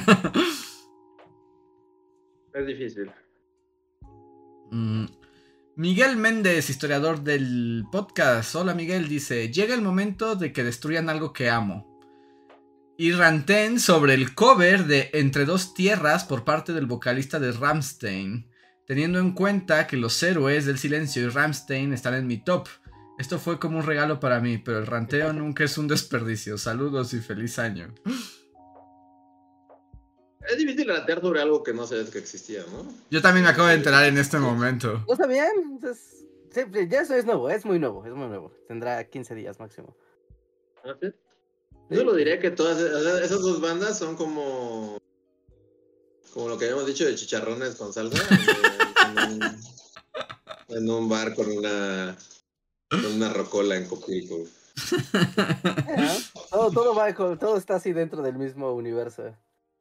Es difícil. Mm. Miguel Méndez, historiador del podcast. Hola Miguel, dice: llega el momento de que destruyan algo que amo. Y ranten sobre el cover de Entre dos tierras por parte del vocalista de Rammstein, teniendo en cuenta que los héroes del silencio y Rammstein están en mi top. Esto fue como un regalo para mí, pero el ranteo nunca es un desperdicio. Saludos y feliz año. Es difícil rantear sobre algo que no sabes que existía, ¿no? Yo también me acabo de enterar en este momento. ¿No sabían? Entonces, sí, ya eso es nuevo, es muy nuevo, es muy nuevo. Tendrá quince días máximo. ¿Ah, sí? Yo solo diría que todas o sea, esas dos bandas son como como lo que habíamos dicho de chicharrones con salsa en, en, un, en un bar con una con una rocola en Copilco. Yeah. Todo, todo, va, todo está así dentro del mismo universo.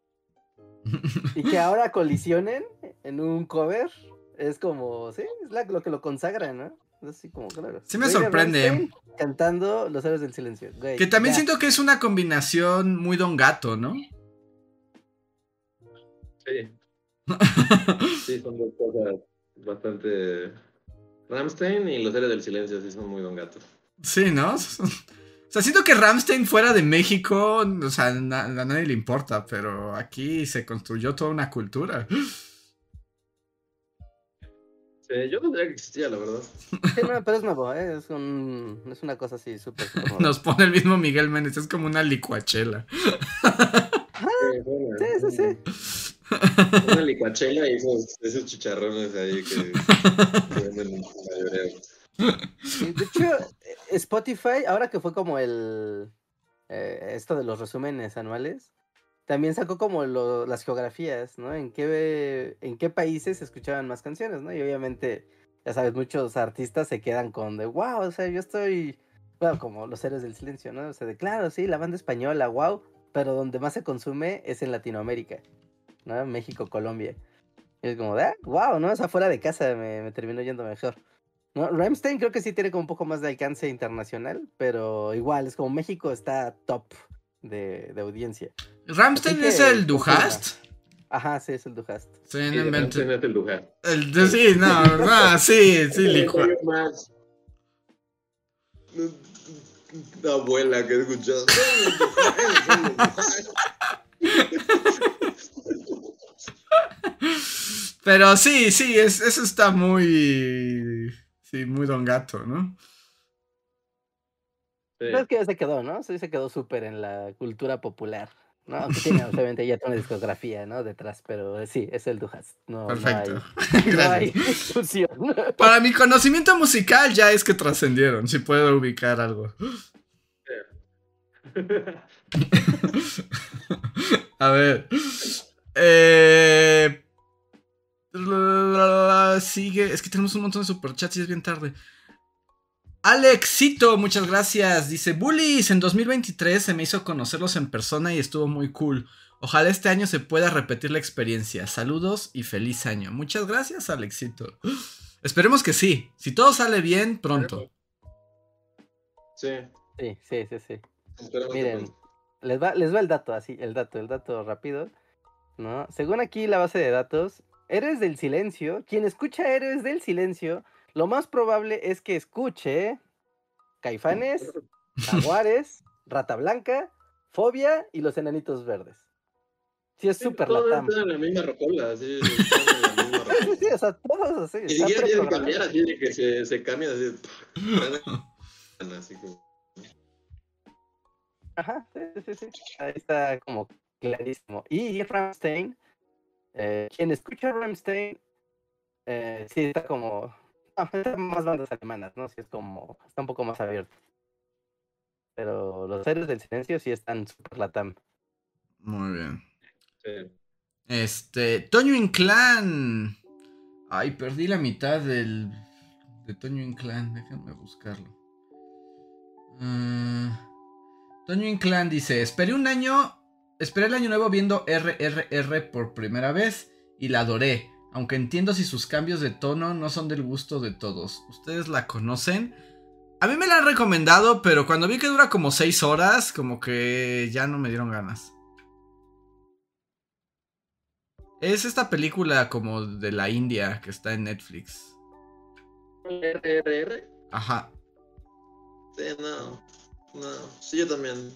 Y que ahora colisionen en un cover es como, sí, es la, lo que lo consagra, ¿no? Es así como, claro. Sí me Güey de sorprende. Rammstein cantando Los Héroes del Silencio. Güey, Que también ya. siento que es una combinación muy Don Gato, ¿no? Sí. Sí, son dos cosas bastante. Rammstein y Los Héroes del Silencio sí son muy Don Gato. Sí, ¿no? O sea, siento que Rammstein fuera de México, o sea, na- a nadie le importa, pero aquí se construyó toda una cultura. Sí, yo no sabía que existía, la verdad. Sí, no, pero es nuevo, ¿eh? Es, un, es una cosa así súper, súper nueva. Nos pone el mismo Miguel Méndez, es como una licuachela. Sí, bueno, Sí, sí, sí. una licuachela y esos, esos chicharrones ahí que, que venden en mayoreo. Sí, de hecho, eh, Spotify, ahora que fue como el eh, esto de los resúmenes anuales, también sacó como lo- las geografías, ¿no? En qué, en qué países se escuchaban más canciones, ¿no? Y obviamente, ya sabes, muchos artistas se quedan con de, wow, o sea, yo estoy, bueno, como Los Héroes del Silencio, ¿no? O sea, de, claro, sí, la banda española, wow, pero donde más se consume es en Latinoamérica, ¿no? México, Colombia. Y es como de, ah, wow, ¿no? O sea, fuera de casa me, me terminó yendo mejor. ¿No? Rammstein creo que sí tiene como un poco más de alcance internacional, pero igual, es como México está top de, de audiencia. ¿Rammstein Así es que el Du confirma. hast? Ajá, sí, es el Du hast. Sí, Sí, no inventes. Rammstein es el lugar. El de- sí, no, no, sí, sí, licua. Soy más una abuela que he escuchado. Pero sí, sí, es, eso está muy. Sí, muy Don Gato, ¿no? Sí. No es que ya se quedó, ¿no? Sí, se quedó súper en la cultura popular, ¿no? Aunque tiene obviamente ya toda una discografía, ¿no? Detrás, pero sí, es el Du hast. No, Perfecto. no hay, no hay Gracias. discusión. Para mi conocimiento musical ya es que trascendieron, si puedo ubicar algo. A ver. Eh... Sigue. Es que tenemos un montón de superchats y es bien tarde. Alexito, muchas gracias. Dice: Bullies, en dos mil veintitrés se me hizo conocerlos en persona y estuvo muy cool. Ojalá este año se pueda repetir la experiencia. Saludos y feliz año. Muchas gracias, Alexito. Esperemos que sí. Si todo sale bien, pronto. Sí. Sí, sí, sí, sí. Esperemos que Miren, pronto. les va, les va el dato, así, el dato, el dato rápido, ¿no? Según aquí la base de datos, Héroes del Silencio, quien escucha Héroes del Silencio, lo más probable es que escuche Caifanes, Jaguares, Rata Blanca, Fobia y Los Enanitos Verdes. Sí, es Sí, súper todos latam. están en la misma rocola, sí, están en la misma rocola. Sí, sí, o sea, todos así. Ni está siquiera tienen que preprogramado. cambiar así de que se, se cambian así. Están así como. Ajá, sí, sí, sí. Ahí está como clarísimo. Y Rammstein, eh, quien escucha Rammstein, eh, sí está como, ah, está más bandas alemanas, ¿no? Sí es como, está un poco más abierto. Pero los Héroes del Silencio sí están súper latam. Muy bien. Sí. Este, Toño Inclán. Ay, perdí la mitad del de Toño Inclán, déjame buscarlo. Uh, Toño Inclán dice, esperé un año, esperé el año nuevo viendo R R R por primera vez y la adoré, aunque entiendo si sus cambios de tono no son del gusto de todos. ¿Ustedes la conocen? A mí me la han recomendado, pero cuando vi que dura como seis horas, como que ya no me dieron ganas. Es esta película como de la India que está en Netflix. R R R. Ajá. Sí, no. No. Sí, yo también.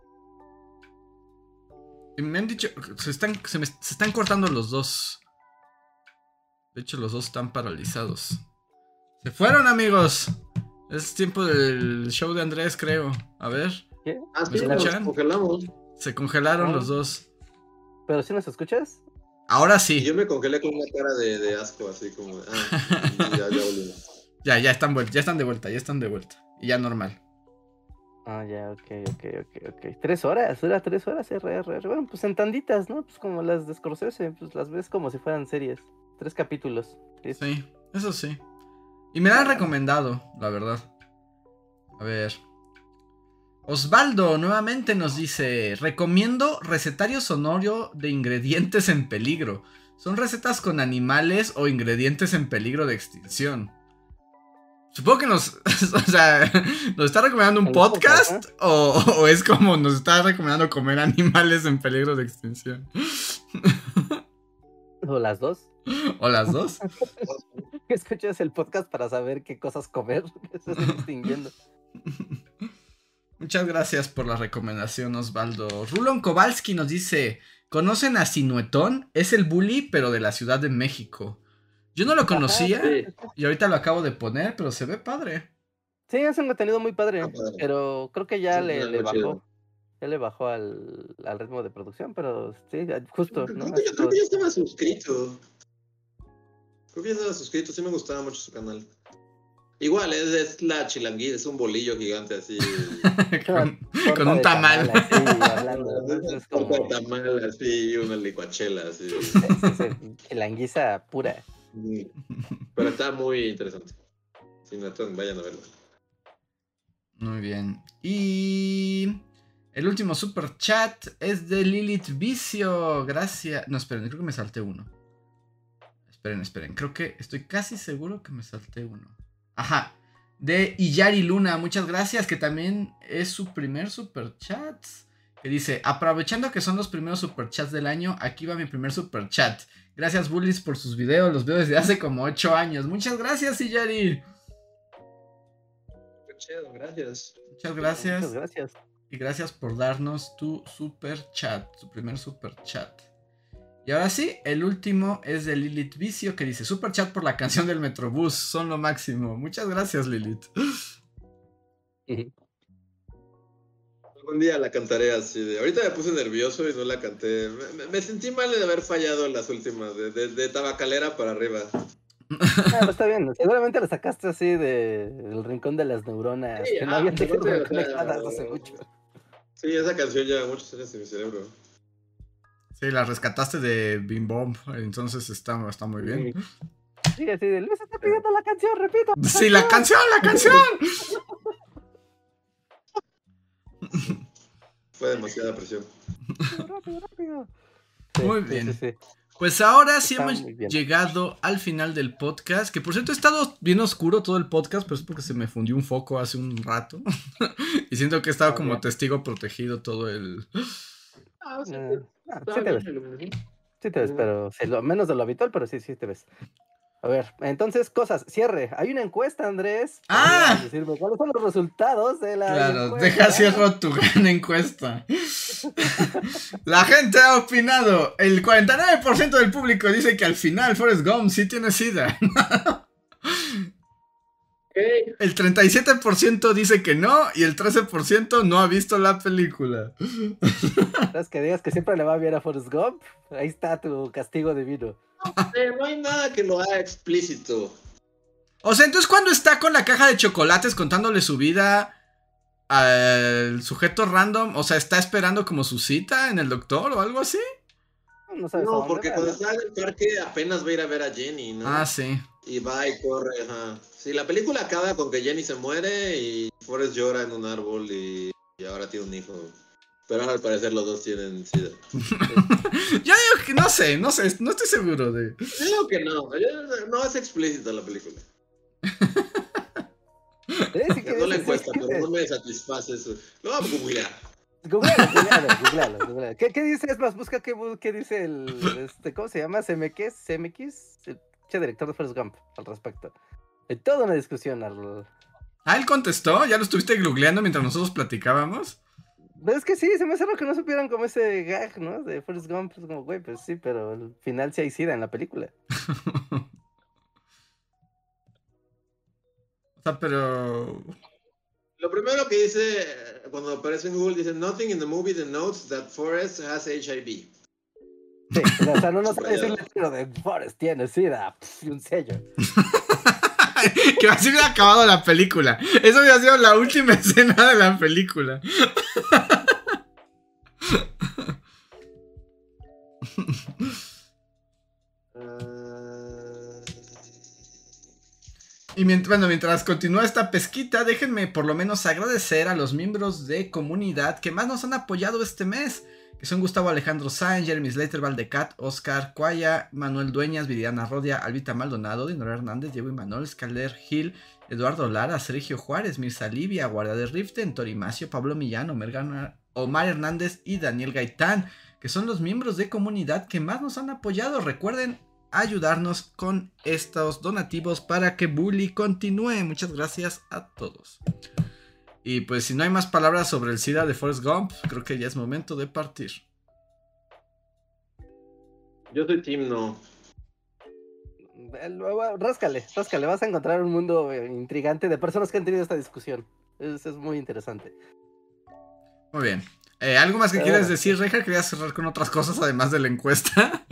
Y me han dicho, se están, se, me, se están cortando los dos. De hecho, los dos están paralizados. Se fueron, amigos. Es tiempo del show de Andrés, creo. A ver. ¿Qué? Ah, ¿Me sí, escuchan? nos congelamos. Se congelaron Ah. los dos. ¿Pero si nos escuchas? Ahora Y sí. yo me congelé con una cara de, de asco, así como. Ah, y ya, ya volvimos. Ya, ya están, vuel- ya están de vuelta, ya están de vuelta. Y ya normal. Ah, ya, ok, ok, ok, ok. Tres horas, dura tres horas R R R. Bueno, pues en tanditas, ¿no? Pues como las de Scorsese, pues las ves como si fueran series. Tres capítulos. ¿sí? Sí, eso sí. Y me la han recomendado, la verdad. A ver. Osvaldo nuevamente nos dice, recomiendo recetario sonoro de ingredientes en peligro. Son recetas con animales o ingredientes en peligro de extinción. Supongo que nos, o sea, nos está recomendando un El podcast, podcast, o, o es como nos está recomendando comer animales en peligro de extinción. O las dos. O las dos. Escuchas el podcast para saber qué cosas comer. Estás distinguiendo. Muchas gracias por la recomendación, Osvaldo. Rulon Kowalski nos dice, ¿conocen a Sinuetón? Es el bully, pero de la Ciudad de México. Yo no lo conocía Sí. y ahorita lo acabo de poner, pero se ve padre. Sí, es un contenido muy padre, Ah, padre. pero creo que ya Sí, le, está le muy chido. bajó. Ya le bajó al, al ritmo de producción, pero sí, justo, Creo ¿no? que, Así creo como- que ya estaba suscrito. Creo que ya estaba suscrito, sí me gustaba mucho su canal. Igual, es, es la chilanguita, es un bolillo gigante así. con, torta con un de tamal. así, hablando, ¿no? Una Es como torta de tamal así y una licuachela así. sí, sí, sí, chilanguiza pura. Mm. Pero está muy interesante. Si no, entonces vayan a verlo. Muy bien. Y el último super chat es de Lilith Vicio. Gracias. No, esperen, creo que me salté uno. Esperen, esperen. Creo que estoy casi seguro que me salté uno. Ajá. De Iyari Luna. Muchas gracias. Que también es su primer super chat. Que dice, aprovechando que son los primeros super chats del año, aquí va mi primer super chat. Gracias, Bullies, por sus videos. Los veo desde hace como ocho años. Muchas gracias, Iyari. Qué chido, gracias. Muchas gracias. Muchas gracias. Y gracias por darnos tu super chat, tu primer super chat. Y ahora sí, el último es de Lilith Vicio que dice, super chat por la canción del Metrobús, son lo máximo. Muchas gracias, Lilith. Algún día la cantaré así de. Ahorita me puse nervioso y no la canté. Me, me- me sentí mal de haber fallado en las últimas, de, de, de tabacalera para arriba. Ah, pero está bien, seguramente lo sacaste así de, del rincón de las neuronas, Sí, que no ah, habían pues, dejado aparte, o sea, conectadas hace mucho. Sí, esa canción lleva muchos años en mi cerebro. Sí, la rescataste de Bim Bom, entonces está, está muy bien. Sí, así de, Luis está pidiendo la canción, repito. Sí, la canción, la canción. Fue demasiada presión. Rápido, rápido. Sí, Muy sí, bien. sí, sí. Pues ahora sí Está hemos muy bien. llegado al final del podcast, que por cierto ha estado bien oscuro todo el podcast, pero es porque se me fundió un foco hace un rato. Y siento que he estado Ah, como bien. testigo protegido todo el... Ah, sí, Eh, ah, sí te ves, sí te ves, pero sí, lo, menos de lo habitual, pero sí, sí te ves. A ver, entonces, cosas, cierre. Hay una encuesta, Andrés. ¡Ah! ¿Podrías decirme cuáles son los resultados de la Claro, encuesta? deja cierro tu gran encuesta. La gente ha opinado. El cuarenta y nueve por ciento del público dice que al final Forrest Gump sí tiene sida. El treinta y siete por ciento dice que no y el trece por ciento no ha visto la película. ¿Sabes que digas que siempre le va bien a Forrest Gump? Ahí está tu castigo divino. No, sé, no hay nada que lo haga explícito. O sea, entonces cuando está con la caja de chocolates contándole su vida al sujeto random, o sea, ¿está esperando como su cita en el doctor o algo así? No, sabes a No, dónde porque va, cuando ¿no? está en el parque apenas va a ir a ver a Jenny, ¿no? Ah, sí. Y va y corre, ajá. Sí, la película acaba con que Jenny se muere y Forrest llora en un árbol y, y ahora tiene un hijo. Pero al parecer los dos tienen sida. Yo digo que no sé, no sé, no estoy seguro de... Yo digo que no, yo- no es explícita la película. Sí, sí que No la dices, encuesta, sí, pero no me satisface eso. Lo vamos a googlear. Googlealo, googlealo, googlealo, googlealo. ¿Qué, ¿Qué dice? Es más, busca qué, bu- qué dice el, este, ¿cómo se llama? C M X, C M X, el che director de Forrest Gump al respecto. Hay toda una discusión al... Ah, él contestó, ya lo estuviste googleando mientras nosotros platicábamos. Pero es que sí, se me hace raro que no supieran como ese gag, ¿no? De Forrest Gump, es como, güey, pues sí, pero al final sí hay sida en la película. O sea, pero... Lo primero que dice, eh, cuando aparece en Google, dice Nothing in the movie denotes that Forrest has H I V. Sí, o sea, no nos puede decir el tiro de Forrest tiene sida, pf, y un sello. Que así hubiera acabado la película. Eso hubiera sido la última escena de la película. Y mientras, bueno, mientras continúa esta pesquita, déjenme por lo menos agradecer a los miembros de comunidad que más nos han apoyado este mes, que son Gustavo Alejandro Sáenz, Jeremy Slater, Valdecat, Oscar Cuaya, Manuel Dueñas, Viridiana Rodia, Albita Maldonado, Dinora Hernández, Diego Imanol, Scaler Gil, Eduardo Lara, Sergio Juárez, Mirza Livia, Guardia de Riften, Torimacio, Pablo Millán, Omar, Omar Hernández y Daniel Gaitán, que son los miembros de comunidad que más nos han apoyado. Recuerden ayudarnos con estos donativos para que Bully continúe. Muchas gracias a todos. Y pues si no hay más palabras sobre el SIDA de Forrest Gump, creo que ya es momento de partir. Yo soy team no. Ráscale, ráscale, vas a encontrar un mundo eh, intrigante de personas que han tenido esta discusión. Es, es muy interesante. Muy bien. Eh, ¿Algo más que Pero quieras bueno. decir, Reja? ¿Querías cerrar con otras cosas además de la encuesta?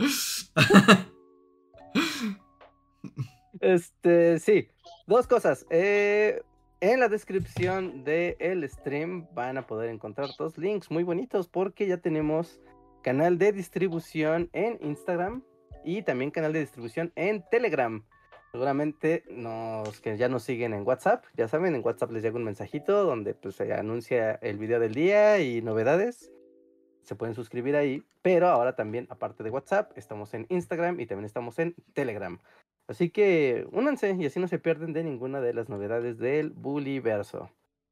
Este, sí, dos cosas. Eh, en la descripción del stream van a poder encontrar dos links muy bonitos porque ya tenemos canal de distribución en Instagram y también canal de distribución en Telegram. Seguramente los que ya nos siguen en WhatsApp, ya saben, en WhatsApp les llega un mensajito donde pues se anuncia el video del día y novedades. Se pueden suscribir ahí, pero ahora también, aparte de WhatsApp, estamos en Instagram y también estamos en Telegram. Así que únanse y así no se pierden de ninguna de las novedades del Bullyverso.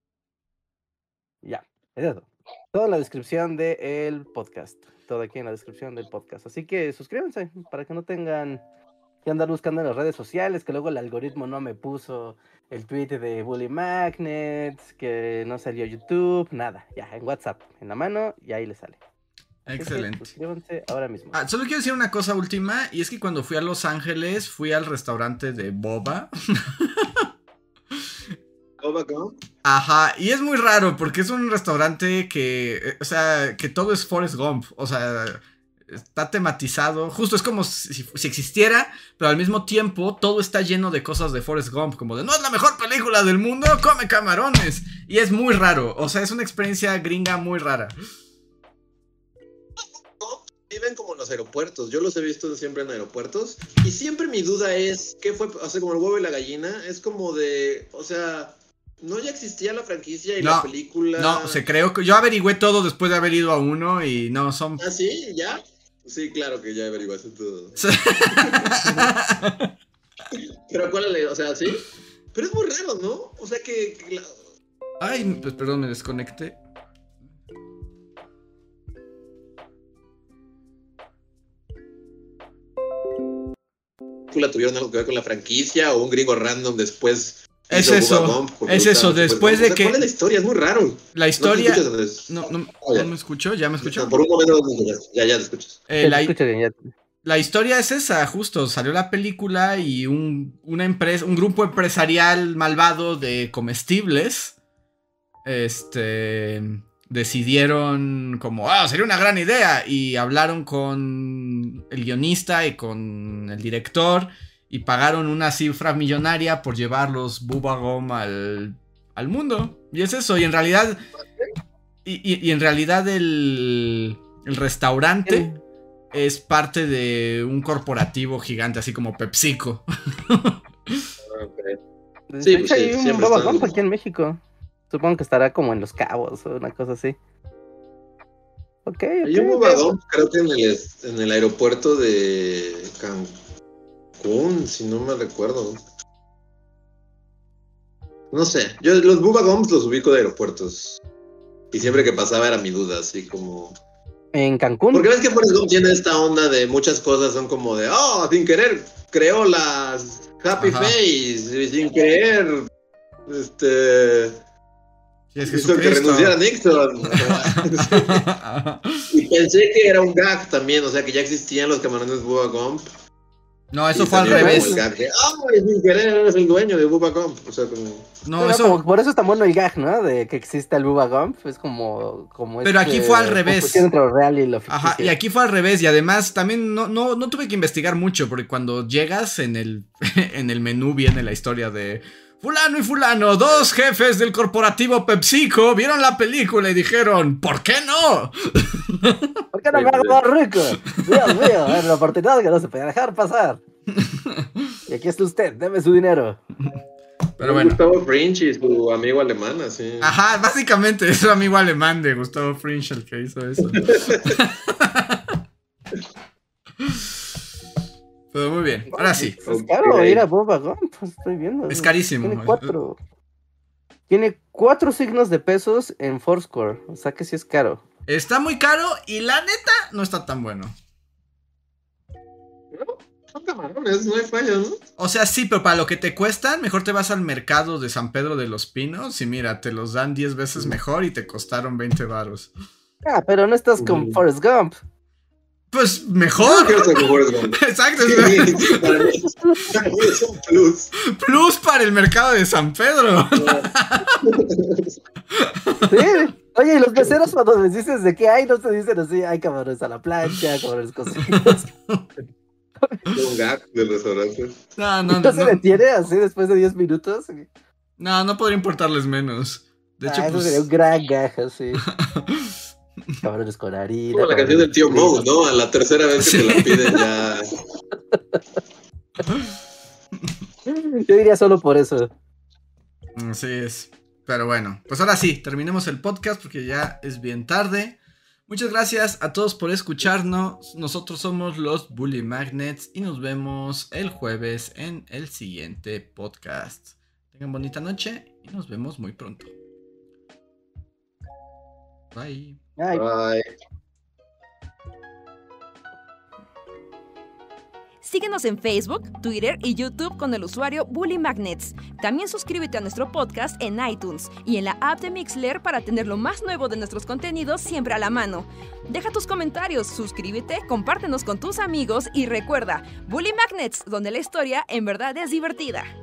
Ya, es eso. Todo en la descripción del podcast. Todo aquí en la descripción del podcast. Así que suscríbanse para que no tengan que andar buscando en las redes sociales, que luego el algoritmo no me puso el tweet de Bully Magnets, que no salió YouTube, nada. Ya, en WhatsApp, en la mano y ahí les sale. Así que Excelente. suscríbanse ahora mismo. Ah, solo quiero decir una cosa última, y es que cuando fui a Los Ángeles, fui al restaurante de Boba. ¿Boba Gump? Ajá, y es muy raro porque es un restaurante que, eh, o sea, que todo es Forrest Gump, o sea, está tematizado, justo es como si, si existiera, pero al mismo tiempo todo está lleno de cosas de Forrest Gump, como de no es la mejor película del mundo, come camarones, y es muy raro, o sea, es una experiencia gringa muy rara. Viven como en los aeropuertos. Yo los he visto siempre en aeropuertos. Y siempre mi duda es, ¿qué fue? O sea, como el huevo y la gallina. Es como de, o sea, ¿no ya existía la franquicia y No, la película? No, se creó que yo averigüé todo después de haber ido a uno y no son. ¿Ah, sí? ¿Ya? Sí, claro que ya averiguaste todo. Pero ¿cuál es? O sea, ¿sí? Pero es muy raro, ¿no? O sea que... que la... Ay, pues perdón, me desconecté. película tuvieron algo que ver con la franquicia o un gringo random después. Es eso, es eso, después de que... ¿Cuál es la historia? Es muy raro. La historia... ¿No, te escuchas, no, no, oh, no me escucho, ¿ya me escucho? No, por un momento ya, ya te escuchas. Eh, la... Escucha bien, ya. la historia es esa, justo, salió la película y un, una empresa, un grupo empresarial malvado de comestibles, este, decidieron como, ah, sería una gran idea, y hablaron con el guionista y con el director, y pagaron una cifra millonaria por llevar los Bubba Gum al, al mundo, y es eso, y en realidad, y, y, y en realidad el, el restaurante... es parte de un corporativo gigante, así como PepsiCo. Okay. Sí, de hecho, pues, hay sí, un Bubba Gump están... aquí en México. Supongo que estará como en Los Cabos o una cosa así. Ok, ok. Hay un Bubba Gump, creo que en el, en el aeropuerto de Cancún, si no me recuerdo. No sé, yo los Bubba Gumps los ubico de aeropuertos. Y siempre que pasaba era mi duda, así como... En Cancún. Porque ves que Forrest Gump tiene esta onda de muchas cosas, son como de, oh, sin querer creó las Happy Ajá. Face, y sin querer, este, Sí, es hizo que Jesucristo. renunciara a Nixon. Y pensé que era un gag también, o sea, que ya existían los camarones Bubba Gump. No, eso Y fue al salió como revés. el gag de, oh, sin querer eres el dueño de Bubba Gump. O sea, como... No, Pero eso... como- por eso es tan bueno el gag, ¿no? De que existe el Bubba Gump. Es como... como Pero aquí fue al revés. confusión entre lo real y lo ficticio. Ajá, y aquí fue al revés, y además también no, no, no tuve que investigar mucho, porque cuando llegas en el, en el menú viene la historia de fulano y fulano, dos jefes del corporativo PepsiCo, vieron la película y dijeron, ¿por qué no? ¿Por qué no me hago más rico? Dios mío, es la oportunidad que no se puede dejar pasar. Y aquí está usted, deme su dinero. Pero bueno. Gustavo Fringe y su amigo alemán, así. Ajá, básicamente es su amigo alemán de Gustavo Fringe el que hizo eso. Pero muy bien, ahora sí. Es caro ir a Bubba Gump, pues estoy viendo. Es carísimo. Tiene cuatro. Tiene cuatro signos de pesos en Foursquare. O sea que sí es caro. Está muy caro y la neta no está tan bueno. Son camarones, no hay falla, ¿no? O sea, sí, pero para lo que te cuestan, mejor te vas al mercado de San Pedro de los Pinos y mira, te los dan diez veces mejor y te costaron veinte varos. Ah, pero no estás con Mm. Forrest Gump. Pues No mejor. quiero ser como Forrest Gump. Exacto, Sí, es para mí es- para mí es un plus. plus para el mercado de San Pedro. Sí. Oye, y los meseros cuando les dices de qué hay, no te dicen así, hay camarones a la plancha, camarones cocidos. Un gag del restaurante. No, no, No, no, se no, detiene así después de diez minutos. no, no podría importarles menos. De hecho, Ah, eso pues... sería un gran gag así. Camarones con harina. Como la canción del tío Moe, ¿no? A la tercera vez que Sí. te la piden ya. Yo diría solo por eso. Así es. Pero bueno, pues ahora sí, terminemos el podcast porque ya es bien tarde. Muchas gracias a todos por escucharnos. Nosotros somos los Bully Magnets y nos vemos el jueves en el siguiente podcast. Tengan bonita noche y nos vemos muy pronto. Bye. Ay, Bye. Síguenos en Facebook, Twitter y YouTube con el usuario Bully Magnets. También suscríbete a nuestro podcast en iTunes y en la app de Mixler para tener lo más nuevo de nuestros contenidos siempre a la mano. Deja tus comentarios, suscríbete, compártenos con tus amigos y recuerda, Bully Magnets, donde la historia en verdad es divertida.